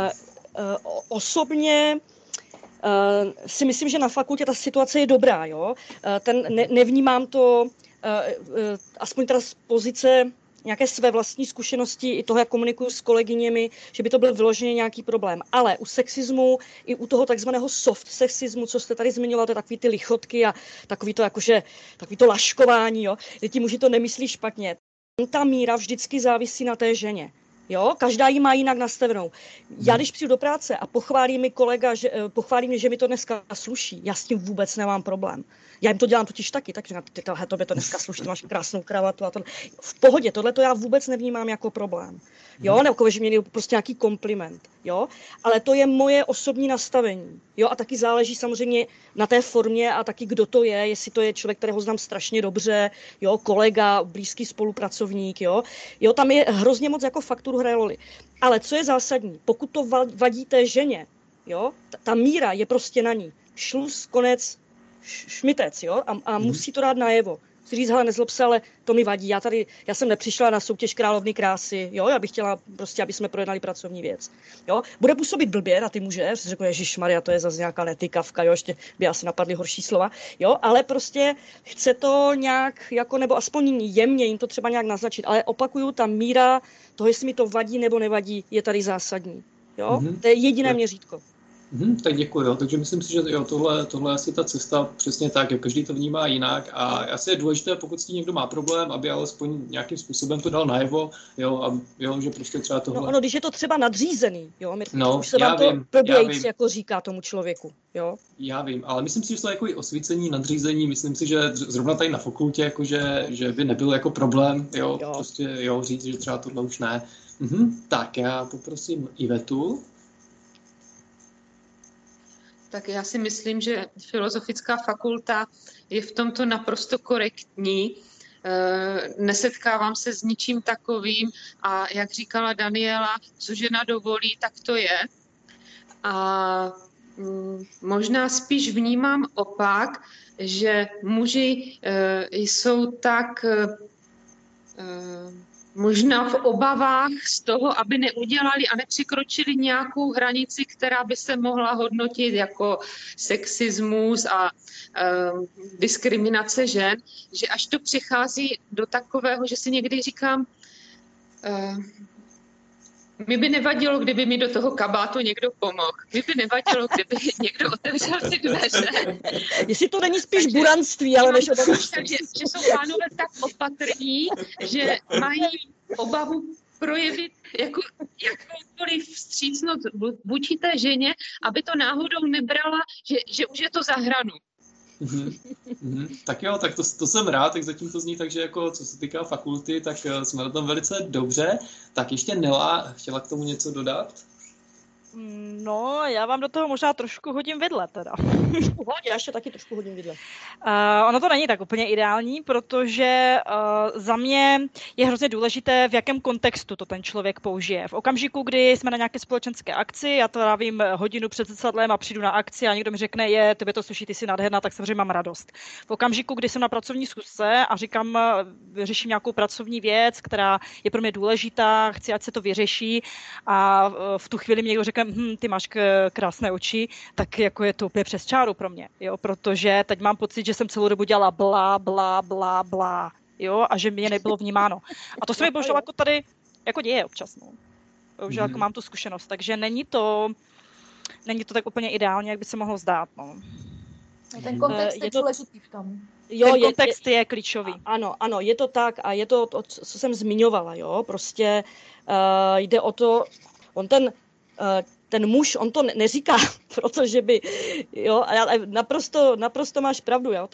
Osobně si myslím, že na fakultě ta situace je dobrá. Jo? Nevnímám to aspoň teda z pozice nějaké své vlastní zkušenosti i toho, jak komunikuju s kolegyněmi, že by to byl vyloženě nějaký problém. Ale u sexismu i u toho takzvaného soft sexismu, co jste tady zmiňoval, to je takový ty lichotky a takový to laškování, jo, kde ti muži to nemyslí špatně. Ta míra vždycky závisí na té ženě. Jo, každá jí má jinak nastavenou. Já když přijdu do práce a pochválí mě, že mi to dneska sluší, já s tím vůbec nemám problém. Já jim to dělám totiž taky, tak říkám, tobě to dneska sluší, máš krásnou kravatu a to. V pohodě, tohle to já vůbec nevnímám jako problém. Jo, nebo že mě prostě nějaký kompliment, jo, ale to je moje osobní nastavení. Jo, a taky záleží samozřejmě na té formě a taky kdo to je, jestli to je člověk, kterého znám strašně dobře, jo, kolega, blízký spolupracovník, jo. Jo, tam je hrozně moc jako faktoru hraje roli. Ale co je zásadní, pokud to vadí té ženě, jo, ta míra je prostě na ní. Šluz, konec, šmitec, jo, a musí to dát najevo. Chci říct, hele, nezlob se, ale to mi vadí. Já jsem nepřišla na soutěž Královny krásy, jo, já bych chtěla prostě, aby jsme projednali pracovní věc, jo. Bude působit blbě na ty muže, že řeknu, ježišmarja, to je zase nějaká netykavka, jo, ještě by asi napadly horší slova, jo, ale prostě chce to nějak, jako, nebo aspoň jemně jim to třeba nějak naznačit, ale opakuju, ta míra toho, jestli mi to vadí nebo nevadí, je tady zásadní, jo, to je jediné měřítko. Tak děkuji, jo. Takže myslím si, že jo, tohle je asi ta cesta přesně tak, jo. Každý to vnímá jinak a asi je důležité, pokud s tím někdo má problém, aby alespoň nějakým způsobem to dal najevo, jo, že prostě třeba tohle... No ono, když je to třeba nadřízený, jo, už se vám to probějící jako říká tomu člověku, jo. Já vím, ale myslím si, že to je jako i osvícení, nadřízení, myslím si, že zrovna tady na fakultě, jakože, že by nebyl jako problém, jo, prostě, jo, říct, že třeba tohle už ne. Tak, já poprosím Ivetu. Tak já si myslím, že Filozofická fakulta je v tomto naprosto korektní. Nesetkávám se s ničím takovým a jak říkala Daniela, co žena dovolí, tak to je. A možná spíš vnímám opak, že muži jsou tak možná v obavách z toho, aby neudělali a nepřekročili nějakou hranici, která by se mohla hodnotit jako sexismus a diskriminace žen, že až to přichází do takového, že si někdy říkám, mi by nevadilo, kdyby mi do toho kabátu někdo pomohl. Mi by nevadilo, kdyby někdo otevřel ty dveře. Jestli to není spíš buranství, ale než že jsou pánové tak opatrní, že mají obavu projevit jakoukoliv vstřícnost vůči té ženě, aby to náhodou nebrala, že už je to za hranu. Tak jo, tak to jsem rád, tak zatím to zní tak, že jako co se týká fakulty, tak jsme na tom velice dobře. Tak ještě Nela chtěla k tomu něco dodat? No, já vám do toho možná trošku hodím vidle teda. Já ještě taky trošku hodím vidle. Ono to není tak úplně ideální, protože za mě je hrozně důležité, v jakém kontextu to ten člověk použije. V okamžiku, kdy jsme na nějaké společenské akci, já to trávím hodinu před zrcadlem a přijdu na akci a někdo mi řekne, tobě to sluší, ty jsi nádherná, tak samozřejmě mám radost. V okamžiku, kdy jsem na pracovní schůzce a řeším nějakou pracovní věc, která je pro mě důležitá, chci, ať se to vyřeší a v tu chvíli mi někdo řekne, ty máš krásné oči, tak jako je to úplně přes čáru pro mě, jo, protože teď mám pocit, že jsem celou dobu dělala blá, blá, blá, blá, jo, a že mě nebylo vnímáno. A to se mi bohužel jako tady jako děje občas, no. Bohužel jako mám tu zkušenost, takže není to tak úplně ideálně, jak by se mohlo zdát, no. Ten kontext je důležitý v tom. Jo, ten kontext je klíčový. Ano, je to tak a je to, co jsem zmiňovala, jo, prostě jde o to, ten muž, on to neříká, protože by, jo, ale naprosto máš pravdu, jo,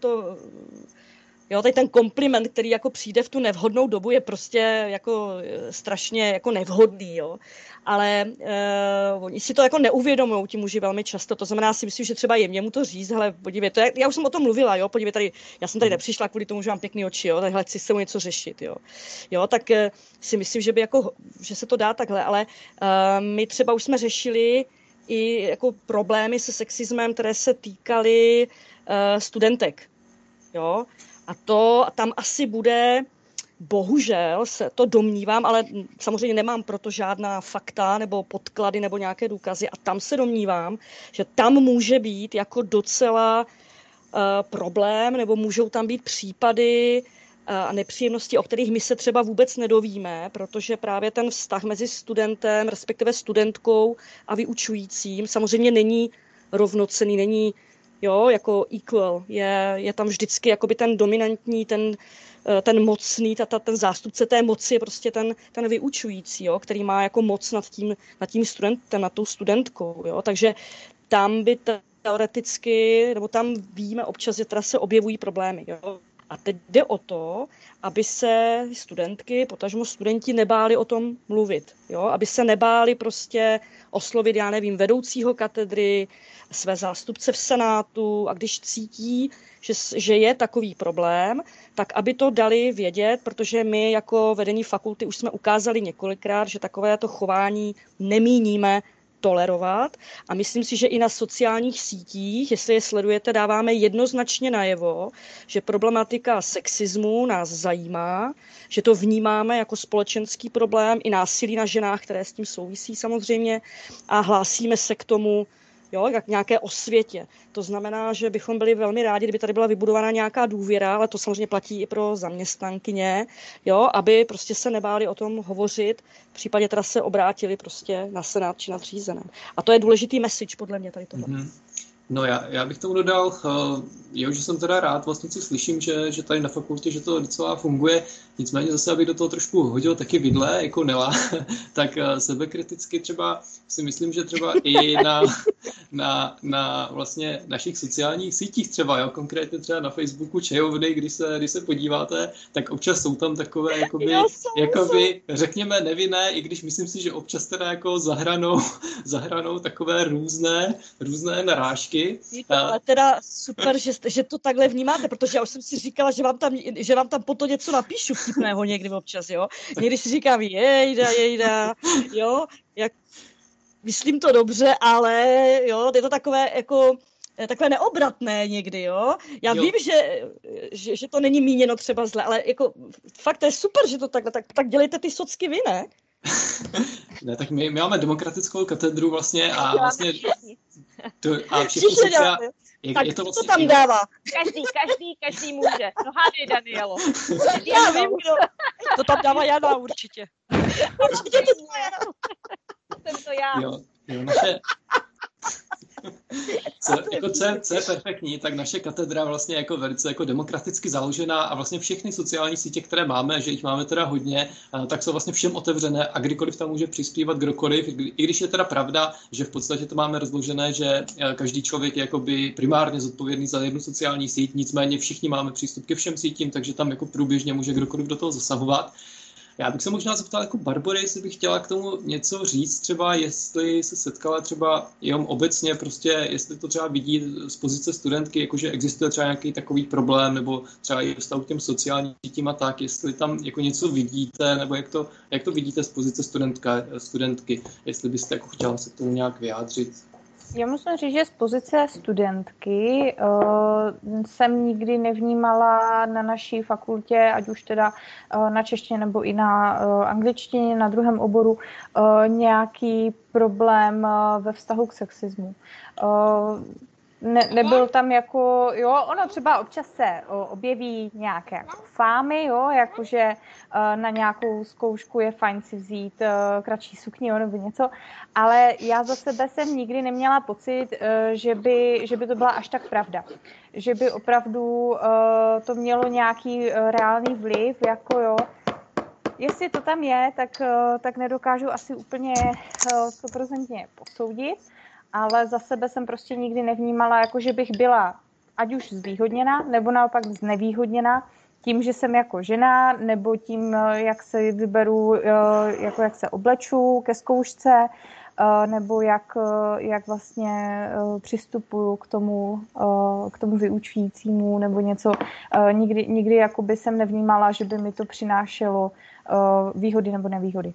tady ten kompliment, který jako přijde v tu nevhodnou dobu, je prostě jako strašně jako nevhodný, jo. Ale oni si to jako neuvědomují ti muži velmi často, to znamená, si myslím, že třeba jemně mu to říct, hele, podívej, já už jsem o tom mluvila, jo, podívej tady, já jsem tady nepřišla kvůli tomu, že mám pěkný oči, jo, takhle chci s sebou něco řešit, jo. Jo, tak si myslím, že se to dá takhle, ale my třeba už jsme řešili i jako problémy se sexismem, které se týkaly studentek, jo. A tam asi bude, bohužel se to domnívám, ale samozřejmě nemám proto žádná fakta nebo podklady nebo nějaké důkazy a tam se domnívám, že tam může být jako docela problém nebo můžou tam být případy a nepříjemnosti, o kterých my se třeba vůbec nedovíme, protože právě ten vztah mezi studentem, respektive studentkou a vyučujícím samozřejmě není rovnocenný, není jako equal, je tam vždycky jakoby ten dominantní, ten mocný, ten zástupce té moci je prostě ten vyučující, jo, který má jako moc nad tím studentem, nad tou studentkou, jo, takže tam by teoreticky, nebo tam víme občas, že teda se objevují problémy, jo. A teď jde o to, aby se studentky, potažmo studenti nebáli o tom mluvit, jo, aby se nebáli prostě oslovit, já nevím, vedoucího katedry, své zástupce v senátu a když cítí, že je takový problém, tak aby to dali vědět, protože my jako vedení fakulty už jsme ukázali několikrát, že takovéto chování nemíníme tolerovat a myslím si, že i na sociálních sítích, jestli je sledujete, dáváme jednoznačně najevo, že problematika sexismu nás zajímá, že to vnímáme jako společenský problém i násilí na ženách, které s tím souvisí samozřejmě a hlásíme se k tomu jo, jak nějaké osvětě. To znamená, že bychom byli velmi rádi, kdyby tady byla vybudována nějaká důvěra, ale to samozřejmě platí i pro zaměstnankyně, jo, aby prostě se nebáli o tom hovořit, v případě teda se obrátili prostě na senát či nadřízené. A to je důležitý message podle mě tady toho. Mm-hmm. No já bych tomu dodal, že jsem teda rád, vlastně si slyším, že tady na fakultě, že to docela funguje, nicméně zase, abych do toho trošku hodil taky vidle, jako Nela, tak sebekriticky třeba si myslím, že třeba i na vlastně našich sociálních sítích třeba, jo, konkrétně třeba na Facebooku Čejovny, když se podíváte, tak občas jsou tam takové, jakoby řekněme nevinné, i když myslím si, že občas teda jako zahranou takové různé narážky. Ale teda super, že to takhle vnímáte, protože já už jsem si říkala, že vám tam po to něco napíšu vtipného někdy občas, jo. Někdy si říkám, jejda, jo, jak myslím to dobře, ale jo, je to takové jako takové neobratné někdy, jo. Já vím, že to není míněno třeba zle, ale jako fakt to je super, že to takhle, tak dělejte ty socky vy, ne? Ne, tak my máme demokratickou katedru vlastně a vlastně a všichni sociální... Tak je to vlastně tam dává? Každý může. No hádej, Danielo. Já vím, kdo. To tam dává Jana určitě. Určitě to dává Jana. Jsem to já. Jo, naše... Co je perfektní, tak naše katedra vlastně jako velice jako demokraticky založená a vlastně všechny sociální sítě, které máme, že jich máme teda hodně, tak jsou vlastně všem otevřené a kdykoliv tam může přispívat kdokoliv, i když je teda pravda, že v podstatě to máme rozložené, že každý člověk je jakoby primárně zodpovědný za jednu sociální síť, nicméně všichni máme přístup ke všem sítím, takže tam jako průběžně může kdokoliv do toho zasahovat. Já bych se možná zeptal jako Barbory, jestli bych chtěla k tomu něco říct, třeba jestli se setkala třeba jenom obecně, prostě jestli to třeba vidí z pozice studentky, jakože existuje třeba nějaký takový problém, nebo třeba i vztahu k těm sociálním sítím a tak, jestli tam jako něco vidíte, nebo jak to vidíte z pozice studentky, jestli byste jako chtěla se k tomu nějak vyjádřit. Já musím říct, že z pozice studentky jsem nikdy nevnímala na naší fakultě, ať už teda na češtině nebo i na angličtině, na druhém oboru, nějaký problém ve vztahu k sexismu. Nebyl tam jako, jo, ono třeba občas se objeví nějaké jako fámy, jo, jakože na nějakou zkoušku je fajn si vzít kratší sukni, jo, nebo něco, ale já za sebe jsem nikdy neměla pocit, že by to byla až tak pravda. Že by opravdu to mělo nějaký reálný vliv, jako jo. Jestli to tam je, tak nedokážu asi úplně 100% posoudit, ale za sebe jsem prostě nikdy nevnímala, jako že bych byla ať už zvýhodněna, nebo naopak znevýhodněna tím, že jsem jako žena, nebo tím, jak se vyberu, jako jak se obleču ke zkoušce, nebo jak vlastně přistupuju k tomu vyučujícímu, nebo něco. Nikdy jakoby jsem nevnímala, že by mi to přinášelo výhody nebo nevýhody.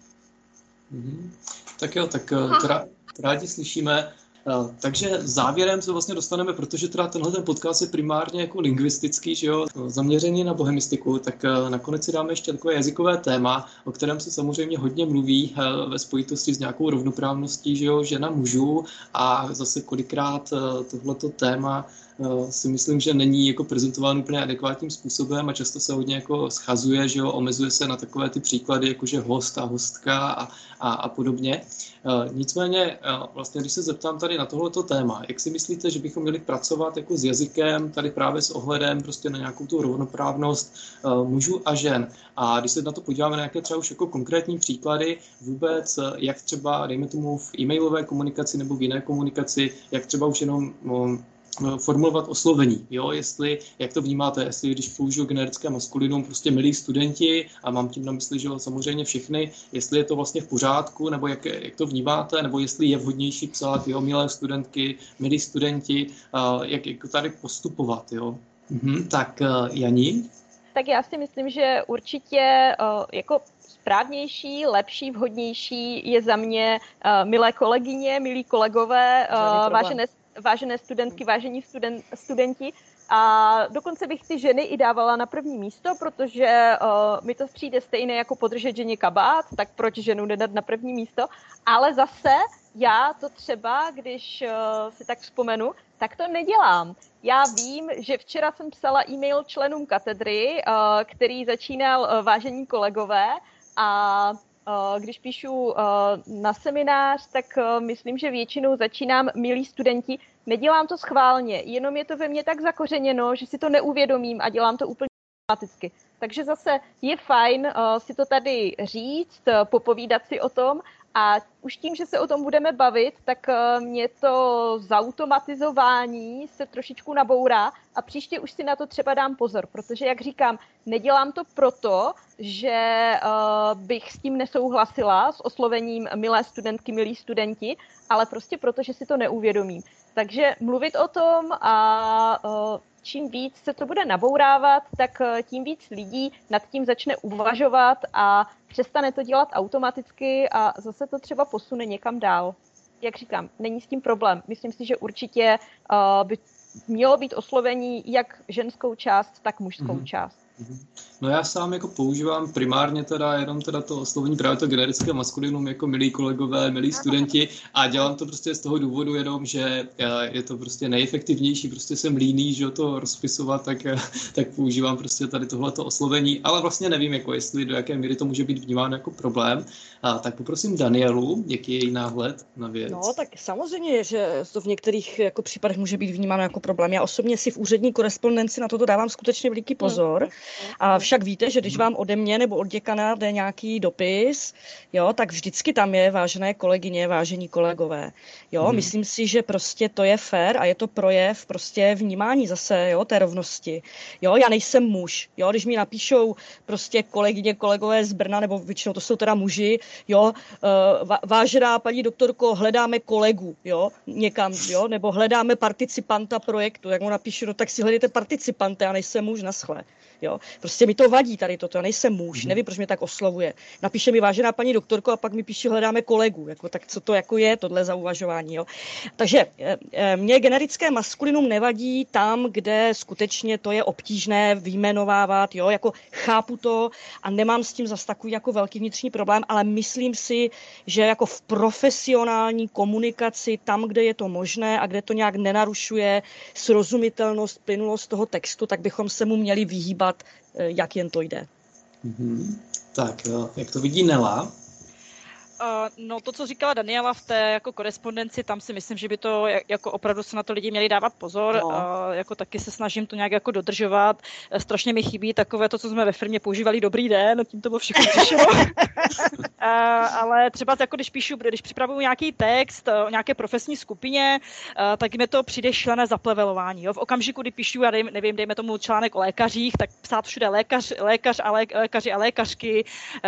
Tak jo, tak rádi slyšíme. Takže závěrem se vlastně dostaneme, protože teda tenhle podcast je primárně jako lingvistický, že jo, zaměřený na bohemistiku, tak nakonec si dáme ještě takové jazykové téma, o kterém se samozřejmě hodně mluví ve spojitosti s nějakou rovnoprávností, že jo, žena mužů a zase kolikrát tohleto téma si myslím, že není jako prezentován úplně adekvátním způsobem a často se hodně jako schazuje, že jo, omezuje se na takové ty příklady, jakože host a hostka a podobně. Nicméně vlastně, když se zeptám tady na tohleto téma, jak si myslíte, že bychom měli pracovat jako s jazykem tady právě s ohledem prostě na nějakou tu rovnoprávnost mužů a žen? A když se na to podíváme na nějaké třeba už jako konkrétní příklady vůbec, jak třeba, dejme tomu v e-mailové komunikaci nebo v jiné komunikaci, jak třeba už jenom formulovat oslovení, jo, jak to vnímáte, jestli když použiju generické maskulinum, prostě milí studenti a mám tím na mysli, že jo, samozřejmě všechny, jestli je to vlastně v pořádku, nebo jak to vnímáte, nebo jestli je vhodnější psát, jo, milé studentky, milí studenti, jak tady postupovat, jo. Tak Jani? Tak já si myslím, že určitě jako správnější, lepší, vhodnější je za mě milé kolegyně, milí kolegové, vážené studentky, vážení studenti. A dokonce bych ty ženy i dávala na první místo, protože mi to přijde stejné jako podržet ženě kabát, tak proč ženu nedat na první místo. Ale zase já to třeba, když si tak vzpomenu, tak to nedělám. Já vím, že včera jsem psala e-mail členům katedry, který začínal vážení kolegové, a když píšu na seminář, tak myslím, že většinou začínám milí studenti. Nedělám to schválně, jenom je to ve mně tak zakořeněno, že si to neuvědomím a dělám to úplně automaticky. Takže zase je fajn si to tady říct, popovídat si o tom, a už tím, že se o tom budeme bavit, tak mě to zautomatizování se trošičku nabourá a příště už si na to třeba dám pozor, protože, jak říkám, nedělám to proto, že bych s tím nesouhlasila, s oslovením milé studentky, milí studenti, ale prostě proto, že si to neuvědomím. Takže mluvit o tom a čím víc se to bude nabourávat, tak tím víc lidí nad tím začne uvažovat a přestane to dělat automaticky a zase to třeba posune někam dál. Jak říkám, není s tím problém. Myslím si, že určitě by mělo být oslovení jak ženskou část, tak mužskou část. No já sám jako používám primárně teda jenom teda to oslovení právě to generické maskulinum jako milí kolegové, milí studenti a dělám to prostě z toho důvodu jenom, že je to prostě nejefektivnější, prostě jsem líný, že to rozpisovat, tak používám prostě tady tohleto oslovení, ale vlastně nevím, jako jestli do jaké míry to může být vnímáno jako problém. Tak poprosím Danielu, jaký je její náhled na věc. No tak samozřejmě, že to v některých jako případech může být vnímáno jako problém. Já osobně si v úřední korespondenci na toto dávám skutečně veliký pozor. A však víte, že když vám ode mě nebo od děkana jde nějaký dopis, jo, tak vždycky tam je vážené kolegyně, vážení kolegové. Jo, myslím si, že prostě to je fér a je to projev prostě vnímání zase, jo, té rovnosti. Jo, já nejsem muž, jo, když mi napíšou prostě kolegyně, kolegové z Brna, nebo většinou to jsou teda muži, jo, vážená paní doktorko, hledáme kolegu, jo, někam, jo, nebo hledáme participanta projektu, jak mu napíšu, no tak si hledejte participanta, já nejsem muž, naschle. Jo. Prostě mi to vadí tady toto, já nejsem muž, nevím, proč mě tak oslovuje. Napíše mi vážená paní doktorko a pak mi píše hledáme kolegu, jako, tak co to jako je, tohle za uvažování. Jo. Takže mě generické maskulinum nevadí tam, kde skutečně to je obtížné vyjmenovávat, jo, jako chápu to a nemám s tím zas takový jako velký vnitřní problém, ale myslím si, že jako v profesionální komunikaci, tam, kde je to možné a kde to nějak nenarušuje srozumitelnost, plynulost toho textu, tak bychom se mu měli vyhýbat, jak jen to jde. Tak, jak to vidí Nela? No to, co říkala Daniela v té jako korespondenci, tam si myslím, že by to jako opravdu se na to lidi měli dávat pozor. No. Jako taky se snažím to nějak jako dodržovat. Strašně mi chybí takové to, co jsme ve firmě používali dobrý den, tím to bylo všechno přišlo. Ale třeba jako když připravuju nějaký text o nějaké profesní skupině, tak mi to přijde šílené zaplevelování. Jo? V okamžiku, kdy píšu, já nevím, dejme tomu článek o lékařích, tak psát všude lékaři a lékařky,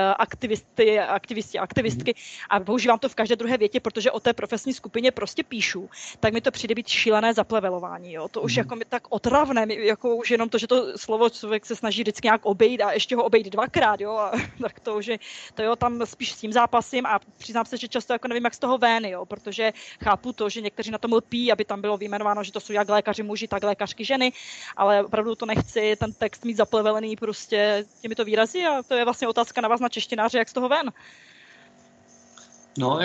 aktivistky, a používám to v každé druhé větě, protože o té profesní skupině prostě píšu, tak mi to přijde být šílené zaplevelování. Jo? To už jako mi tak otravné, jako už jenom to, že to slovo člověk se snaží vždycky nějak obejít a ještě ho obejít dvakrát, jo? A tak to, že to jo, tam spíš s tím zápasím a přiznám se, že často jako nevím, jak z toho ven, jo? Protože chápu to, že někteří na tom lpí, aby tam bylo vyjmenováno, že to jsou jak lékaři muži, tak lékařky ženy, ale opravdu to nechci ten text mít zaplevelený prostě těmito výrazy a to je vlastně otázka na vás, na češtináře, jak z toho ven. No,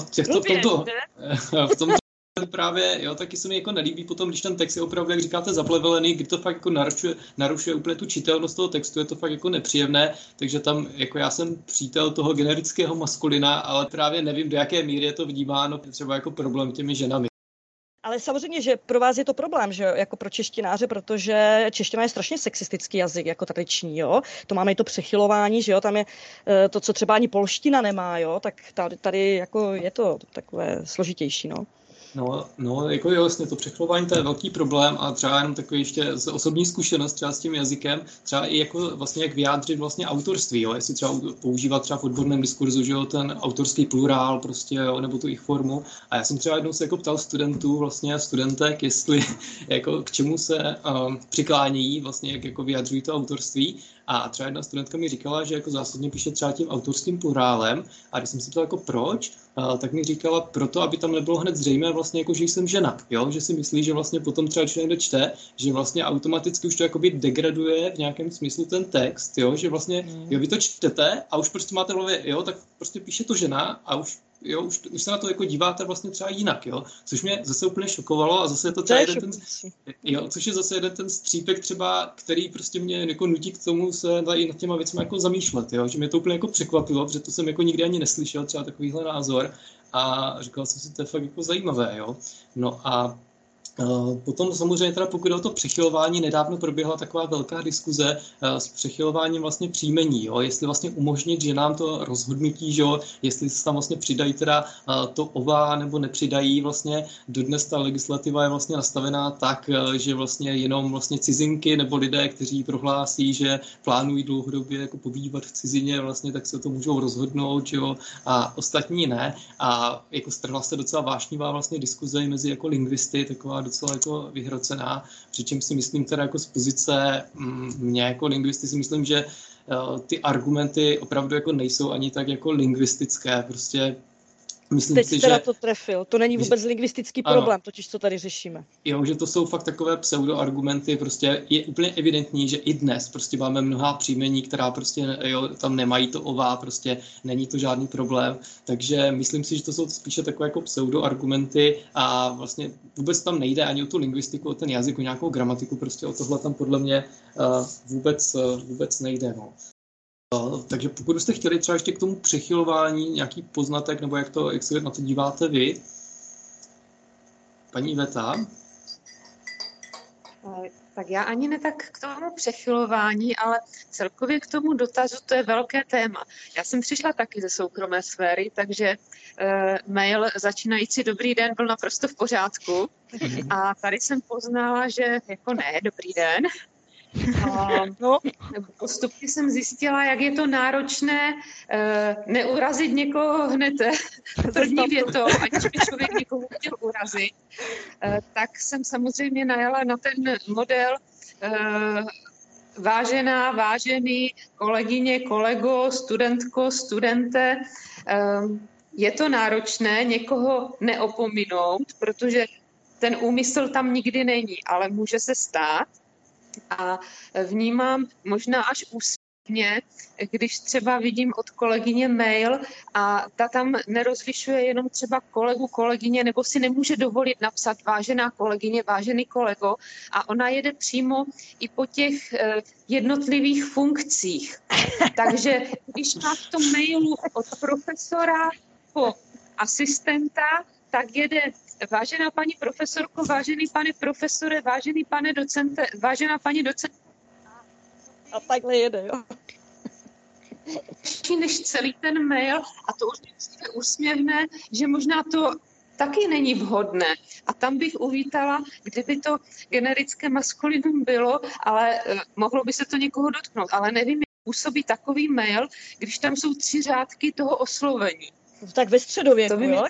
v tom právě, jo, taky se mi jako nelíbí potom, když ten text je opravdu, jak říkáte, zaplevelený, kdy to fakt jako narušuje úplně tu čitelnost toho textu, je to fakt jako nepříjemné, takže tam, jako já jsem přítel toho generického maskulina, ale právě nevím, do jaké míry je to vnímáno třeba jako problém těmi ženami. Ale samozřejmě, že pro vás je to problém, že jako pro češtináře, protože čeština je strašně sexistický jazyk, jako tradiční, jo. To máme i to přechylování, že jo, tam je to, co třeba ani polština nemá, jo, tak tady jako je to takové složitější, no. No, jako jo, vlastně to přechylování, to je velký problém a třeba jenom takový ještě osobní zkušenost třeba s tím jazykem, třeba i jako vlastně jak vyjádřit vlastně autorství, jo, jestli třeba používat třeba v odborném diskurzu, že jo, ten autorský plurál prostě, jo, nebo tu ich formu. A já jsem třeba jednou se jako ptal studentů, vlastně studentek, jestli jako k čemu se přiklánějí, vlastně jak jako vyjadřují to autorství. A třeba jedna studentka mi říkala, že jako zásadně píše třeba tím autorským plurálem. A když jsem se ptal jako proč, tak mi říkala proto, aby tam nebylo hned zřejmé vlastně jako, že jsem žena, jo, že si myslí, že vlastně potom třeba když někde čte, že vlastně automaticky už to jakoby degraduje v nějakém smyslu ten text, jo, že vlastně jo, vy to čtete a už prostě máte v hlavě, jo, tak prostě píše to žena a už jo, už se na to jako díváte vlastně třeba jinak, jo, což mě zase úplně šokovalo a zase je to třeba což je zase jeden ten střípek třeba, který prostě mě jako nutí k tomu se tady nad těma věcmi jako zamýšlet, jo, že mě to úplně jako překvapilo, protože to jsem jako nikdy ani neslyšel, třeba takovýhle názor a říkal jsem si, to je fakt jako zajímavé, jo, no a potom samozřejmě teda pokud o to přechylování, nedávno proběhla taková velká diskuze s přechylováním vlastně příjmení, jo? Jestli vlastně umožnit ženám to rozhodnutí, že jo? Jestli se tam vlastně přidají teda to ová nebo nepřidají, vlastně dodnes ta legislativa je vlastně nastavená tak, že vlastně jenom vlastně cizinky nebo lidé, kteří prohlásí, že plánují dlouhodobě jako pobývat v cizině, vlastně tak se to můžou rozhodnout, že jo? A ostatní ne. A jako strhla se docela vášnivá vlastně diskuze mezi jako lingvisty, taková docela jako vyhrocená, přičemž si myslím teda jako z pozice mě jako lingvisty si myslím, že ty argumenty opravdu jako nejsou ani tak jako lingvistické, prostě myslím teď si, teda že to trefil, to není vůbec lingvistický problém, totiž co tady řešíme. Jo, že to jsou fakt takové pseudoargumenty, prostě je úplně evidentní, že i dnes prostě máme mnohá příjmení, která prostě jo, tam nemají to ová, prostě není to žádný problém, takže myslím si, že to jsou spíše takové jako pseudoargumenty a vlastně vůbec tam nejde ani o tu lingvistiku, o ten jazyk, o nějakou gramatiku, prostě o tohle tam podle mě vůbec nejde, no. Takže pokud byste chtěli třeba ještě k tomu přechylování nějaký poznatek, nebo jak se na to díváte vy? Paní Iveta? Tak já ani ne tak k tomu přechylování, ale celkově k tomu dotazu, to je velké téma. Já jsem přišla taky ze soukromé sféry, takže mail začínající dobrý den byl naprosto v pořádku. A tady jsem poznala, že jako ne, dobrý den. Postupně jsem zjistila, jak je to náročné neurazit někoho hned první větou, aniž by člověk někoho chtěl urazit. Tak jsem samozřejmě najala na ten model vážená, vážený, kolegyně, kolego, studentko, studente. Je to náročné někoho neopominout, protože ten úmysl tam nikdy není, ale může se stát. A vnímám možná až úsměvně, když třeba vidím od kolegyně mail a ta tam nerozlišuje jenom třeba kolegu, kolegyně, nebo si nemůže dovolit napsat vážená kolegyně, vážený kolego a ona jede přímo i po těch jednotlivých funkcích. Takže když má v tom mailu od profesora po asistenta, tak jede vážená paní profesorko, vážený pane profesore, vážený pane docente, vážená paní docent. A takhle jede, jo. Než celý ten mail, a to už je úsměvné, že možná to taky není vhodné. A tam bych uvítala, kdyby to generické maskulinum bylo, ale mohlo by se to někoho dotknout. Ale nevím, jak působí takový mail, když tam jsou 3 řádky toho oslovení. Tak ve středověku, jo?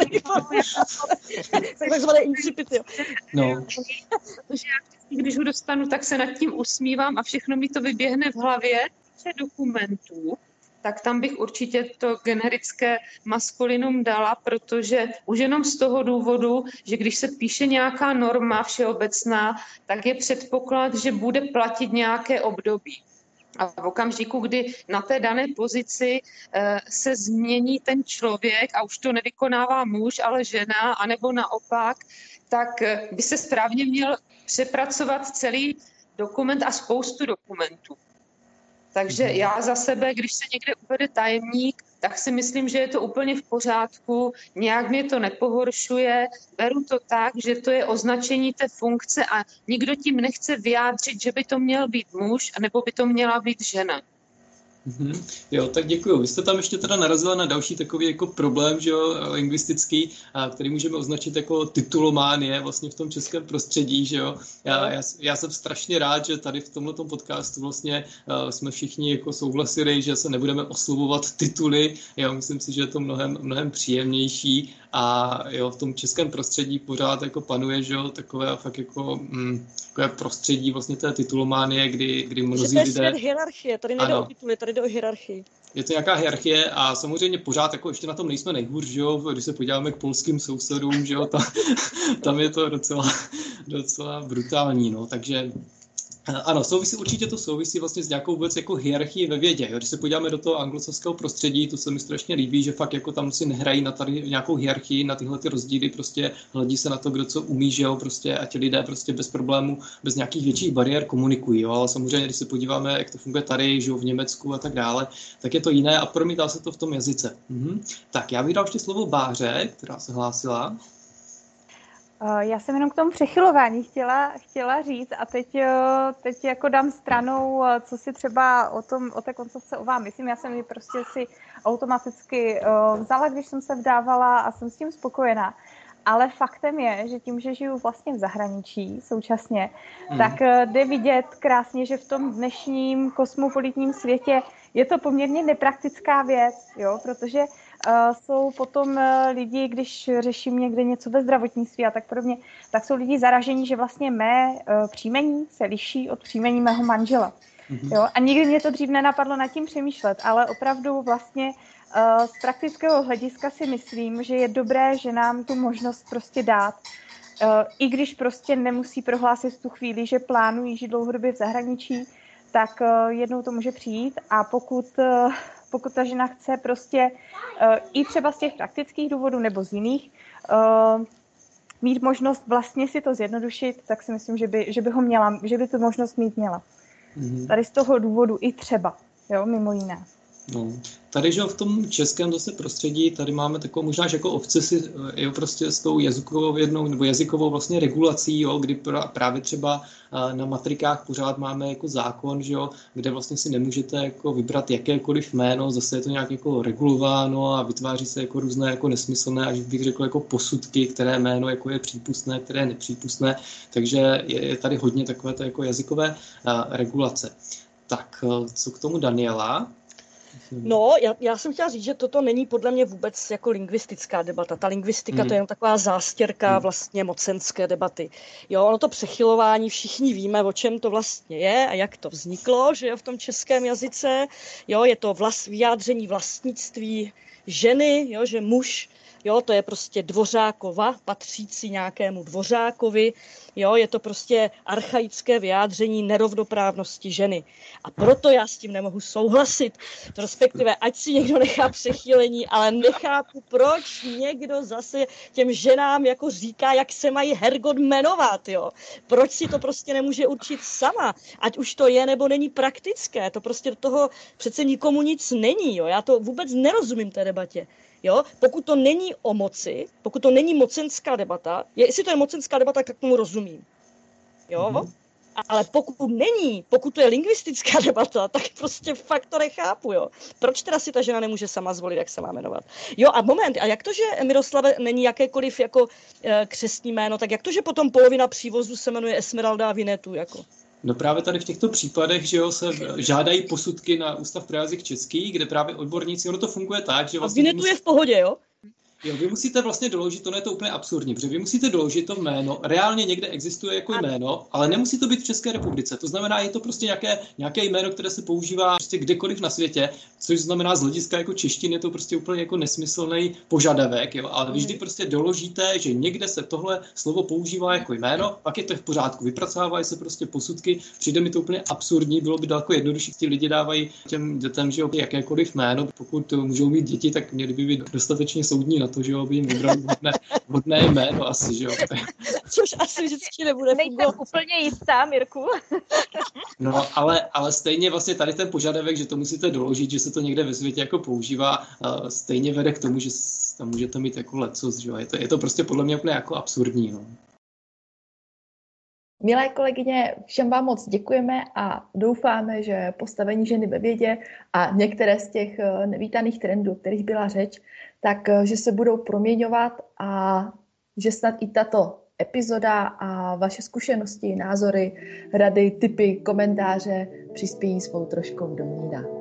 Takzvané incipit, jo. No. Protože já vždycky, když ho dostanu, tak se nad tím usmívám a všechno mi to vyběhne v hlavě. Dokumentů, tak tam bych určitě to generické maskulinum dala, protože už jenom z toho důvodu, že když se píše nějaká norma všeobecná, tak je předpoklad, že bude platit nějaké období. A v okamžiku, kdy na té dané pozici se změní ten člověk a už to nevykonává muž, ale žena, anebo naopak, tak by se správně měl přepracovat celý dokument a spoustu dokumentů. Takže já za sebe, když se někde uvede tajemník, tak si myslím, že je to úplně v pořádku, nějak mě to nepohoršuje, beru to tak, že to je označení té funkce a nikdo tím nechce vyjádřit, že by to měl být muž, nebo by to měla být žena. Jo, tak děkuju. Vy jste tam ještě teda narazila na další takový jako problém, že jo, lingvistický, který můžeme označit jako titulománie vlastně v tom českém prostředí, že jo. Já jsem strašně rád, že tady v tomhletom podcastu vlastně jsme všichni jako souhlasili, že se nebudeme oslovovat tituly. Já myslím si, že je to mnohem příjemnější a jo, v tom českém prostředí pořád jako panuje, že jo, takové fakt jako takové prostředí vlastně té titulománie, kdy mnozí lidé... To je svět hierarchie, tady nejde o tituly, tady jde o hierarchii. Je to nějaká hierarchie a samozřejmě pořád jako ještě na tom nejsme nejhůř, že jo, když se podíváme k polským sousedům, že jo, tam je to docela brutální, no, takže Ano, určitě to souvisí vlastně s nějakou vůbec jako hierarchií ve vědě. Jo? Když se podíváme do toho anglosaského prostředí, to se mi strašně líbí, že fakt jako tam si nehrají na tady nějakou hierarchii, na tyhle ty rozdíly, prostě hledí se na to, kdo co umí, že jo, prostě a ti lidé prostě bez problémů, bez nějakých větších bariér komunikují, jo? Ale samozřejmě, když se podíváme, jak to funguje tady, že jo, v Německu a tak dále, tak je to jiné a promítá se to v tom jazyce. Tak, já bych dal ještě slovo Báře, která se hlásila. Já jsem jenom k tomu přechylování chtěla říct a teď jako dám stranou, co si třeba o té koncovce o vám myslím. Já jsem ji prostě si automaticky vzala, když jsem se vdávala a jsem s tím spokojená. Ale faktem je, že tím, že žiju vlastně v zahraničí současně, tak jde vidět krásně, že v tom dnešním kosmopolitním světě je to poměrně nepraktická věc, jo, protože jsou potom lidi, když řeším někde něco ve zdravotnictví a tak podobně, tak jsou lidi zaražení, že vlastně mé příjmení se liší od příjmení mého manžela. Jo? A nikdy mě to dřív nenapadlo nad tím přemýšlet, ale opravdu vlastně z praktického hlediska si myslím, že je dobré, že nám tu možnost prostě dát. I když prostě nemusí prohlásit v tu chvíli, že plánují žít dlouhodobě v zahraničí, tak jednou to může přijít a pokud ta žena chce prostě i třeba z těch praktických důvodů nebo z jiných mít možnost vlastně si to zjednodušit, tak si myslím, že by tu možnost mít měla. Tady z toho důvodu i třeba, jo, mimo jiné. No. Tady, že v tom českém zase prostředí, tady máme takovou možná jako obsesi jo, prostě s tou jazykovou vlastně regulací, jo, kdy právě třeba na matrikách pořád máme jako zákon, že jo, kde vlastně si nemůžete jako vybrat jakékoliv jméno, zase je to nějak jako regulováno a vytváří se jako různé jako nesmyslné, až bych řekl jako posudky, které jméno jako je přípustné, které je nepřípustné, takže je tady hodně takovéto jako jazykové regulace. Tak, co k tomu Daniela? No, já jsem chtěla říct, že toto není podle mě vůbec jako lingvistická debata. Ta lingvistika to je jen taková zástěrka vlastně mocenské debaty. Jo, ono to přechylování, všichni víme, o čem to vlastně je a jak to vzniklo, že jo, v tom českém jazyce. Jo, je to vyjádření vlastnictví ženy, jo, že muž, jo, to je prostě dvořákova, patřící nějakému dvořákovi, jo, je to prostě archaické vyjádření nerovnoprávnosti ženy. A proto já s tím nemohu souhlasit, respektive ať si někdo nechá přechýlení, ale nechápu, proč někdo zase těm ženám jako říká, jak se mají hergot jmenovat, jo. Proč si to prostě nemůže určit sama, ať už to je nebo není praktické, to prostě do toho přece nikomu nic není, jo. Já to vůbec nerozumím té debatě. Jo? Pokud to není o moci, pokud to není mocenská debata, jestli to je mocenská debata, tak tomu rozumím. Jo? Ale pokud to je lingvistická debata, tak prostě fakt to nechápu. Jo? Proč teda si ta žena nemůže sama zvolit, jak se má jmenovat? Jo, a moment, a jak to, že Miroslave není jakékoliv jako křestní jméno, tak jak to, že potom polovina přívozu se jmenuje Esmeralda a Vinetu, jako? No právě tady v těchto případech, že jo, se žádají posudky na Ústav pro jazyk český, kde právě odborníci, ono to funguje tak, že vlastně... A Vinetu je v pohodě, jo? Jo, vy musíte vlastně doložit, to je to úplně absurdní, protože vy musíte doložit to jméno, reálně někde existuje jako jméno, ale nemusí to být v České republice. To znamená, je to prostě nějaké jméno, které se používá prostě kdekoliv na světě, což znamená z hlediska jako češtiny je to prostě úplně jako nesmyslný požadavek, jo, ale vy vždy prostě doložíte, že někde se tohle slovo používá jako jméno, pak je to v pořádku, vypracovávají se prostě posudky, přijde mi to úplně absurdní, bylo by daleko jednodušší, ti lidi dávají těm dětem, že jo, jakékoliv jméno, pokud můžou mít děti, tak měli by být dostatečně soudní na to, že jo, by jim vybrali hodné jméno asi, že jo. Což asi vždycky nebude fungovat. Nejsem úplně jistá, Mirku. No, ale stejně vlastně tady ten požadavek, že to musíte doložit, že se to někde ve světě jako používá, stejně vede k tomu, že tam můžete mít jako lecos, že jo. Je to prostě podle mě úplně jako absurdní, no. Milé kolegyně, všem vám moc děkujeme a doufáme, že postavení ženy ve vědě a některé z těch nevítaných trendů, o kterých byla řeč, takže se budou proměňovat a že snad i tato epizoda a vaše zkušenosti, názory, rady, tipy, komentáře přispějí svou troškou do mlýna.